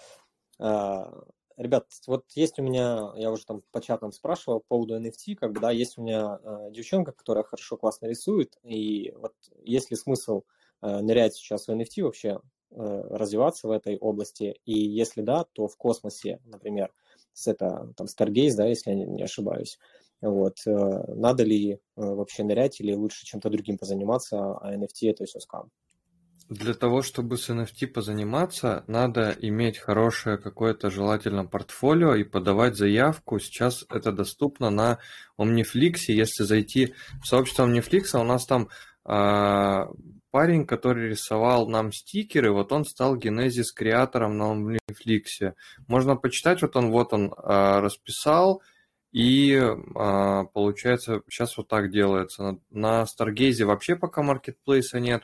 Ребят, вот есть у меня, я уже там по чатам спрашивал по поводу NFT, как бы, да, есть у меня девчонка, которая хорошо, классно рисует, и вот есть ли смысл нырять сейчас в NFT вообще, развиваться в этой области, и если да, то в космосе, например, там Stargaze, да, если я не ошибаюсь, вот, надо ли вообще нырять или лучше чем-то другим позаниматься, а NFT это все скам? Для того, чтобы с NFT позаниматься, надо иметь хорошее какое-то желательно портфолио и подавать заявку. Сейчас это доступно на Omniflix. Если зайти в сообщество Omniflix, у нас там парень, который рисовал нам стикеры, вот он стал генезис-креатором на OmniFlix. Можно почитать, вот он расписал, и получается, сейчас вот так делается. На Stargaze вообще пока маркетплейса нет.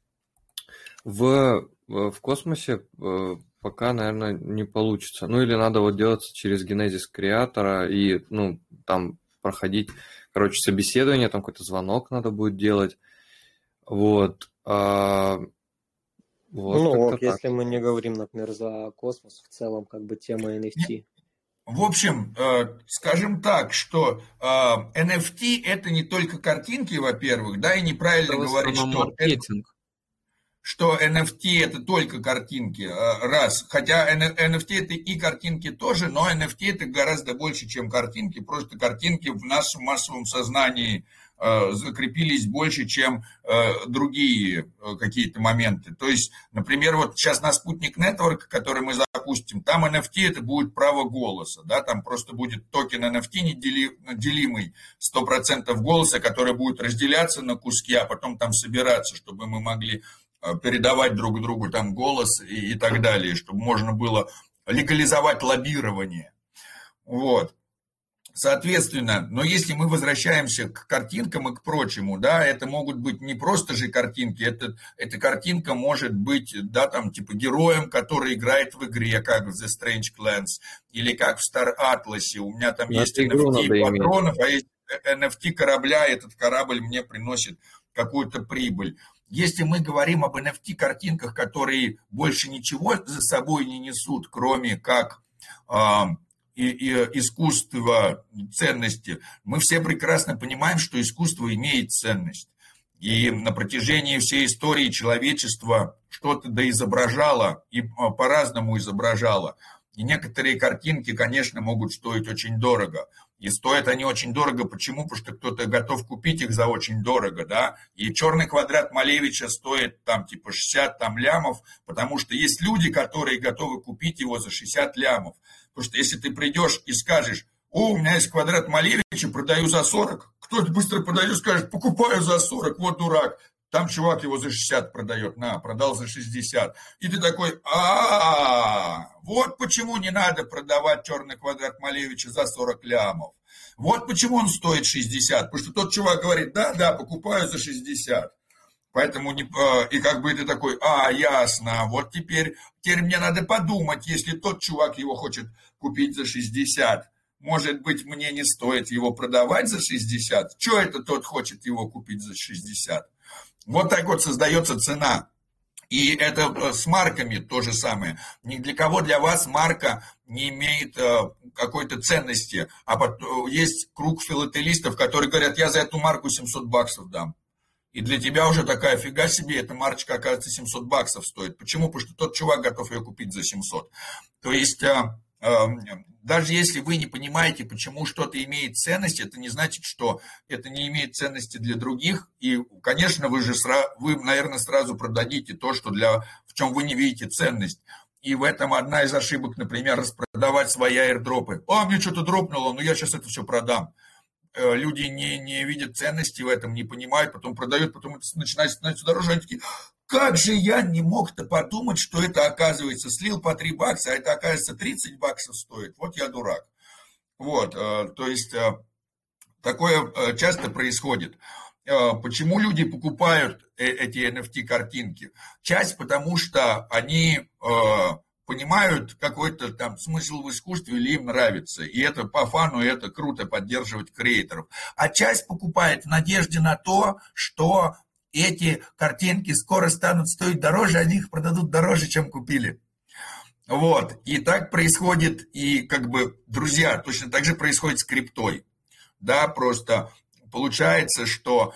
В космосе пока, наверное, не получится. Ну, или надо вот делать через генезис-креатора и, ну, там проходить, короче, собеседование, там какой-то звонок надо будет делать. Вот. Ну, вот, если мы не говорим, например, за космос, в целом, как бы тема NFT. В общем, скажем так, что NFT это не только картинки, во-первых, да, и неправильно говорить, что NFT это только картинки, раз. Хотя NFT это и картинки тоже, но NFT это гораздо больше, чем картинки. Просто картинки в нашем массовом сознании закрепились больше, чем другие какие-то моменты. То есть, например, вот сейчас на Спутник Network, который мы запустим, там NFT это будет право голоса, да, там просто будет токен NFT неделимый 100% голоса, который будет разделяться на куски, а потом там собираться, чтобы мы могли передавать друг другу там голос и так далее, чтобы можно было легализовать лоббирование. Вот. Соответственно, но если мы возвращаемся к картинкам и к прочему, да, это могут быть не просто же картинки, эта картинка может быть, да, там, типа героем, который играет в игре, как в The Strange Clans, или как в Star Atlas. У меня там есть NFT патронов, а есть NFT корабля, этот корабль мне приносит какую-то прибыль. Если мы говорим об NFT-картинках, которые больше ничего за собой не несут, кроме как и искусство ценности, мы все прекрасно понимаем, что искусство имеет ценность. И на протяжении всей истории человечества что-то доизображало и по-разному изображало. И некоторые картинки, конечно, могут стоить очень дорого. И стоят они очень дорого. Почему? Потому что кто-то готов купить их за очень дорого, да. И черный квадрат Малевича стоит там типа 60 там лямов, потому что есть люди, которые готовы купить его за 60 лямов. Потому что если ты придешь и скажешь: о, у меня есть квадрат Малевича, продаю за 40, кто-то быстро продает, скажет: покупаю за 40, вот дурак. Там чувак его за 60 продает, продал за 60. И ты такой: вот почему не надо продавать черный квадрат Малевича за 40 лямов. Вот почему он стоит 60. Потому что тот чувак говорит: да, покупаю за 60. Поэтому, и как бы ты такой: ясно, вот теперь мне надо подумать, если тот чувак его хочет купить за 60, может быть, мне не стоит его продавать за 60? Чего это тот хочет его купить за 60? Вот так вот создается цена. И это с марками то же самое. Ни для кого для вас марка не имеет какой-то ценности. А есть круг филателистов, которые говорят: я за эту марку $700 дам. И для тебя уже такая: фига себе, эта марочка, оказывается, $700 стоит. Почему? Потому что тот чувак готов ее купить за 700. То есть, даже если вы не понимаете, почему что-то имеет ценность, это не значит, что это не имеет ценности для других. И, конечно, вы, наверное, сразу продадите то, в чем вы не видите ценность. И в этом одна из ошибок, например, распродавать свои аирдропы. Мне что-то дропнуло, но я сейчас это все продам. Люди не видят ценности в этом, не понимают, потом продают, потом это начинает становиться дороже. Они такие: как же я не мог-то подумать, что это, оказывается, слил по $3, а это, оказывается, $30 стоит. Вот я дурак. Вот, то есть такое часто происходит. Почему люди покупают эти NFT-картинки? Часть потому, что они понимают какой-то там смысл в искусстве или им нравится. И это по фану, и это круто поддерживать креаторов. А часть покупает в надежде на то, что эти картинки скоро станут стоить дороже, они их продадут дороже, чем купили. Вот. И так происходит, и как бы, друзья, точно так же происходит с криптой. Да, просто получается, что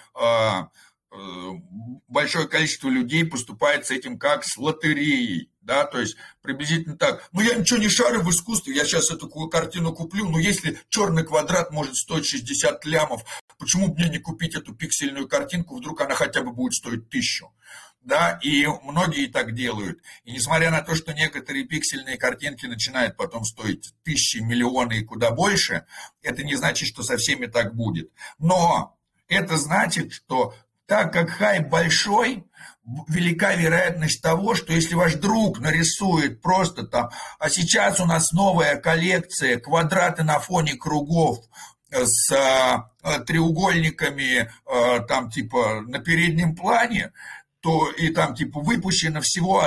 большое количество людей поступает с этим как с лотереей. Да, то есть приблизительно так: я ничего не шарю в искусстве, я сейчас эту картину куплю, но если черный квадрат может стоить 60 лямов, почему мне не купить эту пиксельную картинку, вдруг она хотя бы будет стоить 1000? Да, и многие так делают. И несмотря на то, что некоторые пиксельные картинки начинают потом стоить тысячи, миллионы и куда больше, это не значит, что со всеми так будет. Но это значит, что так как хайп большой, велика вероятность того, что если ваш друг нарисует просто там, а сейчас у нас новая коллекция, квадраты на фоне кругов с треугольниками там типа на переднем плане, то и там типа выпущено всего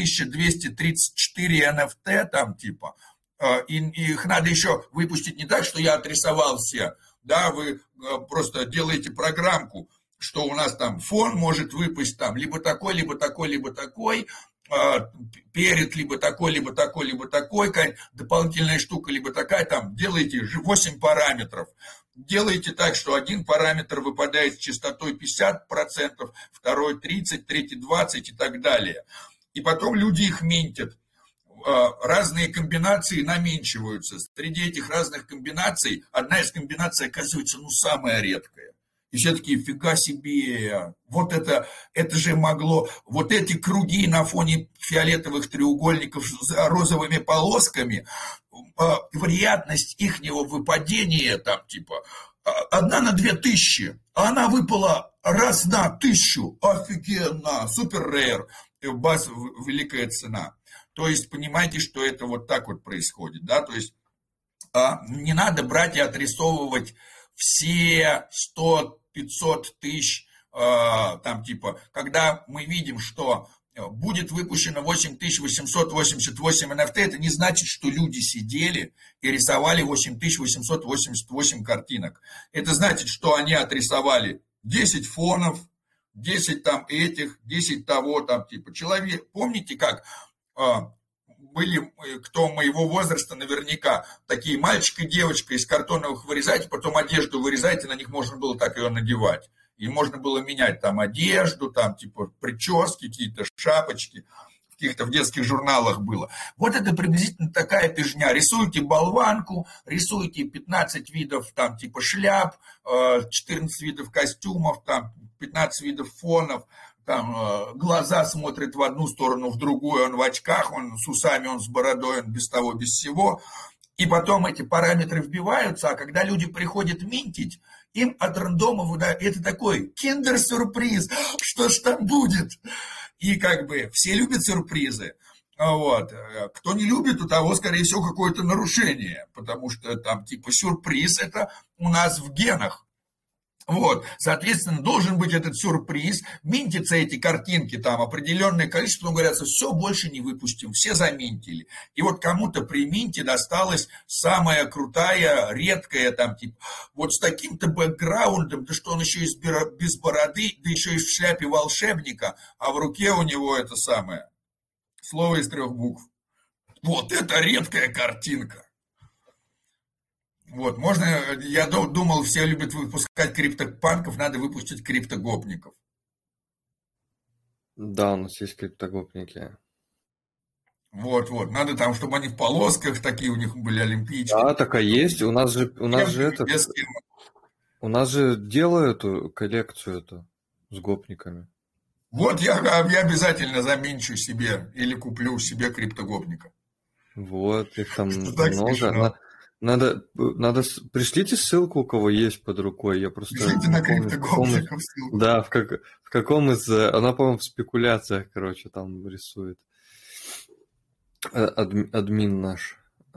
1234 NFT там типа, и их надо еще выпустить не так, что я отрисовал все, да, вы просто делаете программку, что у нас там фон может выпасть там либо такой, либо такой, либо такой, перед, либо такой, либо такой, либо такой, дополнительная штука, либо такая, там делаете 8 параметров. Делаете так, что один параметр выпадает с частотой 50%, второй 30%, третий 20% и так далее. И потом люди их минтят. Разные комбинации наменчиваются. Среди этих разных комбинаций одна из комбинаций оказывается самая редкая. И все такие, фига себе, вот это же могло, вот эти круги на фоне фиолетовых треугольников с розовыми полосками, вероятность ихнего выпадения там типа 1 на 2000, а она выпала раз на 1000, офигенно, супер рейр, баз великая цена. То есть понимаете, что это вот так вот происходит, да, то есть не надо брать и отрисовывать все 100-500 тысяч, там типа, когда мы видим, что будет выпущено 8888 NFT, это не значит, что люди сидели и рисовали 8888 картинок. Это значит, что они отрисовали 10 фонов, 10 там этих, 10 того, там типа человек. Помните, как были, кто моего возраста, наверняка, такие мальчик и девочка из картоновых вырезать, потом одежду вырезать, и на них можно было так ее надевать. И можно было менять там одежду, там типа прически, какие-то шапочки, каких-то в детских журналах было. Вот это приблизительно такая пижня. Рисуйте болванку, рисуйте 15 видов там типа шляп, 14 видов костюмов, там 15 видов фонов, там глаза смотрят в одну сторону, в другую, он в очках, он с усами, он с бородой, он без того, без всего. И потом эти параметры вбиваются, а когда люди приходят минтить, им от рандома выдают, это такой киндер-сюрприз, что ж там будет? И как бы все любят сюрпризы. Вот. Кто не любит, у того, скорее всего, какое-то нарушение, потому что там типа сюрприз это у нас в генах. Вот, соответственно, должен быть этот сюрприз, минтятся эти картинки, там определенное количество, но говорят, все, больше не выпустим, все заминтили. И вот кому-то при минте досталась самая крутая, редкая, там, типа, вот с таким-то бэкграундом, да что он еще без бороды, да еще и в шляпе волшебника, а в руке у него это самое, слово из 3 букв. Вот это редкая картинка. Вот, можно, я думал, все любят выпускать криптопанков, надо выпустить криптогопников. Да, у нас есть криптогопники. Вот, надо там, чтобы они в полосках такие у них были олимпийчики. Да, такая есть, у нас же делают эту коллекцию эту с гопниками. Вот я обязательно заменчу себе или куплю себе криптогопника. Вот, их там много. Надо, пришлите ссылку, у кого есть под рукой. Я просто пришлите на криптогопников ссылку. Да, в каком из... Она, по-моему, в спекуляциях, короче, там рисует. Админ наш.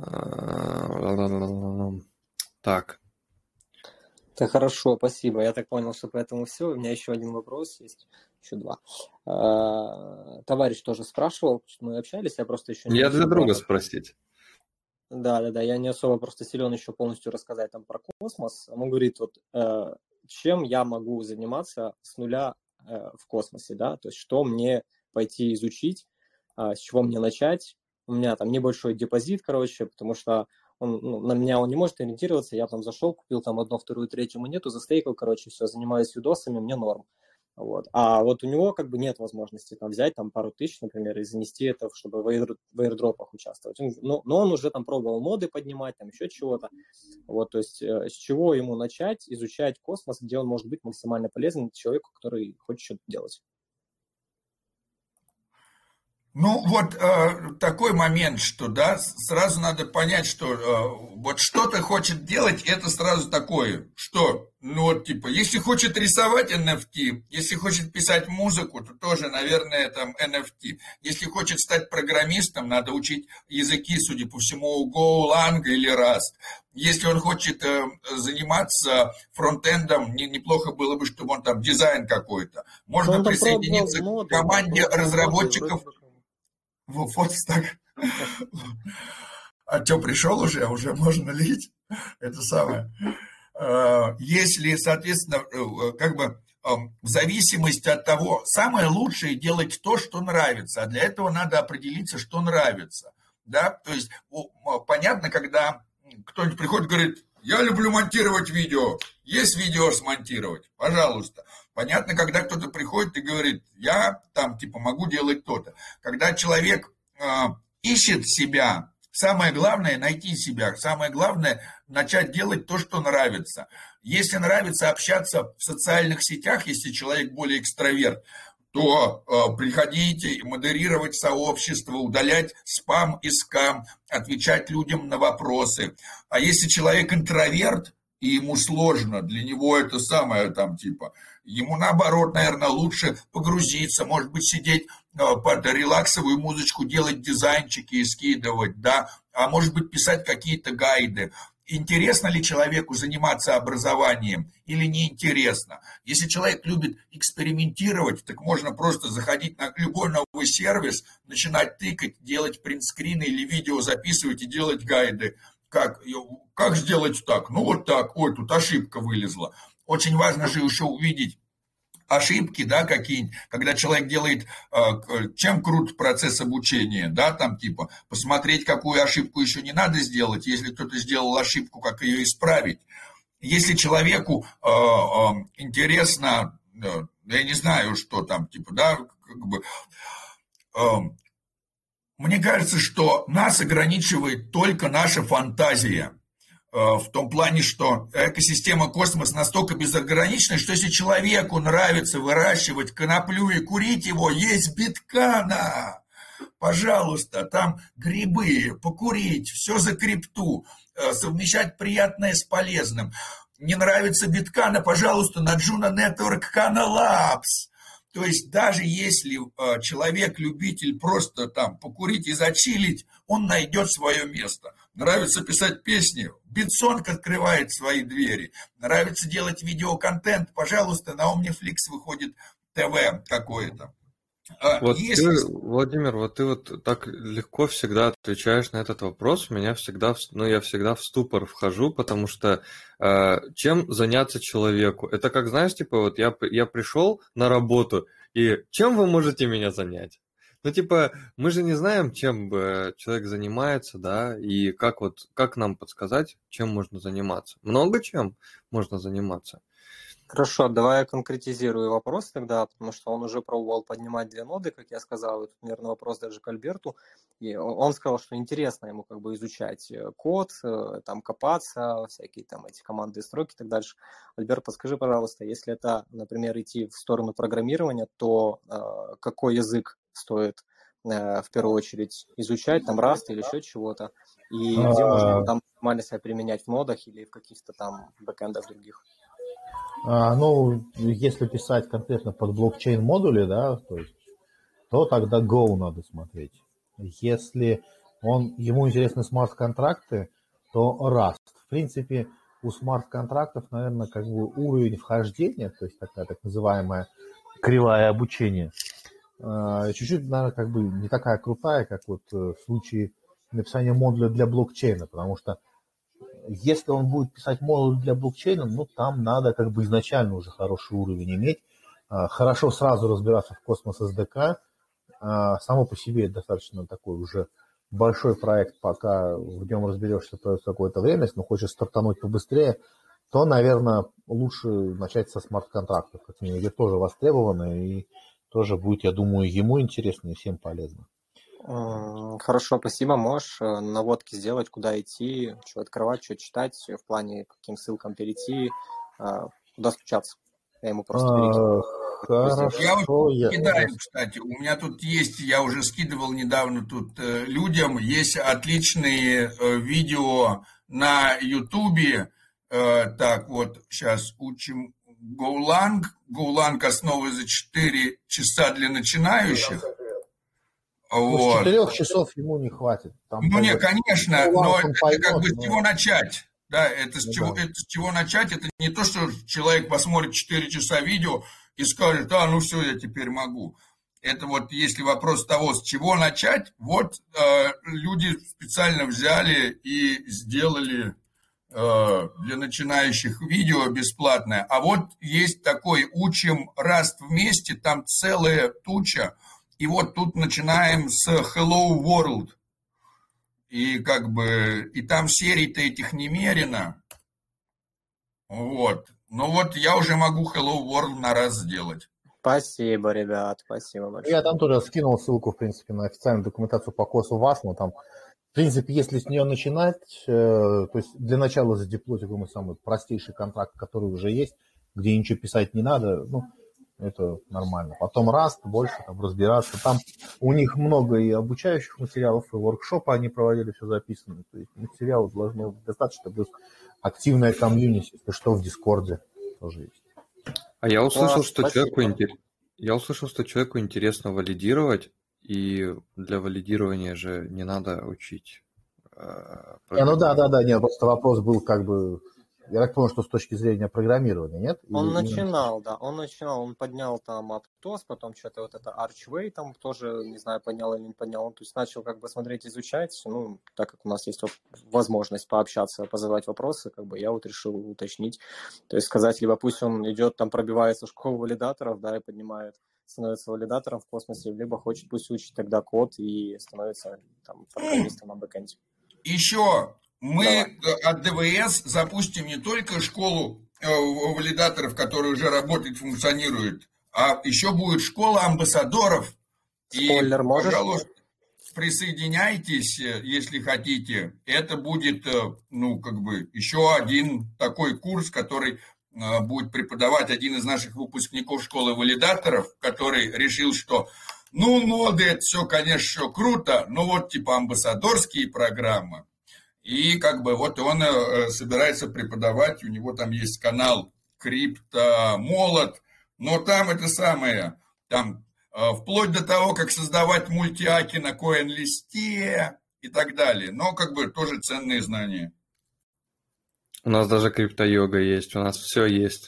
Так. Это хорошо, спасибо. Я так понял, что поэтому все. У меня еще один вопрос есть. Еще 2. Товарищ тоже спрашивал, что мы общались, я просто еще не... Я для друга спросить. Да, я не особо просто силен еще полностью рассказать там про космос. Он говорит, вот чем я могу заниматься с нуля в космосе, да, то есть что мне пойти изучить, с чего мне начать. У меня там небольшой депозит, короче, потому что на меня он не может ориентироваться. Я там зашел, купил там 1, 2, 3 монету, застейкал, короче, все, занимаюсь видосами, мне норм. Вот. А вот у него как бы нет возможности там взять там пару тысяч, например, и занести это, чтобы в аирдропах участвовать. Но он уже там пробовал моды поднимать, там еще чего-то. Вот, то есть с чего ему начать изучать космос, где он может быть максимально полезен человеку, который хочет что-то делать? Ну, вот такой момент, что, да, сразу надо понять, что вот что-то хочет делать, это сразу такое, что, ну, вот, типа, если хочет рисовать NFT, если хочет писать музыку, то тоже, наверное, там NFT. Если хочет стать программистом, надо учить языки, судя по всему, Go, Lang или Rust. Если он хочет заниматься фронтендом, неплохо было бы, чтобы он там дизайн какой-то. Можно Он там присоединиться пробовал к ноды, да, команде пробовал ноды, разработчиков. вроде бы как бы. Вот так. А что, пришел уже? Уже можно лить? Это самое. Если, соответственно, как бы в зависимости от того, самое лучшее делать то, что нравится. А для этого надо определиться, что нравится. Да? То есть понятно, когда кто-нибудь приходит и говорит, я люблю монтировать видео, есть видео смонтировать, пожалуйста. Понятно, когда кто-то приходит и говорит, я там типа могу делать то-то. Когда человек ищет себя, самое главное найти себя, самое главное начать делать то, что нравится. Если нравится общаться в социальных сетях, если человек более экстраверт, то приходите модерировать сообщество, удалять спам и скам, отвечать людям на вопросы. А если человек интроверт, и ему сложно, для него это самое там типа, ему наоборот, наверное, лучше погрузиться, может быть, сидеть под релаксовую музычку, делать дизайнчики и скидывать, да, а может быть, писать какие-то гайды. Интересно ли человеку заниматься образованием или неинтересно? Если человек любит экспериментировать, так можно просто заходить на любой новый сервис, начинать тыкать, делать принтскрины или видео записывать и делать гайды. Как сделать так? Ну вот так, ой, тут ошибка вылезла. Очень важно же еще увидеть ошибки, да, какие-нибудь, когда человек делает, чем крут процесс обучения, да, там типа посмотреть, какую ошибку еще не надо сделать, если кто-то сделал ошибку, как ее исправить. Если человеку интересно, я не знаю, что там, типа, да, как бы... Мне кажется, что нас ограничивает только наша фантазия. В том плане, что экосистема космос настолько безогранична, что если человеку нравится выращивать коноплю и курить его, есть биткана. Пожалуйста, там грибы, покурить, все за крипту, совмещать приятное с полезным. Не нравится биткана, пожалуйста, на Juno Network Kana Labs. То есть даже если человек-любитель просто там покурить и зачилить, он найдет свое место. Нравится писать песни, Битсонг открывает свои двери. Нравится делать видеоконтент, пожалуйста, на Omniflix выходит ТВ какое-то. Вот ты, Владимир, вот ты вот так легко всегда отвечаешь на этот вопрос. Меня всегда, я всегда в ступор вхожу, потому что чем заняться человеку? Это как, знаешь, типа вот я пришел на работу, и чем вы можете меня занять? Ну, типа, мы же не знаем, чем человек занимается, да, и как нам подсказать, чем можно заниматься? Много чем можно заниматься. Хорошо, давай я конкретизирую вопрос тогда, потому что он уже пробовал поднимать две ноды, как я сказал, и тут, наверное, вопрос даже к Альберту. И он сказал, что интересно ему как бы изучать код, там копаться, всякие там эти команды, строки и так дальше. Альберт, подскажи, пожалуйста, если это, например, идти в сторону программирования, то какой язык стоит в первую очередь изучать, там Rust или еще чего-то, и где можно там максимально себя применять в нодах или в каких-то там бэкэндах других? Ну, если писать конкретно под блокчейн-модули, да, то тогда Go надо смотреть. Если ему интересны смарт-контракты, то Rust. В принципе, у смарт-контрактов, наверное, как бы уровень вхождения, то есть такая так называемая кривая обучения, чуть-чуть, наверное, как бы не такая крутая, как вот в случае написания модуля для блокчейна, потому что если он будет писать модуль для блокчейна, ну, там надо как бы изначально уже хороший уровень иметь, хорошо сразу разбираться в Cosmos SDK, само по себе достаточно такой уже большой проект, пока в нем разберешься какое-то время, если хочешь стартануть побыстрее, то, наверное, лучше начать со смарт-контрактов, как минимум, где тоже востребовано и тоже будет, я думаю, ему интересно и всем полезно. Хорошо, спасибо. Можешь наводки сделать, куда идти, что открывать, что читать, в плане каким ссылкам перейти, куда стучаться? Я ему просто перекину. Я вот Хорошо, кидаю, кстати, у меня тут есть, я уже скидывал недавно тут людям, есть отличные видео на Ютубе. Так, вот, сейчас учим Golang. Golang основы за 4 часа для начинающих. Ну, Вот. с 4 часов ему не хватит. Там Ну, не, пойдет. конечно, Ну, но он это поймет, как бы с но- чего начать. Да, это с, Ну, чего, да. это с чего начать. Это не то, что человек посмотрит 4 часа видео и скажет, ну все, я теперь могу. Это вот если вопрос того, с чего начать, вот люди специально взяли и сделали для начинающих видео бесплатное. А вот есть такой «Учим Rust вместе», там целая туча. И вот тут начинаем с Hello World. И как бы, и там серий-то этих немерено. Вот. Ну вот я уже могу Hello World на раз сделать. Спасибо, ребят, спасибо большое. Я там тоже скинул ссылку, в принципе, на официальную документацию по косу ВАС, там, в принципе, если с нее начинать, то есть для начала задеплоить какой-нибудь самый простейший контракт, который уже есть, где ничего писать не надо, ну, это нормально. Потом Rust, больше там разбираться. Там у них много и обучающих материалов, и воркшопы они проводили, все записано. То есть материалов должно быть достаточно, плюс активная комьюнити, если что, в Дискорде тоже есть. А я услышал, Класс, что спасибо. человеку интересно валидировать, и для валидирования же не надо учить. Ну да, нет, просто вопрос был как бы, я так понял, что с точки зрения программирования, нет? Он Или- начинал, да, он поднял там Aptos, потом что-то вот это Archway там тоже, не знаю, поднял или не поднял, он то есть начал как бы смотреть, изучать, ну, так как у нас есть возможность пообщаться, позадавать вопросы, как бы я вот решил уточнить, то есть сказать, либо пусть он идет там, пробивается в школу валидаторов, да, и поднимает, становится валидатором в космосе, либо хочет, пусть учит тогда код и становится там программистом на бэкэнде. Еще мы Давай. от ДВС запустим не только школу валидаторов, которая уже работает, функционирует, а еще будет школа амбассадоров. Спойлер И, можешь? пожалуйста, присоединяйтесь, если хотите. Это будет, ну, как бы, еще один такой курс, который будет преподавать один из наших выпускников школы валидаторов, который решил, что, ну, ноды, это все, конечно, все круто, но вот, типа, амбассадорские программы. И как бы вот он собирается преподавать, у него там есть канал Криптомолот, но там это самое, там вплоть до того, как создавать мультиаки на CoinList'е и так далее. Но как бы тоже ценные знания. У нас даже крипто-йога есть, у нас все есть.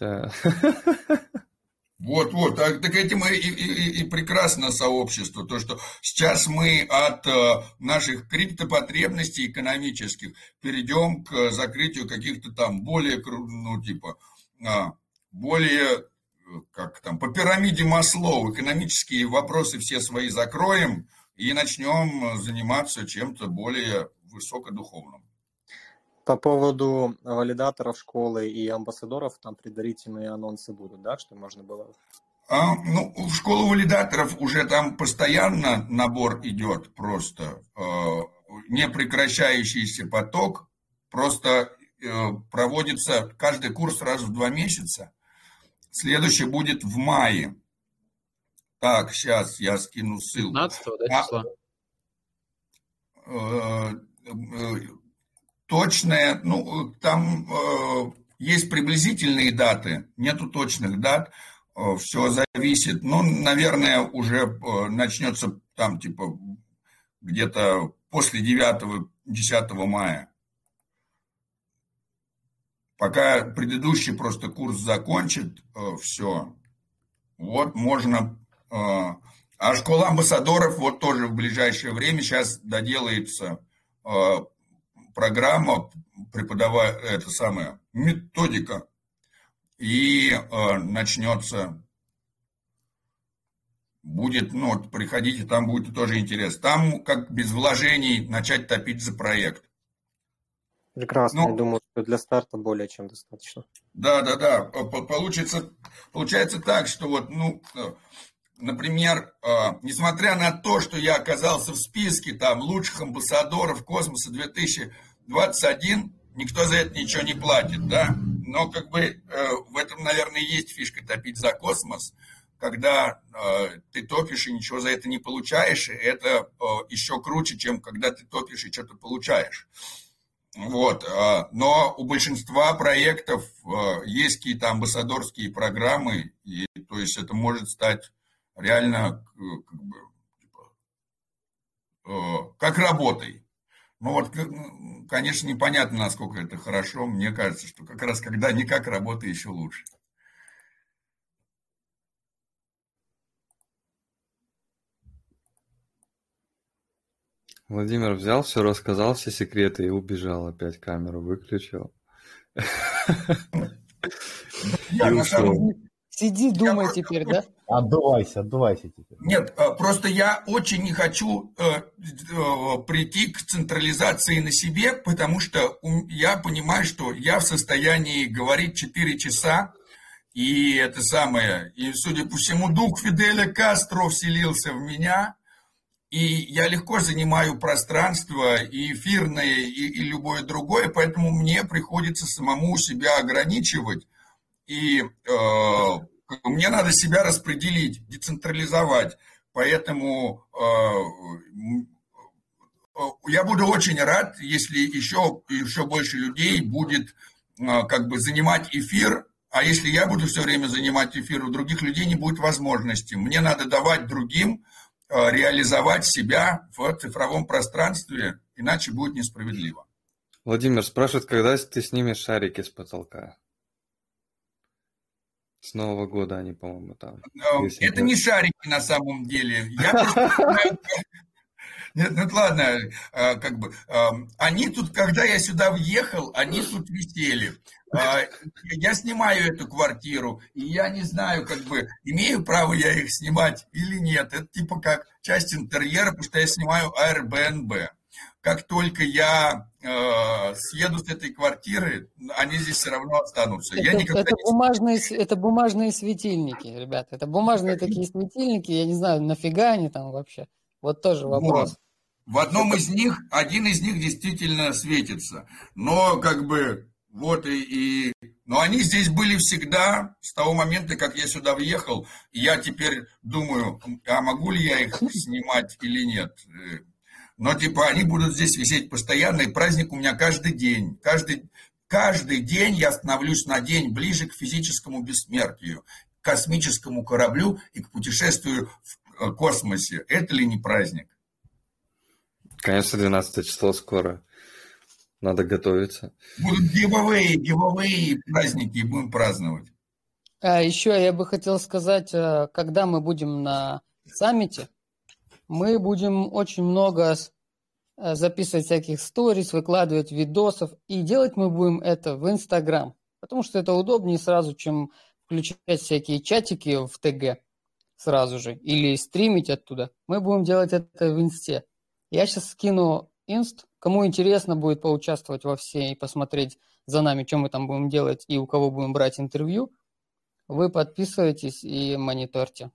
Вот, так этим и прекрасно сообщество, то, что сейчас мы от наших криптопотребностей экономических перейдем к закрытию каких-то там более, ну, типа, более, как там, по пирамиде Маслоу, экономические вопросы все свои закроем и начнем заниматься чем-то более высокодуховным. По поводу валидаторов школы и амбассадоров, там предварительные анонсы будут, да, что можно было? Ну, в школу валидаторов уже там постоянно набор идет просто, непрекращающийся поток, просто проводится каждый курс раз в 2 месяца. Следующий будет в мае. Так, сейчас я скину ссылку. 15-го, да, числа? Точное, ну, там есть приблизительные даты, нету точных дат, все зависит. Ну, наверное, уже начнется там, типа, где-то после 9-10 мая. Пока предыдущий просто курс закончит, все, вот можно... А школа амбассадоров вот тоже в ближайшее время сейчас доделается программа, это самое, методика, и начнется, будет, ну, вот приходите, там будет тоже интерес. Там, как без вложений, начать топить за проект. Прекрасно, Ну, я думаю, что для старта более чем достаточно. Да. Получается так, что вот, ну, например, несмотря на то, что я оказался в списке там лучших амбассадоров космоса 2021, никто за это ничего не платит, да. Но как бы в этом, наверное, и есть фишка топить за космос. когда ты топишь и ничего за это не получаешь, это еще круче, чем когда ты топишь и что-то получаешь. Вот. Но у большинства проектов есть какие-то амбассадорские программы, и, то есть это может стать реально как бы, как работой. Ну вот, конечно, непонятно, насколько это хорошо. Мне кажется, что как раз когда не как работа, еще лучше. Владимир взял, все рассказал, все секреты и убежал опять, камеру выключил. И ушел. Сиди, думай теперь, да? Отдувайся теперь. Нет, просто я очень не хочу прийти к централизации на себе, потому что я понимаю, что я в состоянии говорить 4 часа, и это самое, и, судя по всему, дух Фиделя Кастро вселился в меня, и я легко занимаю пространство, и эфирное, и любое другое, поэтому мне приходится самому себя ограничивать, и мне надо себя распределить, децентрализовать. Поэтому я буду очень рад, если еще больше людей будет как бы занимать эфир, а если я буду все время занимать эфир, у других людей не будет возможности. Мне надо давать другим реализовать себя в цифровом пространстве, иначе будет несправедливо. Владимир спрашивает, когда ты снимешь шарики с потолка? С Нового года они, по-моему, там. Это не шарики на самом деле. Я просто... Нет, ну ладно, как бы, они тут, когда я сюда въехал, они тут висели. Я снимаю эту квартиру, и я не знаю, как бы, имею право я их снимать или нет. Это типа как часть интерьера, потому что я снимаю Airbnb. Как только я съеду с этой квартиры, они здесь все равно останутся. Это бумажные светильники, ребята. Это бумажные такие светильники, я не знаю, нафига они там вообще. Вот тоже вопрос. В одном из них, один из них действительно светится. Но как бы вот но они здесь были всегда с того момента, как я сюда въехал. И я теперь думаю, а могу ли я их снимать или нет. Но типа они будут здесь висеть постоянно, и праздник у меня каждый день. Каждый день я становлюсь на день ближе к физическому бессмертию, к космическому кораблю и к путешествию в космосе. Это ли не праздник? Конечно, 12 число скоро. Надо готовиться. Будут гивэвэи, праздники, и будем праздновать. А еще я бы хотел сказать, когда мы будем на саммите, мы будем очень много записывать всяких сторис, выкладывать видосов, и делать мы будем это в Инстаграм, потому что это удобнее сразу, чем включать всякие чатики в ТГ сразу же, или стримить оттуда. Мы будем делать это в Инсте. Я сейчас скину Инст, кому интересно будет поучаствовать во всей и посмотреть за нами, что мы там будем делать и у кого будем брать интервью, вы подписывайтесь и мониторьте.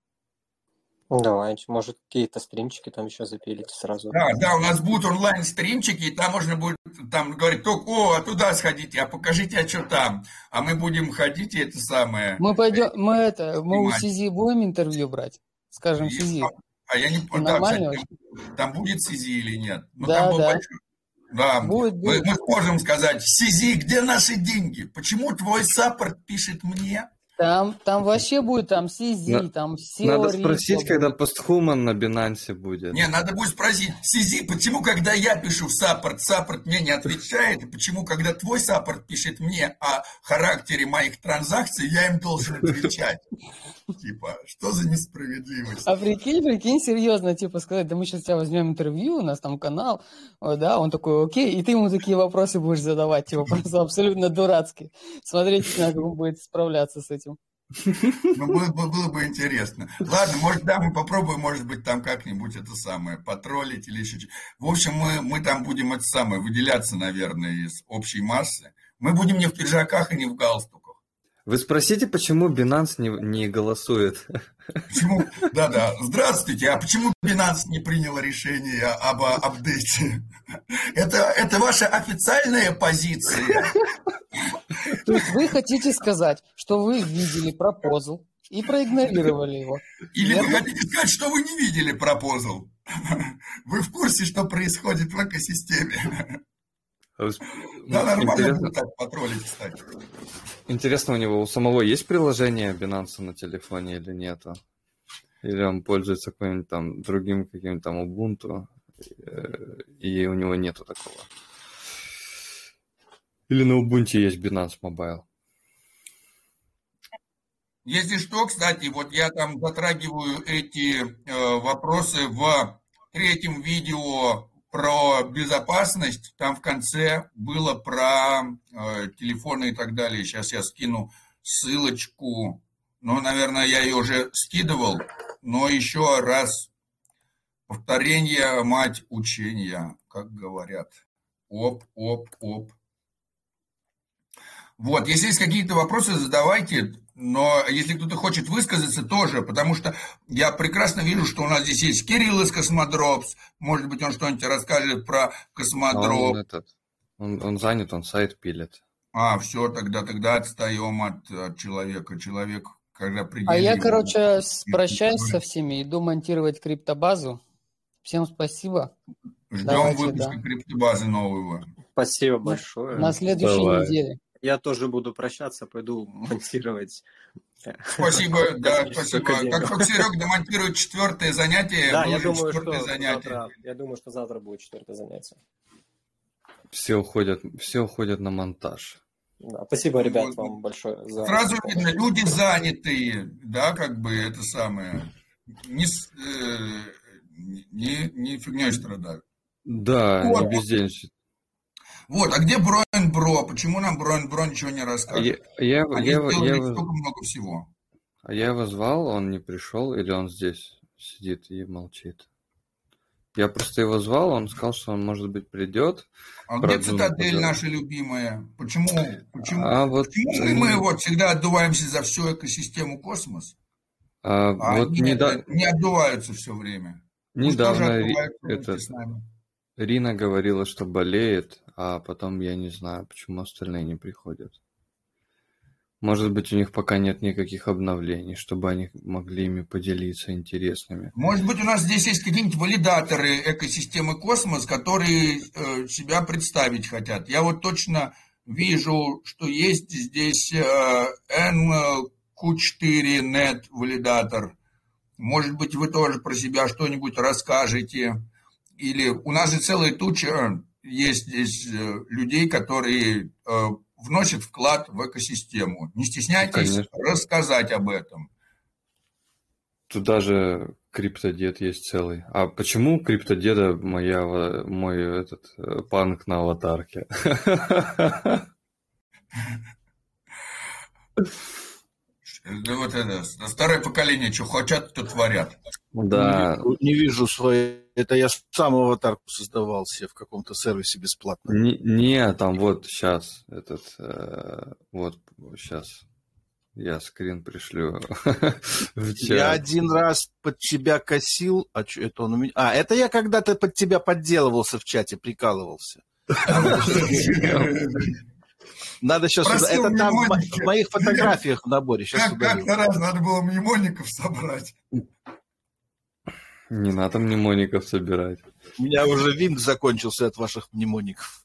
Давайте, может, какие-то стримчики там еще запилить сразу. Да, у нас будут онлайн-стримчики, и там можно будет там говорить, а туда сходите, а покажите, а что там. А мы будем ходить, и это самое... Мы у Сизи будем интервью брать? Скажем, Сизи. А я не понял, там будет Сизи или нет? Да. Да, мы сможем сказать, Сизи, где наши деньги? Почему твой саппорт пишет мне? Там вообще будет, там Сизи, там SEO. Надо спросить, когда постхуман на Binance будет. Не, надо будет спросить, Сизи, почему, когда я пишу в саппорт мне не отвечает, и почему, когда твой саппорт пишет мне о характере моих транзакций, я им должен отвечать? Типа, что за несправедливость? А прикинь, серьезно, типа сказать, да мы сейчас тебя возьмем интервью, у нас там канал, да, он такой, окей, и ты ему такие вопросы будешь задавать, типа просто абсолютно дурацкие. Смотрите, как он будет справляться с этим. Ну, было бы интересно. Ладно, может, да, мы попробуем, может быть, там как-нибудь это самое, потроллить или еще что-то. В общем, мы там будем это самое, выделяться, наверное, из общей массы. Мы будем не в пиджаках и не в галстуках. Вы спросите, почему Binance не голосует? Почему? Да. Здравствуйте, а почему Binance не принял решение об апдейте? Это ваша официальная позиция? То есть вы хотите сказать, что вы видели пропозал, и проигнорировали его. Или вы Верно? хотите сказать, что вы не видели пропозал? Вы в курсе, что происходит в экосистеме? Да, нормально Интересно, будет так потроллить, кстати. интересно, у него у самого есть приложение Binance на телефоне или нету? Или он пользуется каким-нибудь там другим каким-то там Ubuntu, и у него нету такого? Или на Ubuntu есть Binance Mobile? Если что, кстати, вот я там затрагиваю эти вопросы в третьем видео про безопасность. Там в конце было про телефоны и так далее. Сейчас я скину ссылочку. Ну, наверное, я ее уже скидывал. Но еще раз. Повторение – мать учения, как говорят. Оп. Вот, если есть какие-то вопросы, задавайте. Но если кто-то хочет высказаться, тоже, потому что я прекрасно вижу, что у нас здесь есть Кирилл из Космодропс. Может быть, он что-нибудь расскажет про Космодроп. Он занят, он сайт пилит. Все, тогда отстаем от человека. Человек, когда определил... А я, короче, прощаюсь со всеми, иду монтировать криптобазу. Всем спасибо. Ждем выпуска криптобазы нового. Спасибо большое. На следующей неделе. Я тоже буду прощаться, пойду монтировать. Спасибо, да, спасибо. Как только Серега демонтирует 4-е занятие, да, я думаю, что завтра будет 4-е занятие. Все уходят на монтаж. Да, спасибо, ребят, вам большое. Сразу видно, люди занятые, да, как бы это самое, не фигней страдают. Да, вот. Не бездельничают. Вот, а где Бро? Почему нам Бро ничего не расскажет? Они сделали столько много всего. А я его звал, он не пришел, или он здесь сидит и молчит? Я просто его звал, он сказал, что он, может быть, придет. А где Цитадель наша любимая? Почему мы вот всегда отдуваемся за всю экосистему космос? Не отдуваются все время. Недавно Рина говорила, что болеет, а потом я не знаю, почему остальные не приходят. Может быть, у них пока нет никаких обновлений, чтобы они могли ими поделиться интересными. Может быть, у нас здесь есть какие-нибудь валидаторы экосистемы космос, которые себя представить хотят. Я вот точно вижу, что есть здесь NQ4Net валидатор. Может быть, вы тоже про себя что-нибудь расскажете. Или у нас же целая туча есть здесь людей, которые вносят вклад в экосистему. Не стесняйтесь рассказать об этом. Тут даже криптодед есть целый. А почему криптодеда мой панк на аватарке? Вот это старое поколение, что хотят, то творят. Да. Не вижу своей. Это я сам аватарку создавал себе в каком-то сервисе бесплатно. Не, там вот сейчас сейчас я скрин пришлю. Я один раз под тебя косил. А что это он у меня? Это я когда-то под тебя подделывался в чате, прикалывался. Надо сейчас... Это там в моих фотографиях в наборе. Как-то раз надо было мнемоников собрать. Не надо мнемоников собирать. У меня уже винт закончился от ваших мнемоников.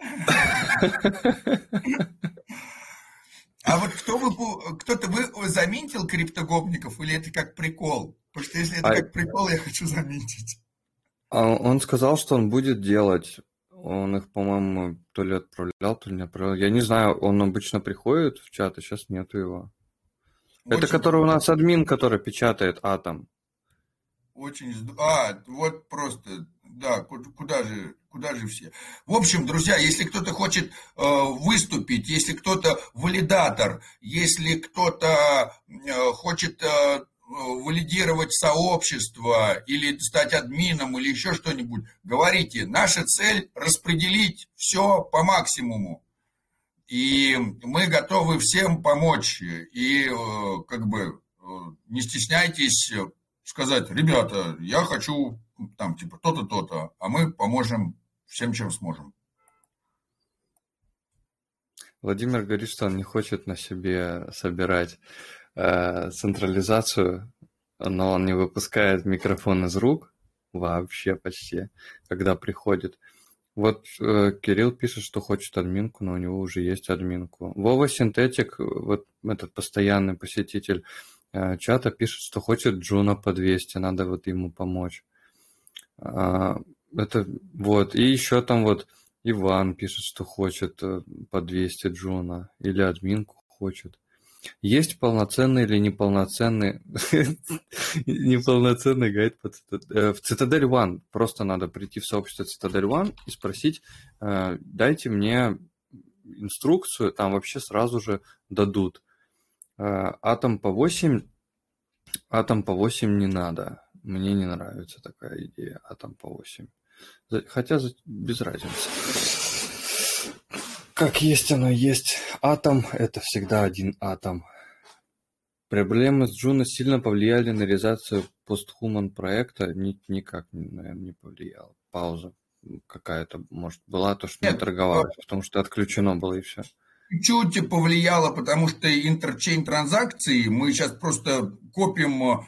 А вот кто-то вы заметил криптогопников или это как прикол? Потому что если это как прикол, я хочу заметить. Он сказал, что он будет делать. Он их, по-моему, то ли отправлял, то ли не отправлял. Я не знаю, он обычно приходит в чат, а сейчас нету его. Очень это который у нас админ, который печатает Атом. Очень здорово. Вот просто, да, куда же все. В общем, друзья, если кто-то хочет выступить, если кто-то валидатор, если кто-то хочет валидировать сообщество или стать админом или еще что-нибудь, говорите. Наша цель распределить все по максимуму. И мы готовы всем помочь. И как бы не стесняйтесь сказать: ребята, я хочу там типа то-то, то-то, а мы поможем всем, чем сможем. Владимир говорит, что он не хочет на себе собирать централизацию, но он не выпускает микрофон из рук вообще почти, когда приходит. Вот Кирилл пишет, что хочет админку, но у него уже есть админку. Вова Синтетик, вот этот постоянный посетитель чата, пишет, что хочет Джуна по 200, надо вот ему помочь. Это вот. И еще там вот Иван пишет, что хочет по 200 Джуна или админку хочет. Есть полноценный или неполноценный неполноценный гайд по в Цитадель One. Просто надо прийти в сообщество Цитадель One и спросить, дайте мне инструкцию, там вообще сразу же дадут. Атом по 8 не надо. Мне не нравится такая идея, атом по 8. Хотя без разницы. Как есть оно есть. Атом – это всегда один атом. Проблемы с Джуна сильно повлияли на реализацию постхуман проекта? Никак, наверное, не повлияло. Пауза какая-то, может, была, то, что не торговалось, потому что отключено было и все. Чуть повлияло, потому что интерчейн транзакции, мы сейчас просто копим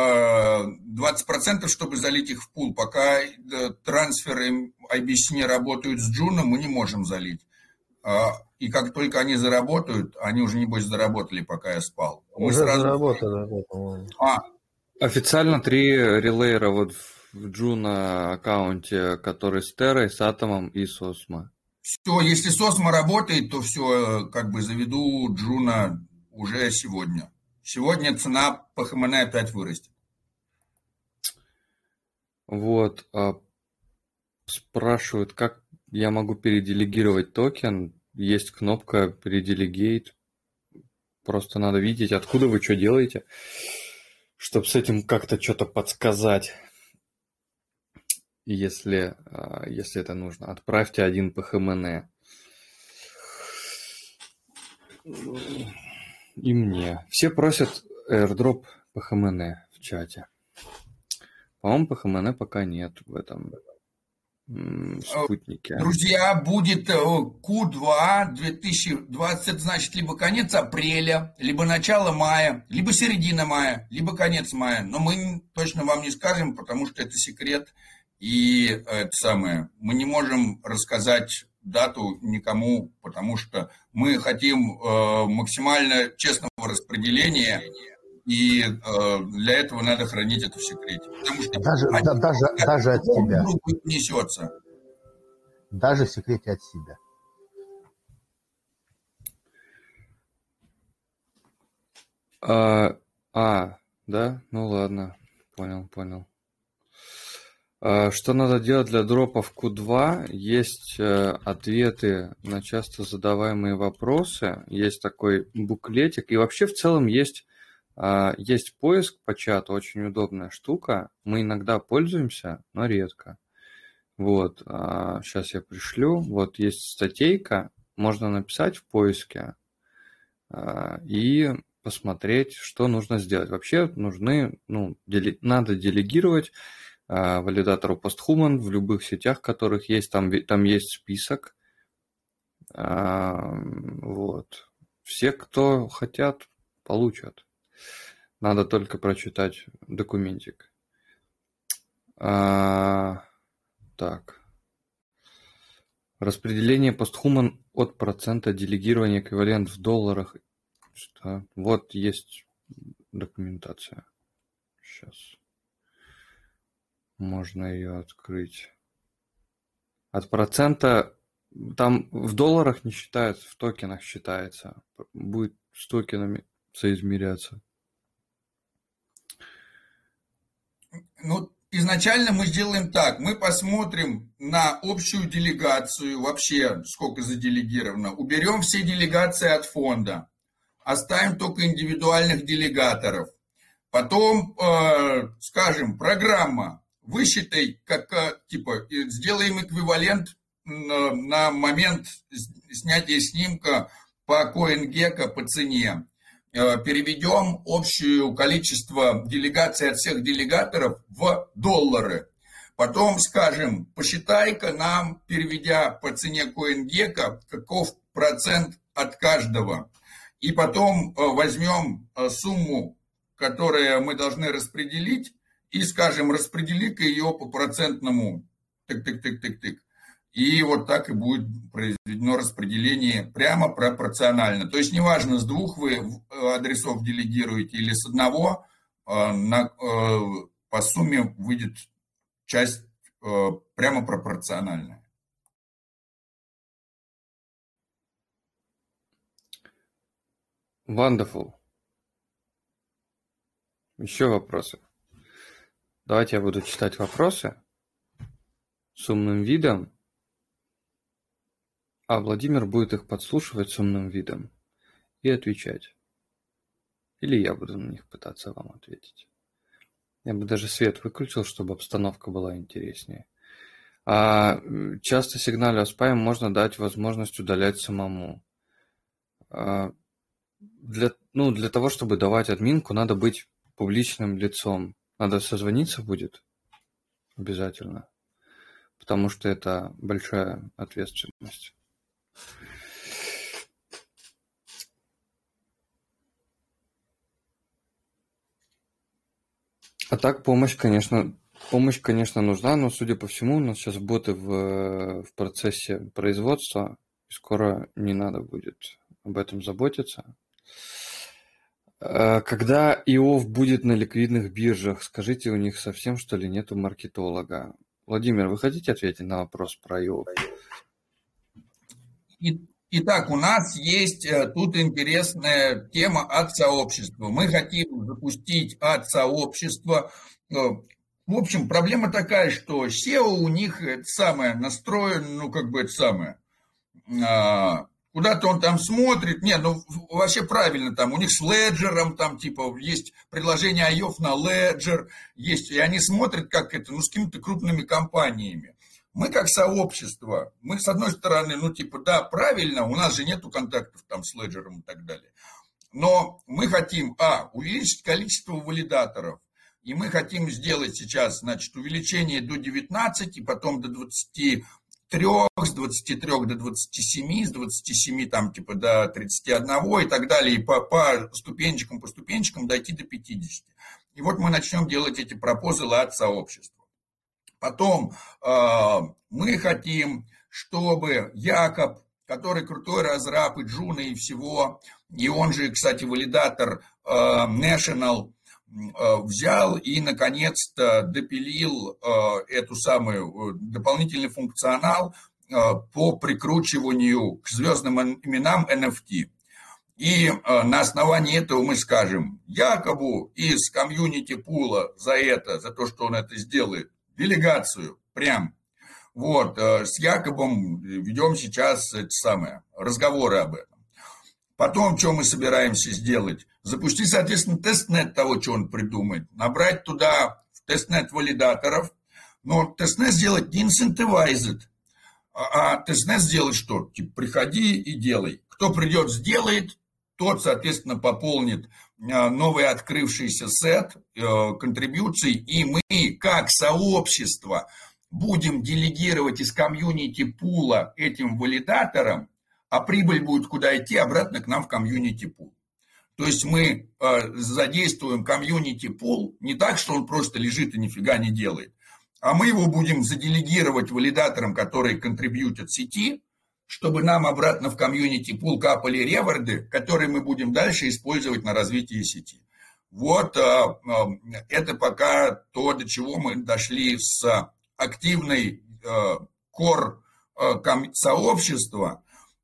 20%, чтобы залить их в пул. Пока трансферы IBC не работают с Джуном, мы не можем залить. И как только они заработают, они уже, небось, заработали, пока я спал. Мы уже сразу... заработали, по-моему. Официально 3 релейера вот в Джуна аккаунте, который с Террой, с Атомом и с Осмо. Все, если Сосмо работает, то все, как бы заведу Джуна уже сегодня. Сегодня цена по ХМН опять вырастет. Вот. Спрашивают, как я могу переделегировать токен. Есть кнопка «Переделегейт». Просто надо видеть, откуда вы что делаете, чтобы с этим как-то что-то подсказать. Если это нужно. Отправьте 1 по ХМН. И мне. Все просят airdrop по ХМН в чате. По-моему, по ХМН пока нет в этом спутнике. Друзья, будет Q2 2020, значит, либо конец апреля, либо начало мая, либо середина мая, либо конец мая. Но мы точно вам не скажем, потому что это секрет. И это самое, мы не можем рассказать дату никому, потому что мы хотим максимально честного распределения, и для этого надо хранить это в секрете. Потому что даже от себя. Несется. Даже в секрете от себя. Да? Ну ладно, понял. Что надо делать для дропа в Q2? Есть ответы на часто задаваемые вопросы, есть такой буклетик, и вообще в целом есть поиск по чату, очень удобная штука. Мы иногда пользуемся, но редко. Вот, сейчас я пришлю. Вот есть статейка, можно написать в поиске и посмотреть, что нужно сделать. Вообще надо делегировать валидатору постхуман в любых сетях, которых есть, там есть список. Вот. Все, кто хотят, получат. Надо только прочитать документик. Так. Распределение постхуман от процента делегирования эквивалент в долларах. Что? Вот есть документация. Сейчас. Можно ее открыть. От процента, там в долларах не считается, в токенах считается. Будет с токенами соизмеряться. Ну, изначально мы сделаем так. Мы посмотрим на общую делегацию, вообще сколько заделегировано. Уберем все делегации от фонда. Оставим только индивидуальных делегаторов. Потом скажем, программа. Высчитай, сделаем эквивалент на момент снятия снимка по CoinGecko по цене. Переведем общее количество делегаций от всех делегаторов в доллары. Потом скажем, посчитай-ка нам, переведя по цене CoinGecko, каков процент от каждого. и потом возьмем сумму, которую мы должны распределить, и скажем, распредели-ка ее по процентному, тык-тык-тык-тык-тык. И вот так и будет произведено распределение прямо пропорционально. То есть неважно, с двух вы адресов делегируете или с одного, по сумме выйдет часть прямо пропорциональная. Wonderful. Еще вопросы? Давайте я буду читать вопросы с умным видом, а Владимир будет их подслушивать с умным видом и отвечать. Или я буду на них пытаться вам ответить. Я бы даже свет выключил, чтобы обстановка была интереснее. А часто сигналю о спаме можно дать возможность удалять самому. Для того, чтобы давать админку, надо быть публичным лицом. Надо созвониться будет обязательно, потому что это большая ответственность. А так помощь, конечно, нужна, но, судя по всему, у нас сейчас боты в процессе производства, и скоро не надо будет об этом заботиться. Когда ИОВ будет на ликвидных биржах, скажите, у них совсем, что ли, нету маркетолога? Владимир, вы хотите ответить на вопрос про ИОВ? Итак, у нас есть тут интересная тема от сообщества. Мы хотим запустить от сообщества. В общем, проблема такая, что SEO у них настроен, куда-то он там смотрит. Вообще правильно, там у них с Ledger, там типа есть предложение IOF на Ledger, есть, и они смотрят, как это, с какими-то крупными компаниями. Мы как сообщество, мы с одной стороны, да, правильно, у нас же нету контактов там с Ledger и так далее. Но мы хотим, увеличить количество валидаторов. И мы хотим сделать сейчас, увеличение до 19, и потом до 23, с 23 до 27, с 27 до 31 и так далее, и по ступенчикам дойти до 50. И вот мы начнем делать эти пропозалы от сообщества. Потом мы хотим, чтобы Якоб, который крутой разраб и Джуна и всего, и он же, кстати, валидатор National, взял и наконец-то допилил эту самую дополнительный функционал по прикручиванию к звездным именам NFT. И на основании этого мы скажем Якову из комьюнити-пула за то, что он это сделает, делегацию прям. Вот, с Якобом ведем сейчас разговоры об этом. Потом, что мы собираемся сделать? Запустить, соответственно, тестнет того, что он придумает. Набрать туда в тестнет валидаторов. Но тестнет сделать не incentivized, а тестнет сделать что? Приходи и делай. Кто придет, сделает, тот, соответственно, пополнит новый открывшийся сет контрибьюций. И мы, как сообщество, будем делегировать из комьюнити-пула этим валидаторам, а прибыль будет куда идти? Обратно к нам в комьюнити-пул. То есть мы задействуем комьюнити-пул не так, что он просто лежит и нифига не делает, а мы его будем заделегировать валидаторам, которые контрибьютят сети, чтобы нам обратно в комьюнити-пул капали реворды, которые мы будем дальше использовать на развитие сети. Вот это пока то, до чего мы дошли с активной кор сообщества.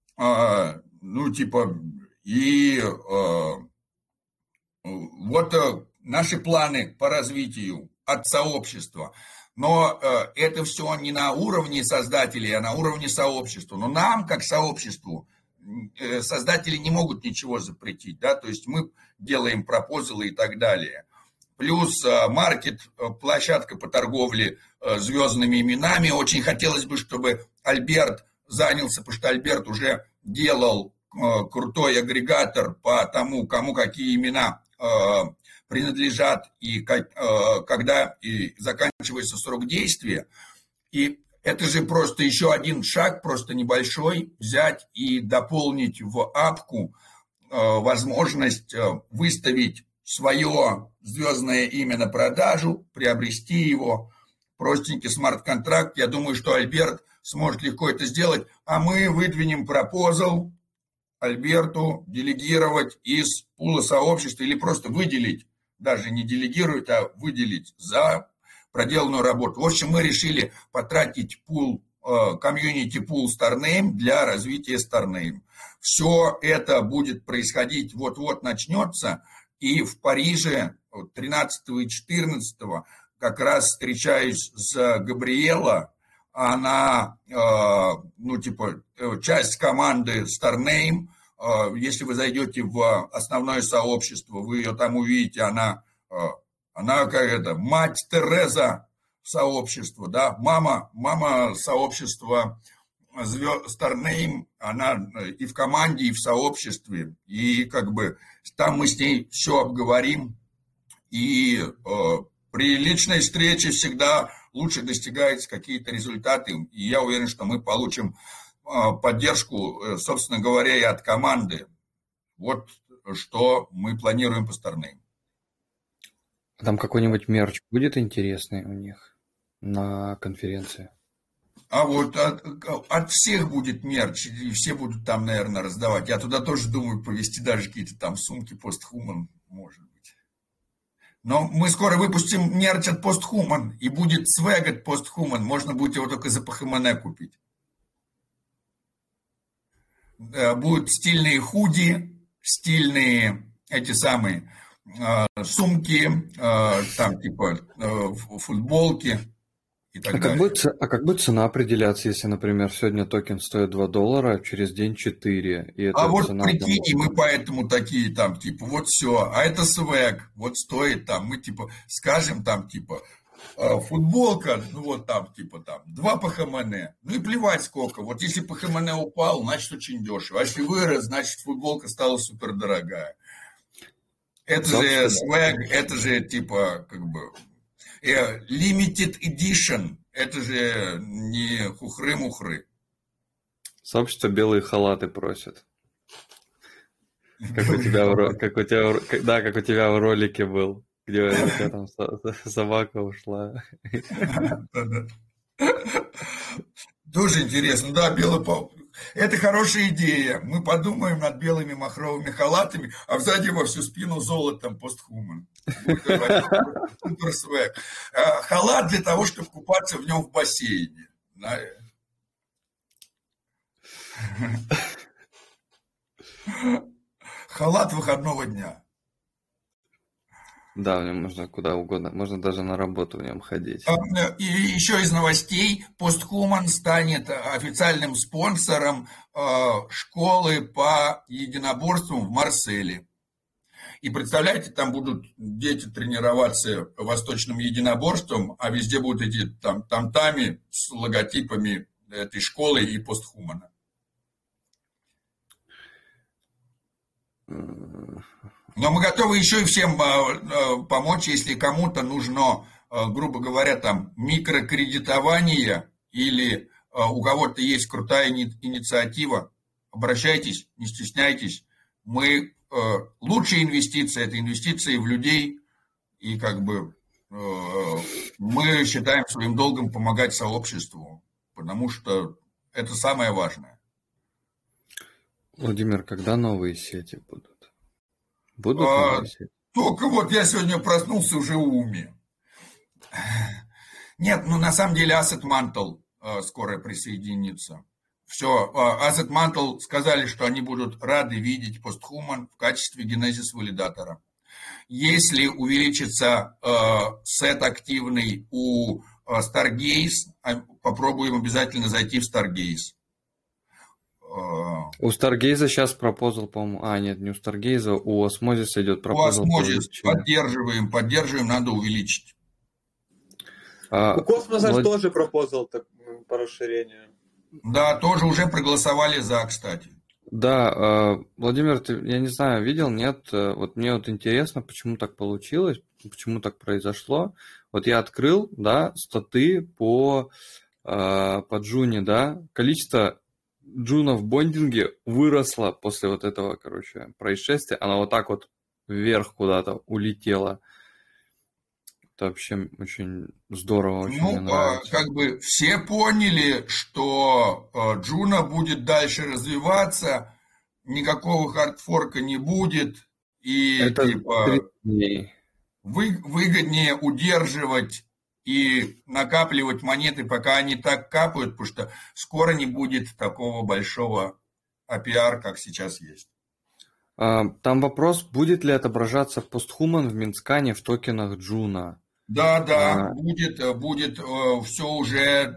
Вот наши планы по развитию от сообщества. Но это все не на уровне создателей, а на уровне сообщества. Но нам, как сообществу, создатели не могут ничего запретить. Да? То есть мы делаем пропозалы и так далее. Плюс маркет, площадка по торговле звездными именами. Очень хотелось бы, чтобы Альберт занялся, потому что Альберт уже делал крутой агрегатор по тому, кому какие имена принадлежат и когда и заканчивается срок действия. И это же просто еще один шаг, просто небольшой, взять и дополнить в апку возможность выставить свое звездное имя на продажу, приобрести его, простенький смарт-контракт. Я думаю, что Альберт сможет легко это сделать, а мы выдвинем пропозал Альберту делегировать из пула сообщества или просто выделить, даже не делегировать, а выделить за проделанную работу. В общем, мы решили потратить пул, комьюнити пул StarName для развития StarName. Все это будет происходить, вот-вот начнется, и в Париже 13 и 14 как раз встречаюсь с Габриэла, она, часть команды StarName. Если вы зайдете в основное сообщество, вы ее там увидите, она мать Тереза сообщества, да, мама сообщества StarName, она и в команде, и в сообществе, и там мы с ней все обговорим, и при личной встрече всегда лучше достигаются какие-то результаты, и я уверен, что мы получим поддержку, собственно говоря, и от команды. Вот что мы планируем по StarName. Там какой-нибудь мерч будет интересный у них на конференции? А вот от всех будет мерч, и все будут там, наверное, раздавать. Я туда тоже думаю повезти даже какие-то там сумки Posthuman, может быть. Но мы скоро выпустим мерч от Posthuman, и будет свэг от Posthuman. Можно будет его только за ПХМН купить. Будут стильные худи, стильные эти самые сумки, там типа футболки и так далее. Как будет цена определяться, если, например, сегодня токен стоит $2, а через день 4? И это вот цена, прикинь, там... мы поэтому такие там, типа, вот все, а это свэг, вот стоит там, мы типа скажем там, типа, футболка, вот там, типа, там, 2 ПХМН, и плевать сколько, вот если ПХМН упал, значит очень дешево, а если вырос, значит футболка стала супер дорогая. Это же свэг, это же типа, limited edition, это же не хухры-мухры. Сообщество белые халаты просят. Как у тебя в ролике был, где у тебя там собака ушла. Тоже интересно, да, белый паук. Это хорошая идея. Мы подумаем над белыми махровыми халатами, а сзади во всю спину золотом Posthuman. Супер свэг. Халат для того, чтобы купаться в нем в бассейне. Халат выходного дня. Да, в нем можно куда угодно, можно даже на работу в нем ходить. И еще из новостей, Posthuman станет официальным спонсором школы по единоборствам в Марселе. И представляете, там будут дети тренироваться восточным единоборством, а везде будут эти там-тами с логотипами этой школы и Posthuman. Но мы готовы еще и всем помочь, если кому-то нужно, грубо говоря, там микрокредитование или у кого-то есть крутая инициатива, обращайтесь, не стесняйтесь. Лучшая инвестиция – это инвестиции в людей, и мы считаем своим долгом помогать сообществу, потому что это самое важное. Владимир, когда новые сети будут? Будут новые сети? Только вот я сегодня проснулся уже в уме. Нет, на самом деле Asset Mantle скоро присоединится. Все, Asset Mantle сказали, что они будут рады видеть Posthuman в качестве генезис-валидатора. Если увеличится сет активный у Stargaze, попробуем обязательно зайти в Stargaze. У Stargaze сейчас пропозал, по-моему... нет, не у Stargaze, у Osmosis идет пропозал. У Osmosis поддерживаем, надо увеличить. У Космоса тоже пропозал по расширению. Да, тоже уже проголосовали за, кстати. Да, Владимир, ты, я не знаю, видел, нет? Вот мне вот интересно, почему так получилось, почему так произошло. Вот я открыл, да, статы по Джуне, да, количество Джуна в бондинге выросла после вот этого, короче, происшествия. Она вот так вот вверх куда-то улетела. Это вообще очень здорово, очень мне нравится. Как бы все поняли, что Джуна будет дальше развиваться, никакого хардфорка не будет, и Это типа 30 дней. выгоднее удерживать и накапливать монеты, пока они так капают, потому что скоро не будет такого большого APR, как сейчас есть. Там вопрос, будет ли отображаться постхуман в Минскане в токенах Джуна? Да, будет все уже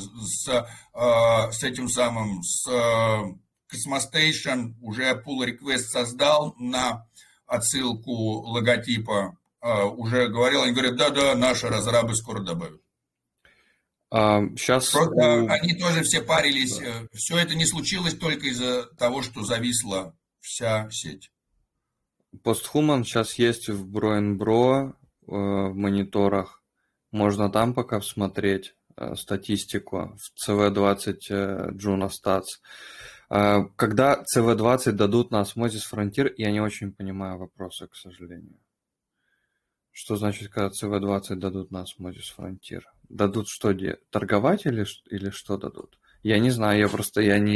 с этим самым, с Cosmostation уже pull request создал на отсылку логотипа, уже говорил, они говорят, да, наши разрабы скоро добавят. Сейчас Просто они тоже все парились, да. Все это не случилось только из-за того, что зависла вся сеть. Постхуман сейчас есть в Бро&Бро в мониторах. Можно там пока всмотреть статистику в CV20 Juno Stats. Когда CV20 дадут на Osmosis Frontier, я не очень понимаю вопросы, к сожалению. Что значит, когда CV20 дадут на Osmosis Frontier? Дадут что, торговать или что дадут? Я не знаю, я не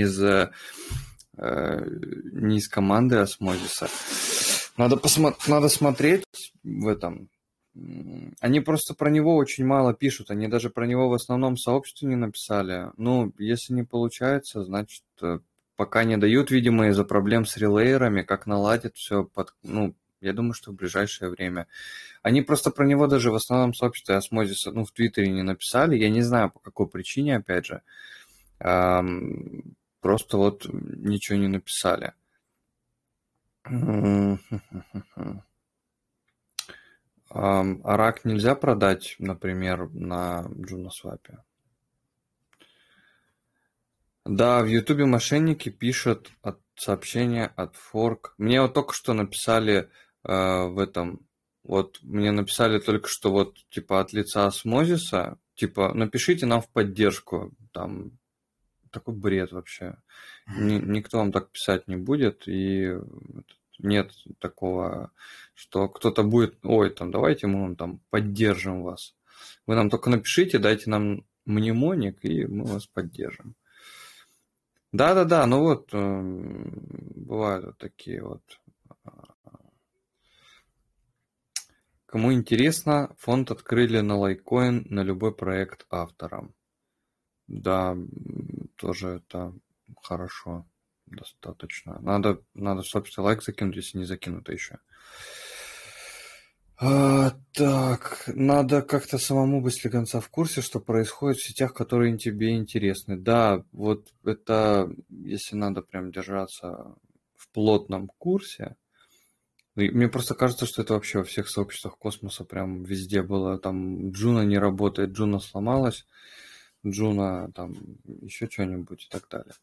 из команды Osmosis. Надо смотреть в этом. Они просто про него очень мало пишут. Они даже про него в основном сообществе не написали. Ну, если не получается, значит, пока не дают, видимо, из-за проблем с релейерами, как наладят все я думаю, что в ближайшее время. Они просто про него даже в основном сообществе Osmosis, в Твиттере не написали. Я не знаю, по какой причине, опять же. Просто вот ничего не написали. Арак нельзя продать, например, на JunoSwap. Да, в Ютубе мошенники пишут сообщения от форк. Мне вот только что написали в этом. Вот мне написали только что вот типа от лица Осмозиса, типа напишите нам в поддержку. Там такой бред вообще. Никто вам так писать не будет, и нет такого, что кто-то будет, давайте мы вам там поддержим вас. Вы нам только напишите, дайте нам мнемоник, и мы вас поддержим. Да, бывают вот такие вот. Кому интересно, фонд открыли на Litecoin на любой проект авторам. Да, тоже это хорошо, достаточно. Надо, собственно, лайк закинуть, если не закинуто еще. Так, надо как-то самому быть с конца в курсе, что происходит в сетях, которые тебе интересны. Да, вот это, если надо прям держаться в плотном курсе. Мне просто кажется, что это вообще во всех сообществах космоса прям везде было. Там Джуна не работает, Джуна сломалась, Джуна там еще что-нибудь и так далее.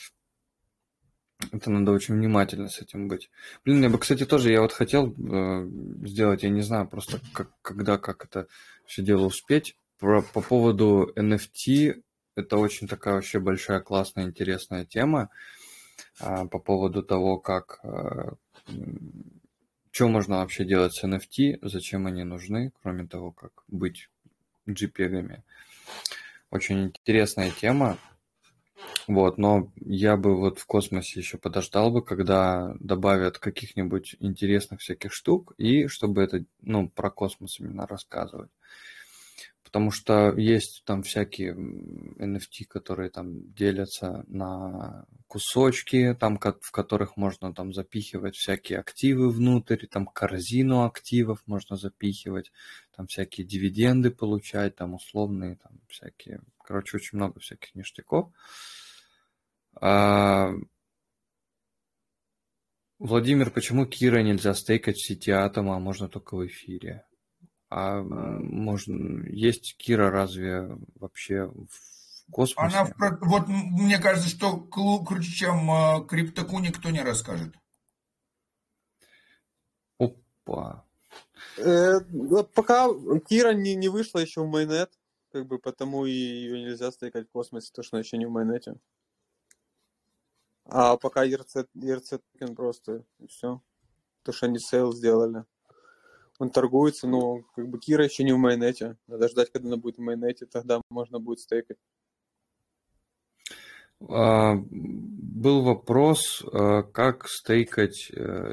Это надо очень внимательно с этим быть. Блин, я бы, кстати, тоже, я вот хотел сделать, я не знаю, просто как это все дело успеть. По поводу NFT, это очень такая вообще большая, классная, интересная тема. По поводу того, что можно вообще делать с NFT, зачем они нужны, кроме того, как быть JPEG-ами. Очень интересная тема. Вот, но я бы вот в космосе еще подождал бы, когда добавят каких-нибудь интересных всяких штук, и чтобы это, про космос именно рассказывать. Потому что есть там всякие NFT, которые там делятся на кусочки, там, в которых можно там запихивать всякие активы внутрь, там корзину активов можно запихивать, там всякие дивиденды получать, там условные, там всякие, короче, очень много всяких ништяков. Владимир, почему Кира нельзя стейкать в сети Атома, а можно только в эфире? Есть Кира разве вообще в космосе? Вот мне кажется, что круче, чем криптоку, никто не расскажет. Опа. Пока Кира не вышла еще в майнет, как бы потому и ее нельзя стейкать в космосе, то что она еще не в майнете. А пока ERC токен просто, и все. То, что они сейл сделали. Он торгуется, но как бы Кира еще не в майонете. Надо ждать, когда она будет в майонете, тогда можно будет стейкать. Был вопрос, как стейкать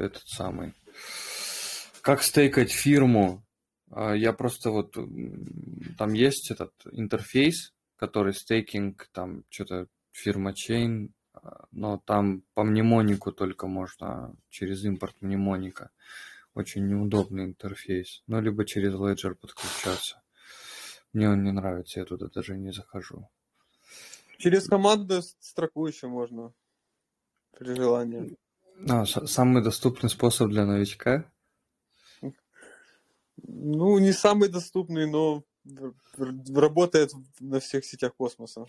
как стейкать фирму. Я просто вот, там есть этот интерфейс, который стейкинг, там что-то фирма чейн, но там по мнемонику только можно, через импорт мнемоника. Очень неудобный интерфейс. Ну, либо через Ledger подключаться. Мне он не нравится, я туда даже не захожу. Через команду строку еще можно, при желании. Самый доступный способ для новичка? Ну, не самый доступный, но работает на всех сетях космоса.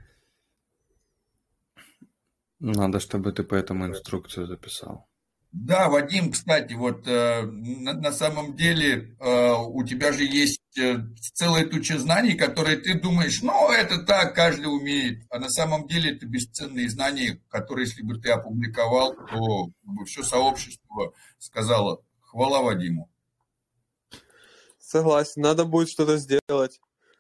Надо, чтобы ты по этому инструкцию записал. Да, Вадим, кстати, вот на самом деле у тебя же есть целая туча знаний, которые ты думаешь, ну, это так, каждый умеет. А на самом деле это бесценные знания, которые, если бы ты опубликовал, то все сообщество сказало хвала Вадиму. Согласен, надо будет что-то сделать.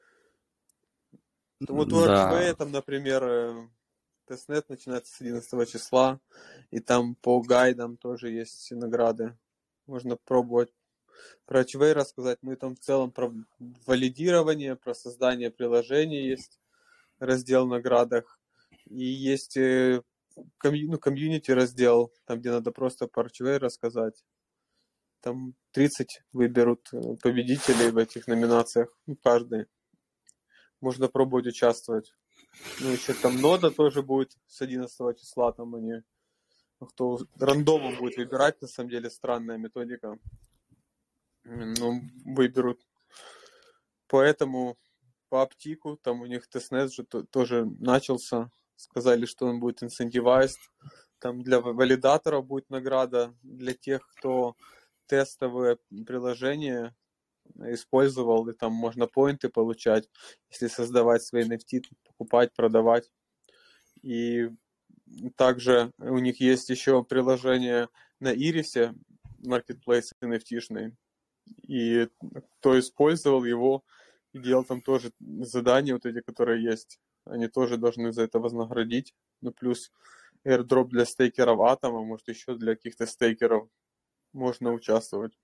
Вот у Archway, там, например, тестнет начинается с 11 числа, и там по гайдам тоже есть награды. Можно пробовать про Archway рассказать. Ну и там в целом про валидирование, про создание приложений есть раздел в наградах. И есть комьюнити раздел, там где надо просто по Archway рассказать. Там 30 выберут победителей в этих номинациях, каждый. Можно пробовать участвовать. Ну, еще там нода тоже будет с 11 числа, там они, кто рандомом будет выбирать, на самом деле странная методика. Ну, выберут. Поэтому по Аптику, там у них тестнет же тоже начался. Сказали, что он будет incentivized. Там для валидаторов будет награда, для тех, кто тестовые приложения использовал, и там можно поинты получать, если создавать свои NFT, покупать, продавать. И также у них есть еще приложение на Ирисе, marketplace NFT-шный, и кто использовал его и делал там тоже задания, вот эти, которые есть, они тоже должны за это вознаградить. Ну, плюс airdrop для стейкеров Атома, может, еще для каких-то стейкеров можно участвовать.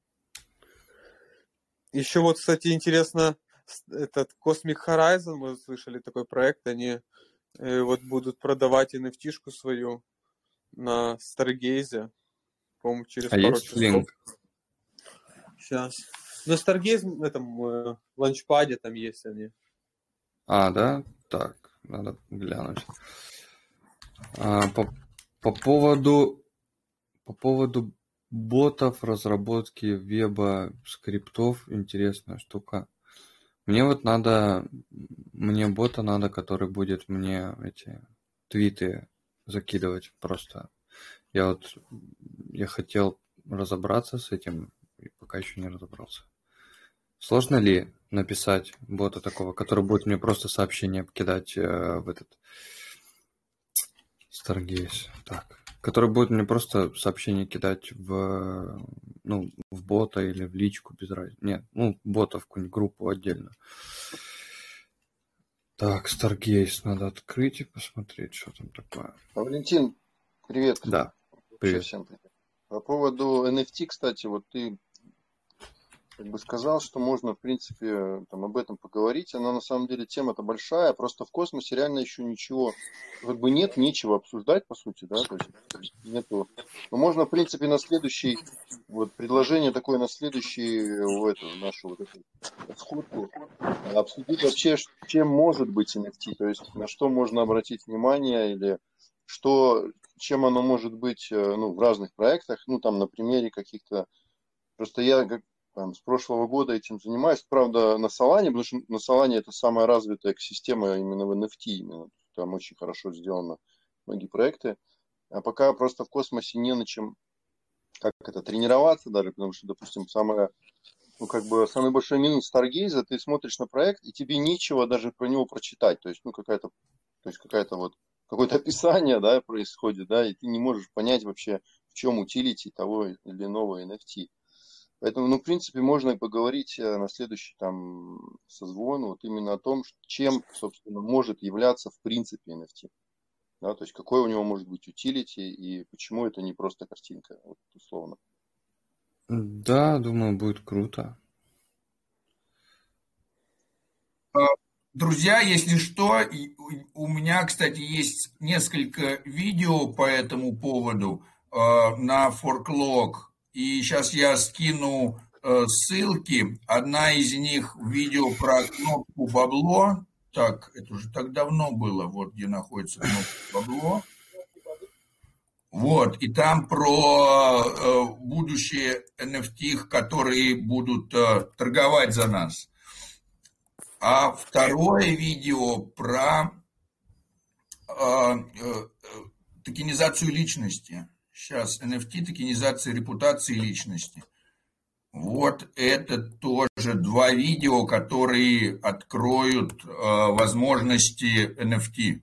Еще вот, кстати, интересно, этот Cosmic Horizon, мы слышали такой проект, они вот будут продавать NFT-шку свою на Stargaze, по-моему, через пару есть часов. линк? Сейчас. На Stargaze, в этом ланчпаде там есть они. Да? Так, надо глянуть. По поводу ботов, разработки веба, скриптов, интересная штука. Мне бота надо, который будет мне эти твиты закидывать просто. Я хотел разобраться с этим, и пока еще не разобрался. Сложно ли написать бота такого, который будет мне просто сообщение кидать в этот Stargaze? Так. Который будет мне просто сообщение кидать в бота или в личку, без разницы. Нет, бота в какую-нибудь группу отдельно. Так, Stargaze надо открыть и посмотреть, что там такое. Валентин, привет. Да, привет. Всем привет. По поводу NFT, кстати, вот ты как бы сказал, что можно, в принципе, там об этом поговорить. Она на самом деле тема-то большая, просто в космосе реально еще ничего, как бы нечего обсуждать, по сути, да, то есть нету. Но можно, в принципе, на следующий, вот предложение такое на следующую нашу вот эту сходку обсудить вообще, чем может быть NFT, то есть на что можно обратить внимание или чем оно может быть, в разных проектах, там на примере каких-то. Просто я с прошлого года этим занимаюсь, правда, на Solana, потому что на Solana это самая развитая экосистема именно в NFT, именно. Там очень хорошо сделано многие проекты. А пока просто в космосе не на чем тренироваться даже, потому что, допустим, самый большой минус Stargaze, ты смотришь на проект, и тебе нечего даже про него прочитать. То есть, какая-то вот какое-то описание, да, происходит, да, и ты не можешь понять вообще, в чем утилити того или иного NFT. Поэтому, ну, в принципе, можно и поговорить на следующий там созвон вот именно о том, чем, собственно, может являться в принципе NFT. Да, то есть какой у него может быть утилити и почему это не просто картинка, вот, условно. Да, думаю, будет круто. Друзья, если что, у меня, кстати, есть несколько видео по этому поводу на Forklog. И сейчас я скину ссылки. Одна из них видео про кнопку бабло. Так, это уже так давно было, вот где находится кнопка бабло. Вот, и там про будущие NFT, которые будут торговать за нас. А второе видео про токенизацию личности. Сейчас NFT, токенизация репутации личности. Вот это тоже два видео, которые откроют возможности NFT.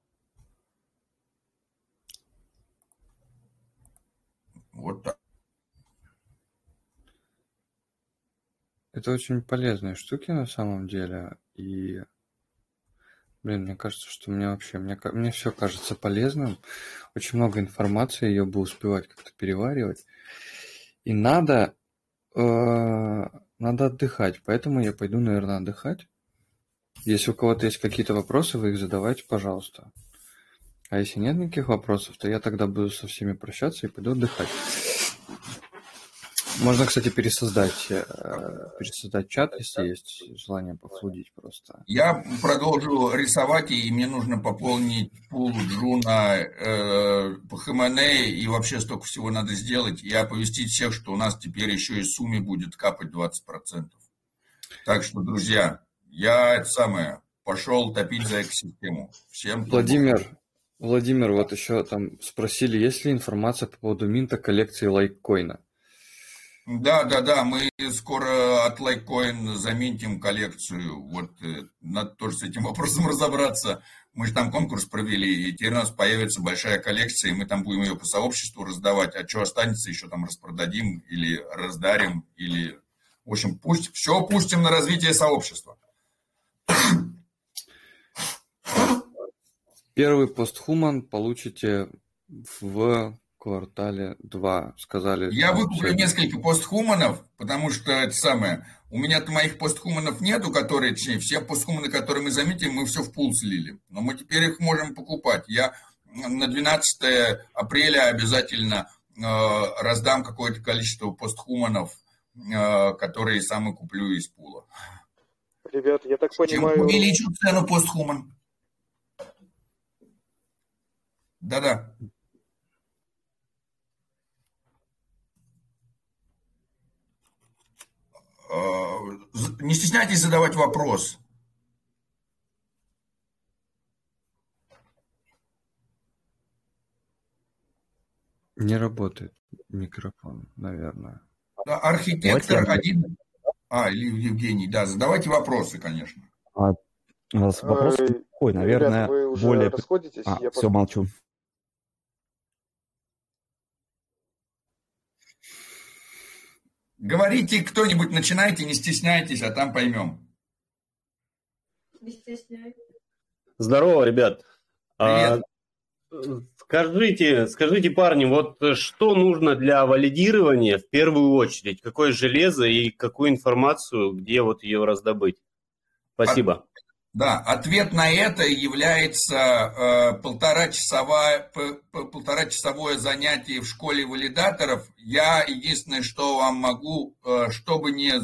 Вот так. Это очень полезные штуки на самом деле. И, блин, мне кажется, что мне все кажется полезным. Очень много информации, ее бы успевать как-то переваривать. И надо отдыхать. Поэтому я пойду, наверное, отдыхать. Если у кого-то есть какие-то вопросы, вы их задавайте, пожалуйста. А если нет никаких вопросов, то я тогда буду со всеми прощаться и пойду отдыхать. Можно, кстати, пересоздать чат, если есть желание пофлудить просто. Я продолжу рисовать, и мне нужно пополнить пул Джуна по ХМН, и вообще столько всего надо сделать, и оповестить всех, что у нас теперь еще и сумме будет капать 20%. Так что, друзья, я пошел топить за экосистему. Всем Владимир, вот еще там спросили, есть ли информация по поводу минта коллекции лайткоина? Да, мы скоро от Litecoin заминтим коллекцию. Вот надо тоже с этим вопросом разобраться. Мы же там конкурс провели, и теперь у нас появится большая коллекция, и мы там будем ее по сообществу раздавать. А что останется, еще там распродадим или раздарим, или... В общем, все пустим на развитие сообщества. Первый постхуман получите в квартале 2, сказали. Я выкуплю несколько постхуманов, потому что у меня-то моих постхуманов нету, точнее, все постхуманы, которые мы заметим, мы все в пул слили. Но мы теперь их можем покупать. Я на 12 апреля обязательно раздам какое-то количество постхуманов, которые сам и куплю из пула. Ребят, я так понимаю... Чем увеличу цену постхуман. Да-да. Не стесняйтесь задавать вопрос. Не работает микрофон, наверное. Да, архитектор один... Евгений, да, задавайте вопросы, конечно. Вопрос такой, наверное, ребят, вы уже более... расходитесь? Все, молчу. Говорите кто-нибудь, начинайте, не стесняйтесь, а там поймем. Не стесняйтесь. Здорово, ребят. Привет. Скажите, парни, вот что нужно для валидирования в первую очередь? Какое железо и какую информацию, где вот ее раздобыть? Спасибо. Ответ на это является полуторачасовое занятие в школе валидаторов. Я единственное, что вам могу, чтобы не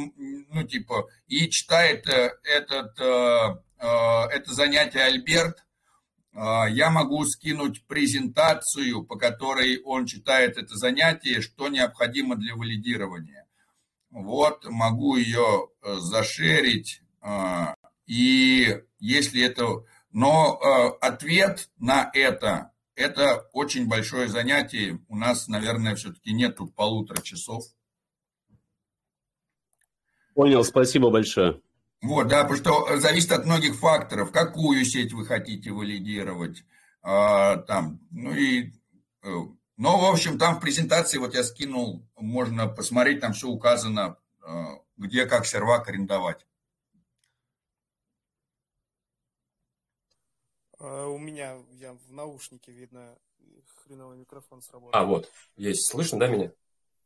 и читает это занятие Альберт, я могу скинуть презентацию, по которой он читает это занятие, что необходимо для валидирования. Вот, могу ее зашерить. И если это... Но ответ на это очень большое занятие. У нас, наверное, все-таки нету 1,5 часов. Понял, спасибо большое. Вот, да, потому что зависит от многих факторов. Какую сеть вы хотите валидировать? там, но, в общем, там в презентации, вот я скинул, можно посмотреть, там все указано, где как сервак арендовать. У меня, я в наушнике, видно, хреновый микрофон сработал. Вот, есть. Слышно, да, меня?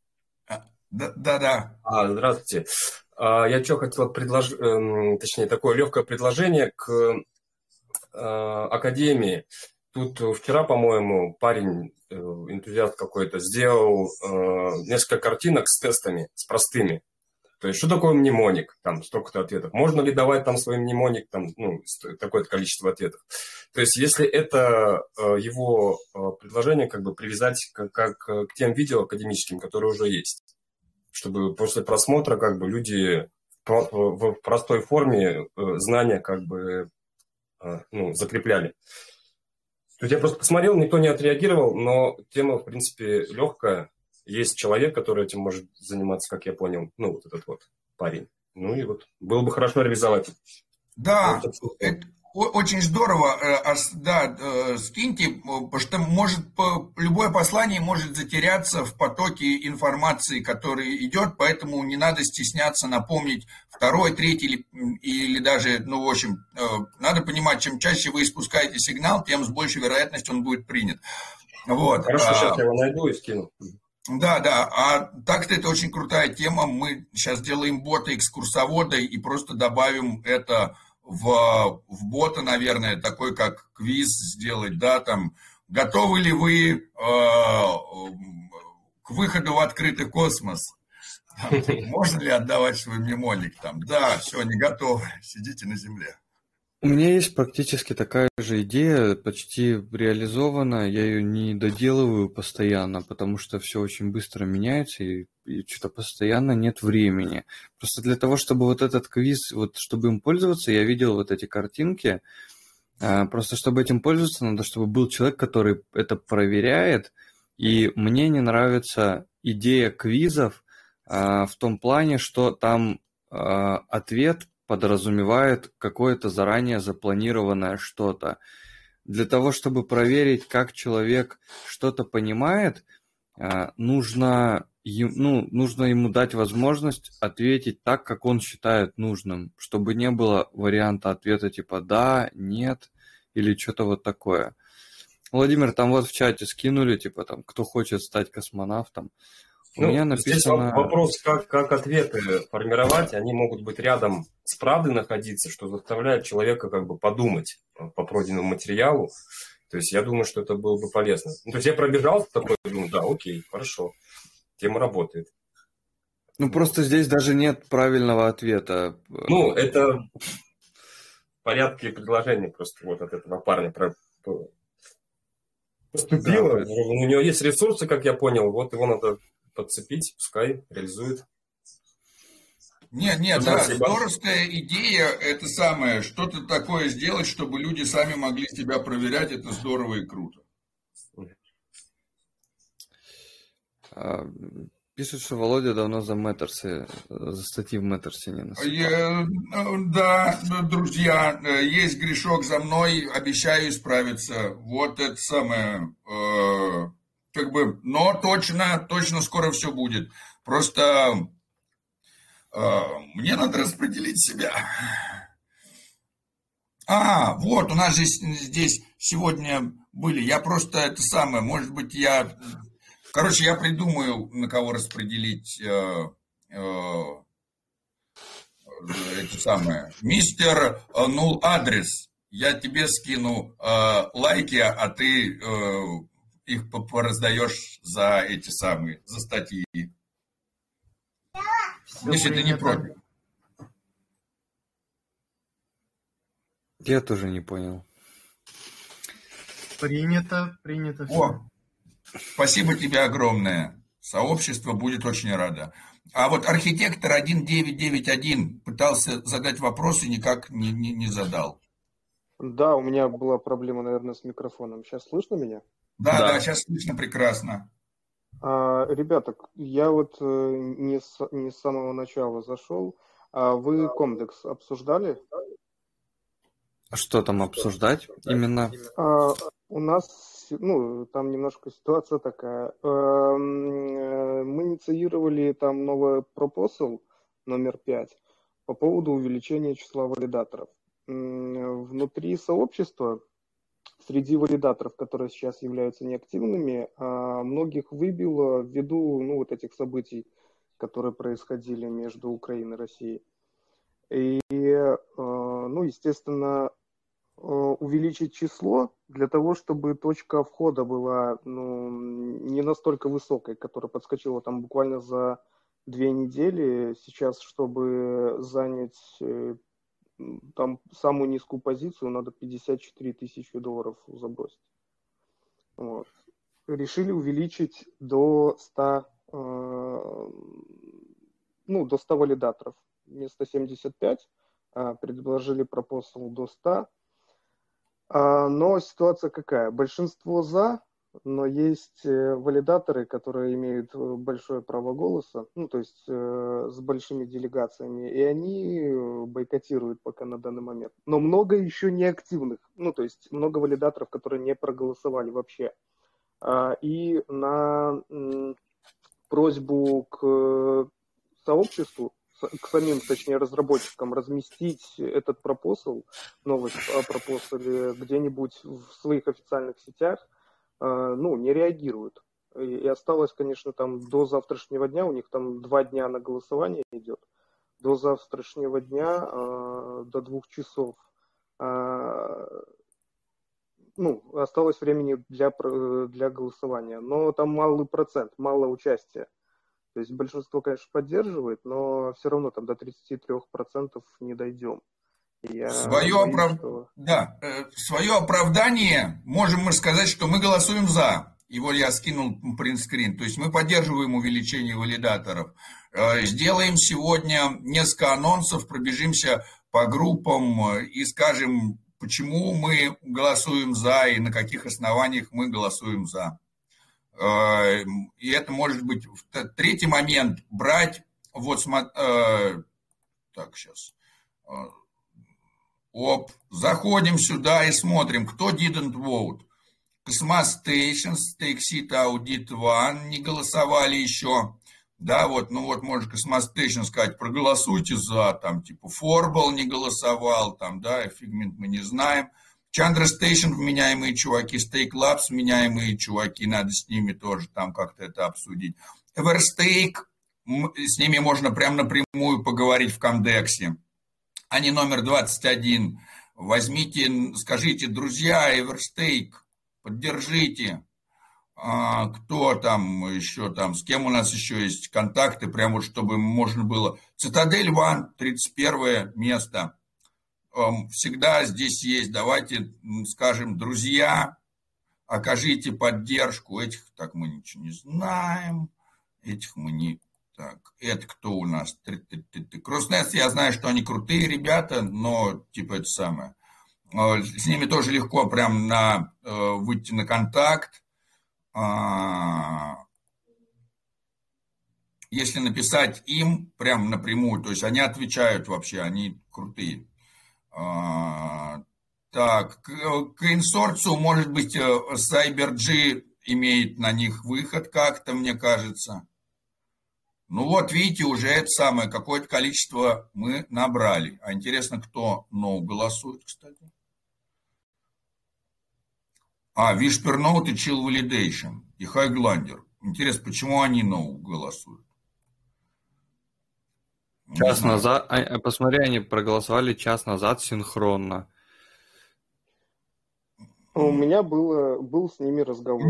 Да. Здравствуйте. Я что хотел предложить, точнее, такое легкое предложение к академии. Тут вчера, по-моему, парень, энтузиаст какой-то, сделал несколько картинок с тестами, с простыми. То есть, что такое мнемоник? Там столько-то ответов. Можно ли давать там свой мнемоник, там, такое-то количество ответов? То есть, если это его предложение, как бы привязать как к тем видео академическим, которые уже есть, чтобы после просмотра, как бы, люди в простой форме знания, как бы, закрепляли. То есть я просто посмотрел, никто не отреагировал, но тема, в принципе, легкая. Есть человек, который этим может заниматься, как я понял, вот этот вот парень. И вот было бы хорошо реализовать. Да, это очень здорово. Скиньте, потому что любое послание может затеряться в потоке информации, который идет, поэтому не надо стесняться напомнить второй, третий или даже, в общем, надо понимать, чем чаще вы испускаете сигнал, тем с большей вероятностью он будет принят. Вот. Хорошо, сейчас я его найду и скину. Да, а так-то это очень крутая тема. Мы сейчас делаем бота-экскурсовода и просто добавим это в бота, наверное, такой как квиз сделать, да, там, готовы ли вы к выходу в открытый космос? Там, можно ли отдавать свой мнемоник? Там, да, все, не готовы, сидите на земле. У меня есть практически такая же идея, почти реализована, я ее не доделываю постоянно, потому что все очень быстро меняется, и что-то постоянно нет времени. Просто для того, чтобы вот этот квиз, чтобы им пользоваться, я видел вот эти картинки, просто чтобы этим пользоваться, надо, чтобы был человек, который это проверяет, и мне не нравится идея квизов в том плане, что там ответ подразумевает какое-то заранее запланированное что-то. Для того, чтобы проверить, как человек что-то понимает, нужно ему дать возможность ответить так, как он считает нужным, чтобы не было варианта ответа типа «да», «нет» или что-то вот такое. Владимир, там вот в чате скинули, типа там, кто хочет стать космонавтом. У меня написано... Здесь вопрос, как ответы формировать. Они могут быть рядом с правдой находиться, что заставляет человека как бы подумать по пройденному материалу. То есть я думаю, что это было бы полезно. То есть я пробежал такой, думаю, да, окей, хорошо, тема работает. Просто здесь даже нет правильного ответа. Это в порядке предложения просто вот от этого парня поступило. Да. У него есть ресурсы, как я понял, вот его надо подцепить, пускай реализует. Нет, да, здоровская идея, это самое, что-то такое сделать, чтобы люди сами могли себя проверять, это здорово и круто. Пишут, что Володя давно за статьи в Мэттерсе не насыпал. Да, друзья, есть грешок за мной, обещаю исправиться. Вот это самое, но точно скоро все будет. Просто мне надо распределить себя. Вот, у нас же здесь сегодня были. Я просто может быть, я придумаю, на кого распределить Мистер Null Адрес. Я тебе скину лайки, а ты их пораздаешь за за статьи. Если ты не против. Я тоже не понял. Принято. Спасибо тебе огромное. Сообщество будет очень радо. А вот архитектор 1991 пытался задать вопрос и никак не задал. Да, у меня была проблема, наверное, с микрофоном. Сейчас слышно меня? Да, сейчас слышно прекрасно. Ребята, я вот не с самого начала зашел. Вы Комдекс обсуждали? А что там обсуждать именно? У нас, ну, там немножко ситуация такая. Мы инициировали там новый пропосал номер 5 по поводу увеличения числа валидаторов. Внутри сообщества, среди валидаторов, которые сейчас являются неактивными, многих выбило ввиду, ну, вот этих событий, которые происходили между Украиной и Россией. И, ну, естественно, увеличить число для того, чтобы точка входа была, ну, не настолько высокой, которая подскочила там буквально за 2 недели. Сейчас, чтобы занять там самую низкую позицию, надо 54 тысячи долларов забросить. Вот. Решили увеличить до 100, ну, до 100 валидаторов. Вместо 75 предложили пропосал до 100. Но ситуация какая? Большинство за, но есть валидаторы, которые имеют большое право голоса, ну, то есть с большими делегациями, и они бойкотируют пока на данный момент. Но много еще неактивных, ну, то есть много валидаторов, которые не проголосовали вообще. И на просьбу к сообществу, к самим, точнее, разработчикам разместить этот пропосал, новость о пропосале где-нибудь в своих официальных сетях, ну, не реагируют. И осталось, конечно, там до завтрашнего дня, у них там 2 дня на голосование идет, до завтрашнего дня, до 2 часов, ну, осталось времени для голосования, но там малый процент, мало участия. То есть большинство, конечно, поддерживает, но все равно там до 33% не дойдем. Свое оправдание можем мы сказать, что мы голосуем за. Его я скинул принтскрин. То есть мы поддерживаем увеличение валидаторов. Сделаем сегодня несколько анонсов, пробежимся по группам и скажем, почему мы голосуем за и на каких основаниях мы голосуем за. И это может быть третий момент, брать, вот, так, сейчас, заходим сюда и смотрим, кто didn't vote. Cosmos Station, Stake Audit One не голосовали еще, да, вот, ну вот, может Cosmos Station сказать, проголосуйте за, там, типа, Forbal не голосовал, там, да, Figment мы не знаем. Chandra Station вменяемые чуваки, Stake Labs вменяемые чуваки, надо с ними тоже там как-то это обсудить. Everstake, с ними можно прям напрямую поговорить в Комдексе. Они номер 21. Возьмите, скажите, друзья, Everstake, поддержите. Кто там еще там, с кем у нас еще есть контакты, прям вот чтобы можно было. Citadel One, 31 место. Всегда здесь есть, давайте скажем, друзья, окажите поддержку, этих так мы ничего не знаем, этих мы не... Так, это кто у нас? Кроснес, я знаю, что они крутые ребята, но типа это самое. С ними тоже легко прям выйти на контакт. Если написать им прям напрямую, то есть они отвечают вообще, они крутые. Так, к инсорцию, может быть, CyberG имеет на них выход как-то, мне кажется. Ну вот, видите, уже это самое, какое-то количество мы набрали. А интересно, кто голосует, кстати? Whispernote и Chill Validation, и Highlander. Интересно, почему они голосуют? Час назад, посмотри, они проголосовали час назад синхронно. У меня был с ними разговор. У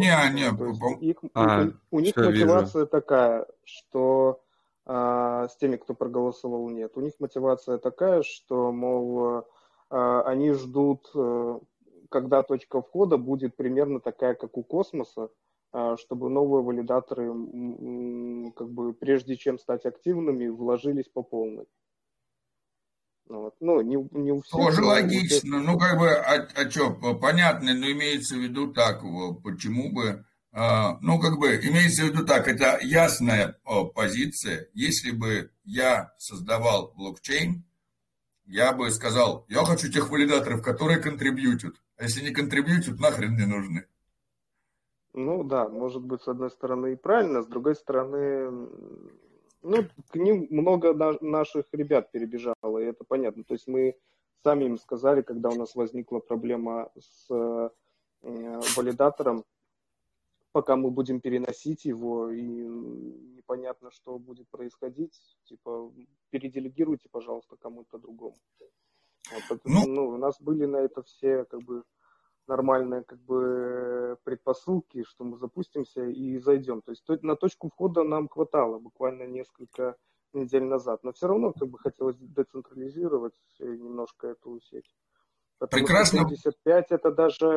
них мотивация такая, что с теми, кто проголосовал нет, у них мотивация такая, что, мол, они ждут, когда точка входа будет примерно такая, как у Космоса, чтобы новые валидаторы, как бы, прежде чем стать активными, вложились по полной. Вот. Ну, не у всех. Тоже логично. Ну, как бы, что, понятно, но имеется в виду так, почему бы, ну, как бы, имеется в виду так, это ясная позиция. Если бы я создавал блокчейн, я бы сказал, я хочу тех валидаторов, которые контрибьютят. А если не контрибьютят, нахрен не нужны. Ну да, может быть, с одной стороны и правильно, с другой стороны, ну, к ним много наших ребят перебежало, и это понятно. То есть мы сами им сказали, когда у нас возникла проблема с валидатором, пока мы будем переносить его, и непонятно, что будет происходить, типа, переделегируйте, пожалуйста, кому-то другому. Вот, ну, у нас были на это все, как бы, нормальные, как бы, предпосылки, что мы запустимся и зайдем. То есть на точку входа нам хватало буквально несколько недель назад, но все равно, как бы, хотелось децентрализировать немножко эту сеть. Потому Прекрасно. что 75 это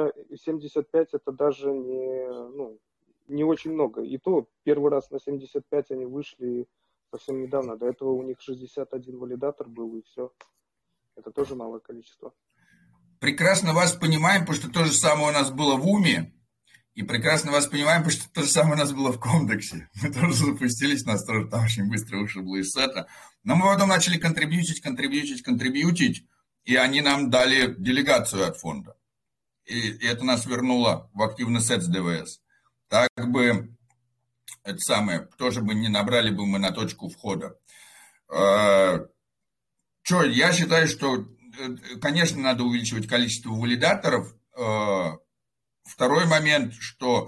даже не, ну, не очень много. И то первый раз на 75 они вышли совсем недавно. До этого у них 61 валидатор был, и все. Это тоже малое количество. Прекрасно вас понимаем, потому что то же самое у нас было в УМе. И прекрасно вас понимаем, потому что то же самое у нас было в Комдексе. Мы тоже запустились, нас тоже там очень быстро вышибло из сета. Но мы потом начали контрибьютить. И они нам дали делегацию от фонда. И это нас вернуло в активный сет с ДВС. Так бы, это самое, тоже бы не набрали бы мы на точку входа. Я считаю, что, конечно, надо увеличивать количество валидаторов. Второй момент, что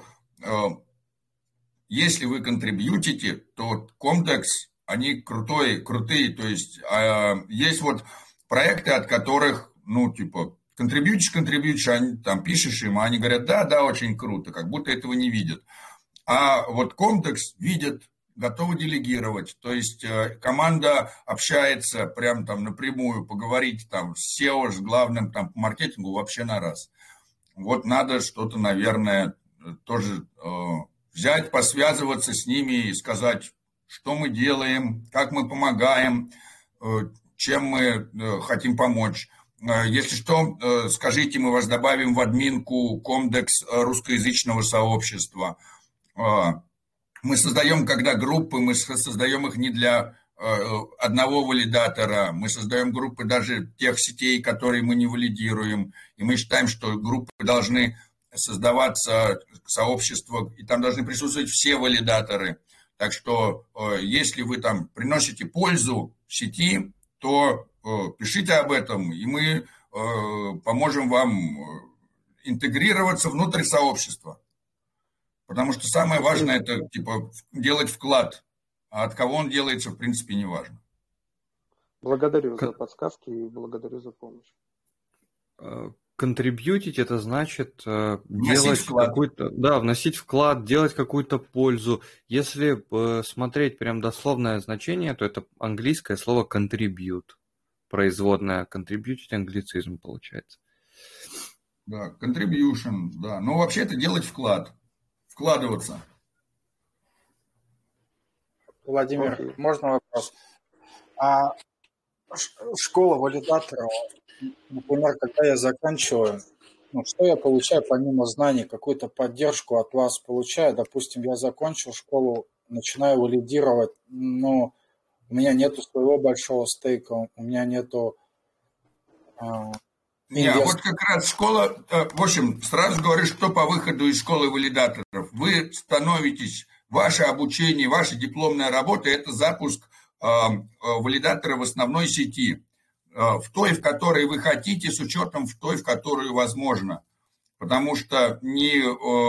если вы контрибьютите, то Комдекс, они крутые. То есть есть вот проекты, от которых, ну, типа, контрибьютишь, они там пишешь им, а они говорят, да, очень круто, как будто этого не видят. А вот Комдекс видят, готовы делегировать, то есть команда общается прям там напрямую, поговорить там с SEO, с главным там по маркетингу вообще на раз. Вот надо что-то, наверное, тоже взять, посвязываться с ними и сказать, что мы делаем, как мы помогаем, чем мы хотим помочь. Если что, скажите, мы вас добавим в админку Комдекс русскоязычного сообщества. Мы создаем, когда группы, мы создаем их не для одного валидатора, мы создаем группы даже тех сетей, которые мы не валидируем. И мы считаем, что группы должны создаваться, сообщества, и там должны присутствовать все валидаторы. Так что, если вы там приносите пользу сети, то пишите об этом, и мы поможем вам интегрироваться внутрь сообщества. Потому что самое важное – это типа делать вклад, а от кого он делается, в принципе, не важно. Благодарю за подсказки и благодарю за помощь. Контрибьютить – это значит делать какой-то, да, вносить вклад, делать какую-то пользу. Если смотреть прям дословное значение, то это английское слово contribute, производное. Contribute – англицизм получается. Да, contribution, да. Но вообще это делать вклад, вкладываться. Владимир, можно вопрос? А школа валидаторов, например, когда я заканчиваю, ну, что я получаю помимо знаний, какую-то поддержку от вас получаю? Допустим, я закончил школу, начинаю валидировать, но у меня нету своего большого стейка, у меня нету... Вот как раз школа, в общем, сразу говорю, что по выходу из школы валидаторов. Вы становитесь, ваше обучение, ваша дипломная работа – это запуск валидатора в основной сети. В той, в которой вы хотите, с учетом в той, в которую возможно. Потому что не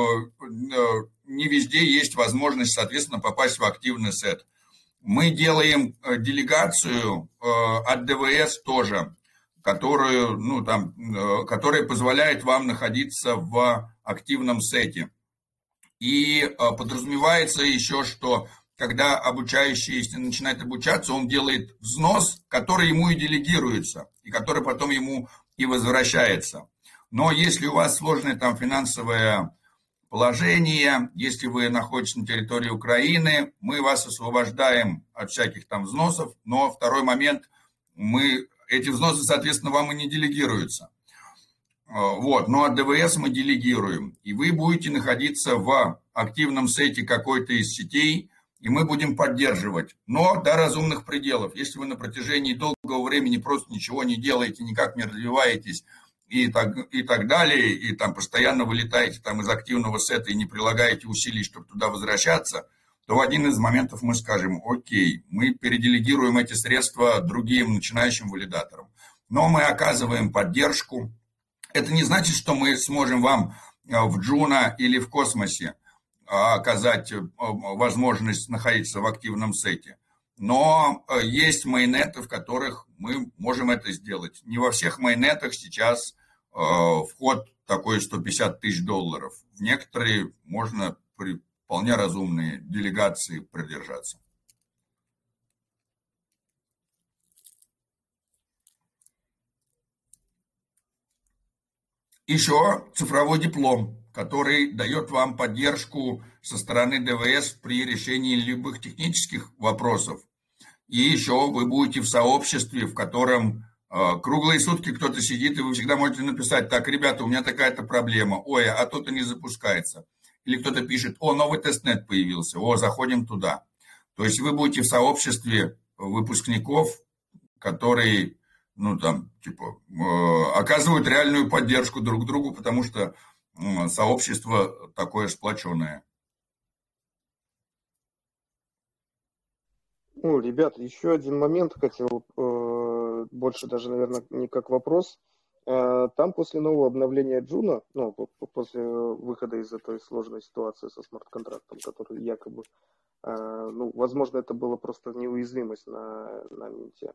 везде есть возможность, соответственно, попасть в активный сет. Мы делаем делегацию от ДВС тоже, которая позволяет вам находиться в активном сете. И подразумевается еще, что когда обучающий, если начинает обучаться, он делает взнос, который ему и делегируется, и который потом ему и возвращается. Но если у вас сложное там финансовое положение, если вы находитесь на территории Украины, мы вас освобождаем от всяких там взносов, но второй момент, эти взносы, соответственно, вам и не делегируются. Вот, но от ДВС мы делегируем, и вы будете находиться в активном сете какой-то из сетей, и мы будем поддерживать, но до разумных пределов. Если вы на протяжении долгого времени просто ничего не делаете, никак не развиваетесь и так далее, и там постоянно вылетаете там из активного сета и не прилагаете усилий, чтобы туда возвращаться, то в один из моментов мы скажем: окей, мы переделегируем эти средства другим начинающим валидаторам. Но мы оказываем поддержку. Это не значит, что мы сможем вам в Juno или в Космосе оказать возможность находиться в активном сете. Но есть майнеты, в которых мы можем это сделать. Не во всех майнетах сейчас вход такой $150 тысяч. В некоторые можно при вполне разумные делегации продержаться. Еще цифровой диплом, который дает вам поддержку со стороны ДВС при решении любых технических вопросов. И еще вы будете в сообществе, в котором круглые сутки кто-то сидит, и вы всегда можете написать: так, ребята, у меня такая-то проблема, ой, а то-то не запускается. Или кто-то пишет: о, новый тестнет появился, о, заходим туда. То есть вы будете в сообществе выпускников, которые, оказывают реальную поддержку друг другу, потому что сообщество такое сплоченное. Ребята, еще один момент хотел, больше даже, наверное, не как вопрос. Там после нового обновления Juno, после выхода из этой сложной ситуации со смарт-контрактом, который якобы, возможно, это была просто неуязвимость на Минте.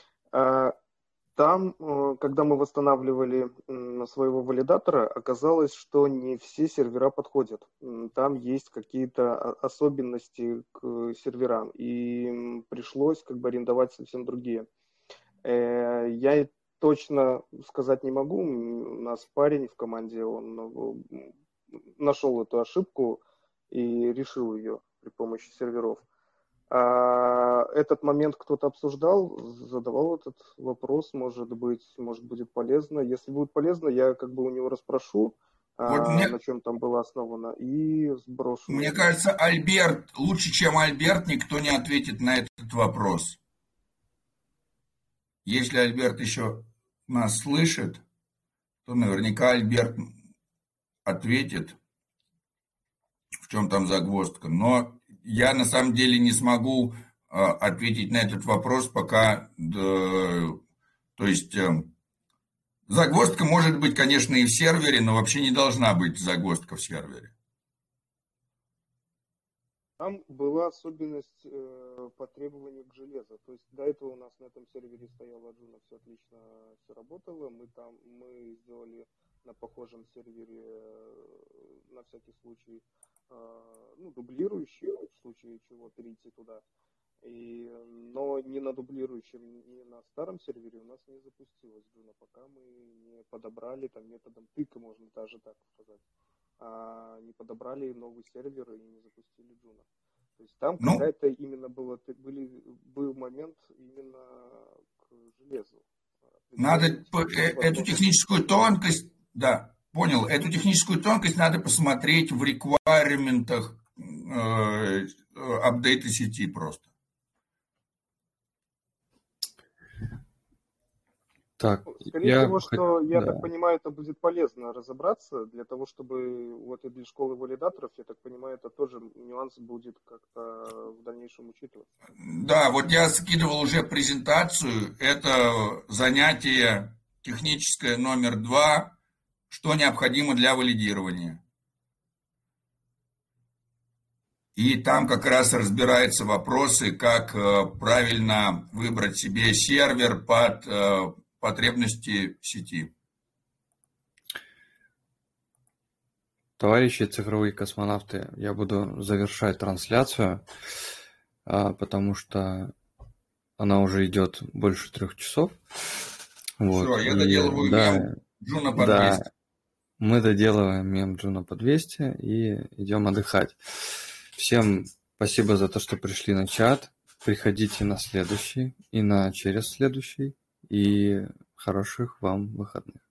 Там, когда мы восстанавливали своего валидатора, оказалось, что не все сервера подходят. Там есть какие-то особенности к серверам, и пришлось арендовать совсем другие. Я точно сказать не могу. У нас парень в команде, он нашел эту ошибку и решил ее при помощи серверов. Этот момент кто-то обсуждал, задавал этот вопрос, может будет полезно. Если будет полезно, я у него расспрошу, на чем там было основано, и сброшу. Мне кажется, Альберт, лучше, чем Альберт, никто не ответит на этот вопрос. Если Альберт еще нас слышит, то наверняка Альберт ответит, в чем там загвоздка. Но я на самом деле не смогу ответить на этот вопрос, пока... То есть загвоздка может быть, конечно, и в сервере, но вообще не должна быть загвоздка в сервере. Там была особенность по требованию к железу. То есть до этого у нас на этом сервере стояла Juno, все отлично, все работало. Мы сделали на похожем сервере на всякий случай дублирующий, в случае чего перейти туда. Но ни на дублирующем, ни на старом сервере у нас не запустилась Juno, пока мы не подобрали методом тыка, можно даже так сказать. Не подобрали новый сервер и не запустили Juno. То есть там какая-то именно был момент именно к железу. Надо эту техническую тонкость, да, понял, эту техническую тонкость надо посмотреть в реквайрементах апдейта сети просто. Так, скорее всего, что, я так понимаю, это будет полезно разобраться для того, чтобы для школы валидаторов, я так понимаю, это тоже нюанс будет как-то в дальнейшем учитываться. Да, вот я скидывал уже презентацию, это занятие техническое номер 2, что необходимо для валидирования. И там как раз разбираются вопросы, как правильно выбрать себе сервер под потребности сети. Товарищи цифровые космонавты, я буду завершать трансляцию, потому что она уже идет больше 3 часов. Все, я доделываю мем Juno по 200. Да, мы доделываем мем Juno по 200 и идем отдыхать. Всем спасибо за то, что пришли на чат. Приходите на следующий и на через следующий. И хороших вам выходных.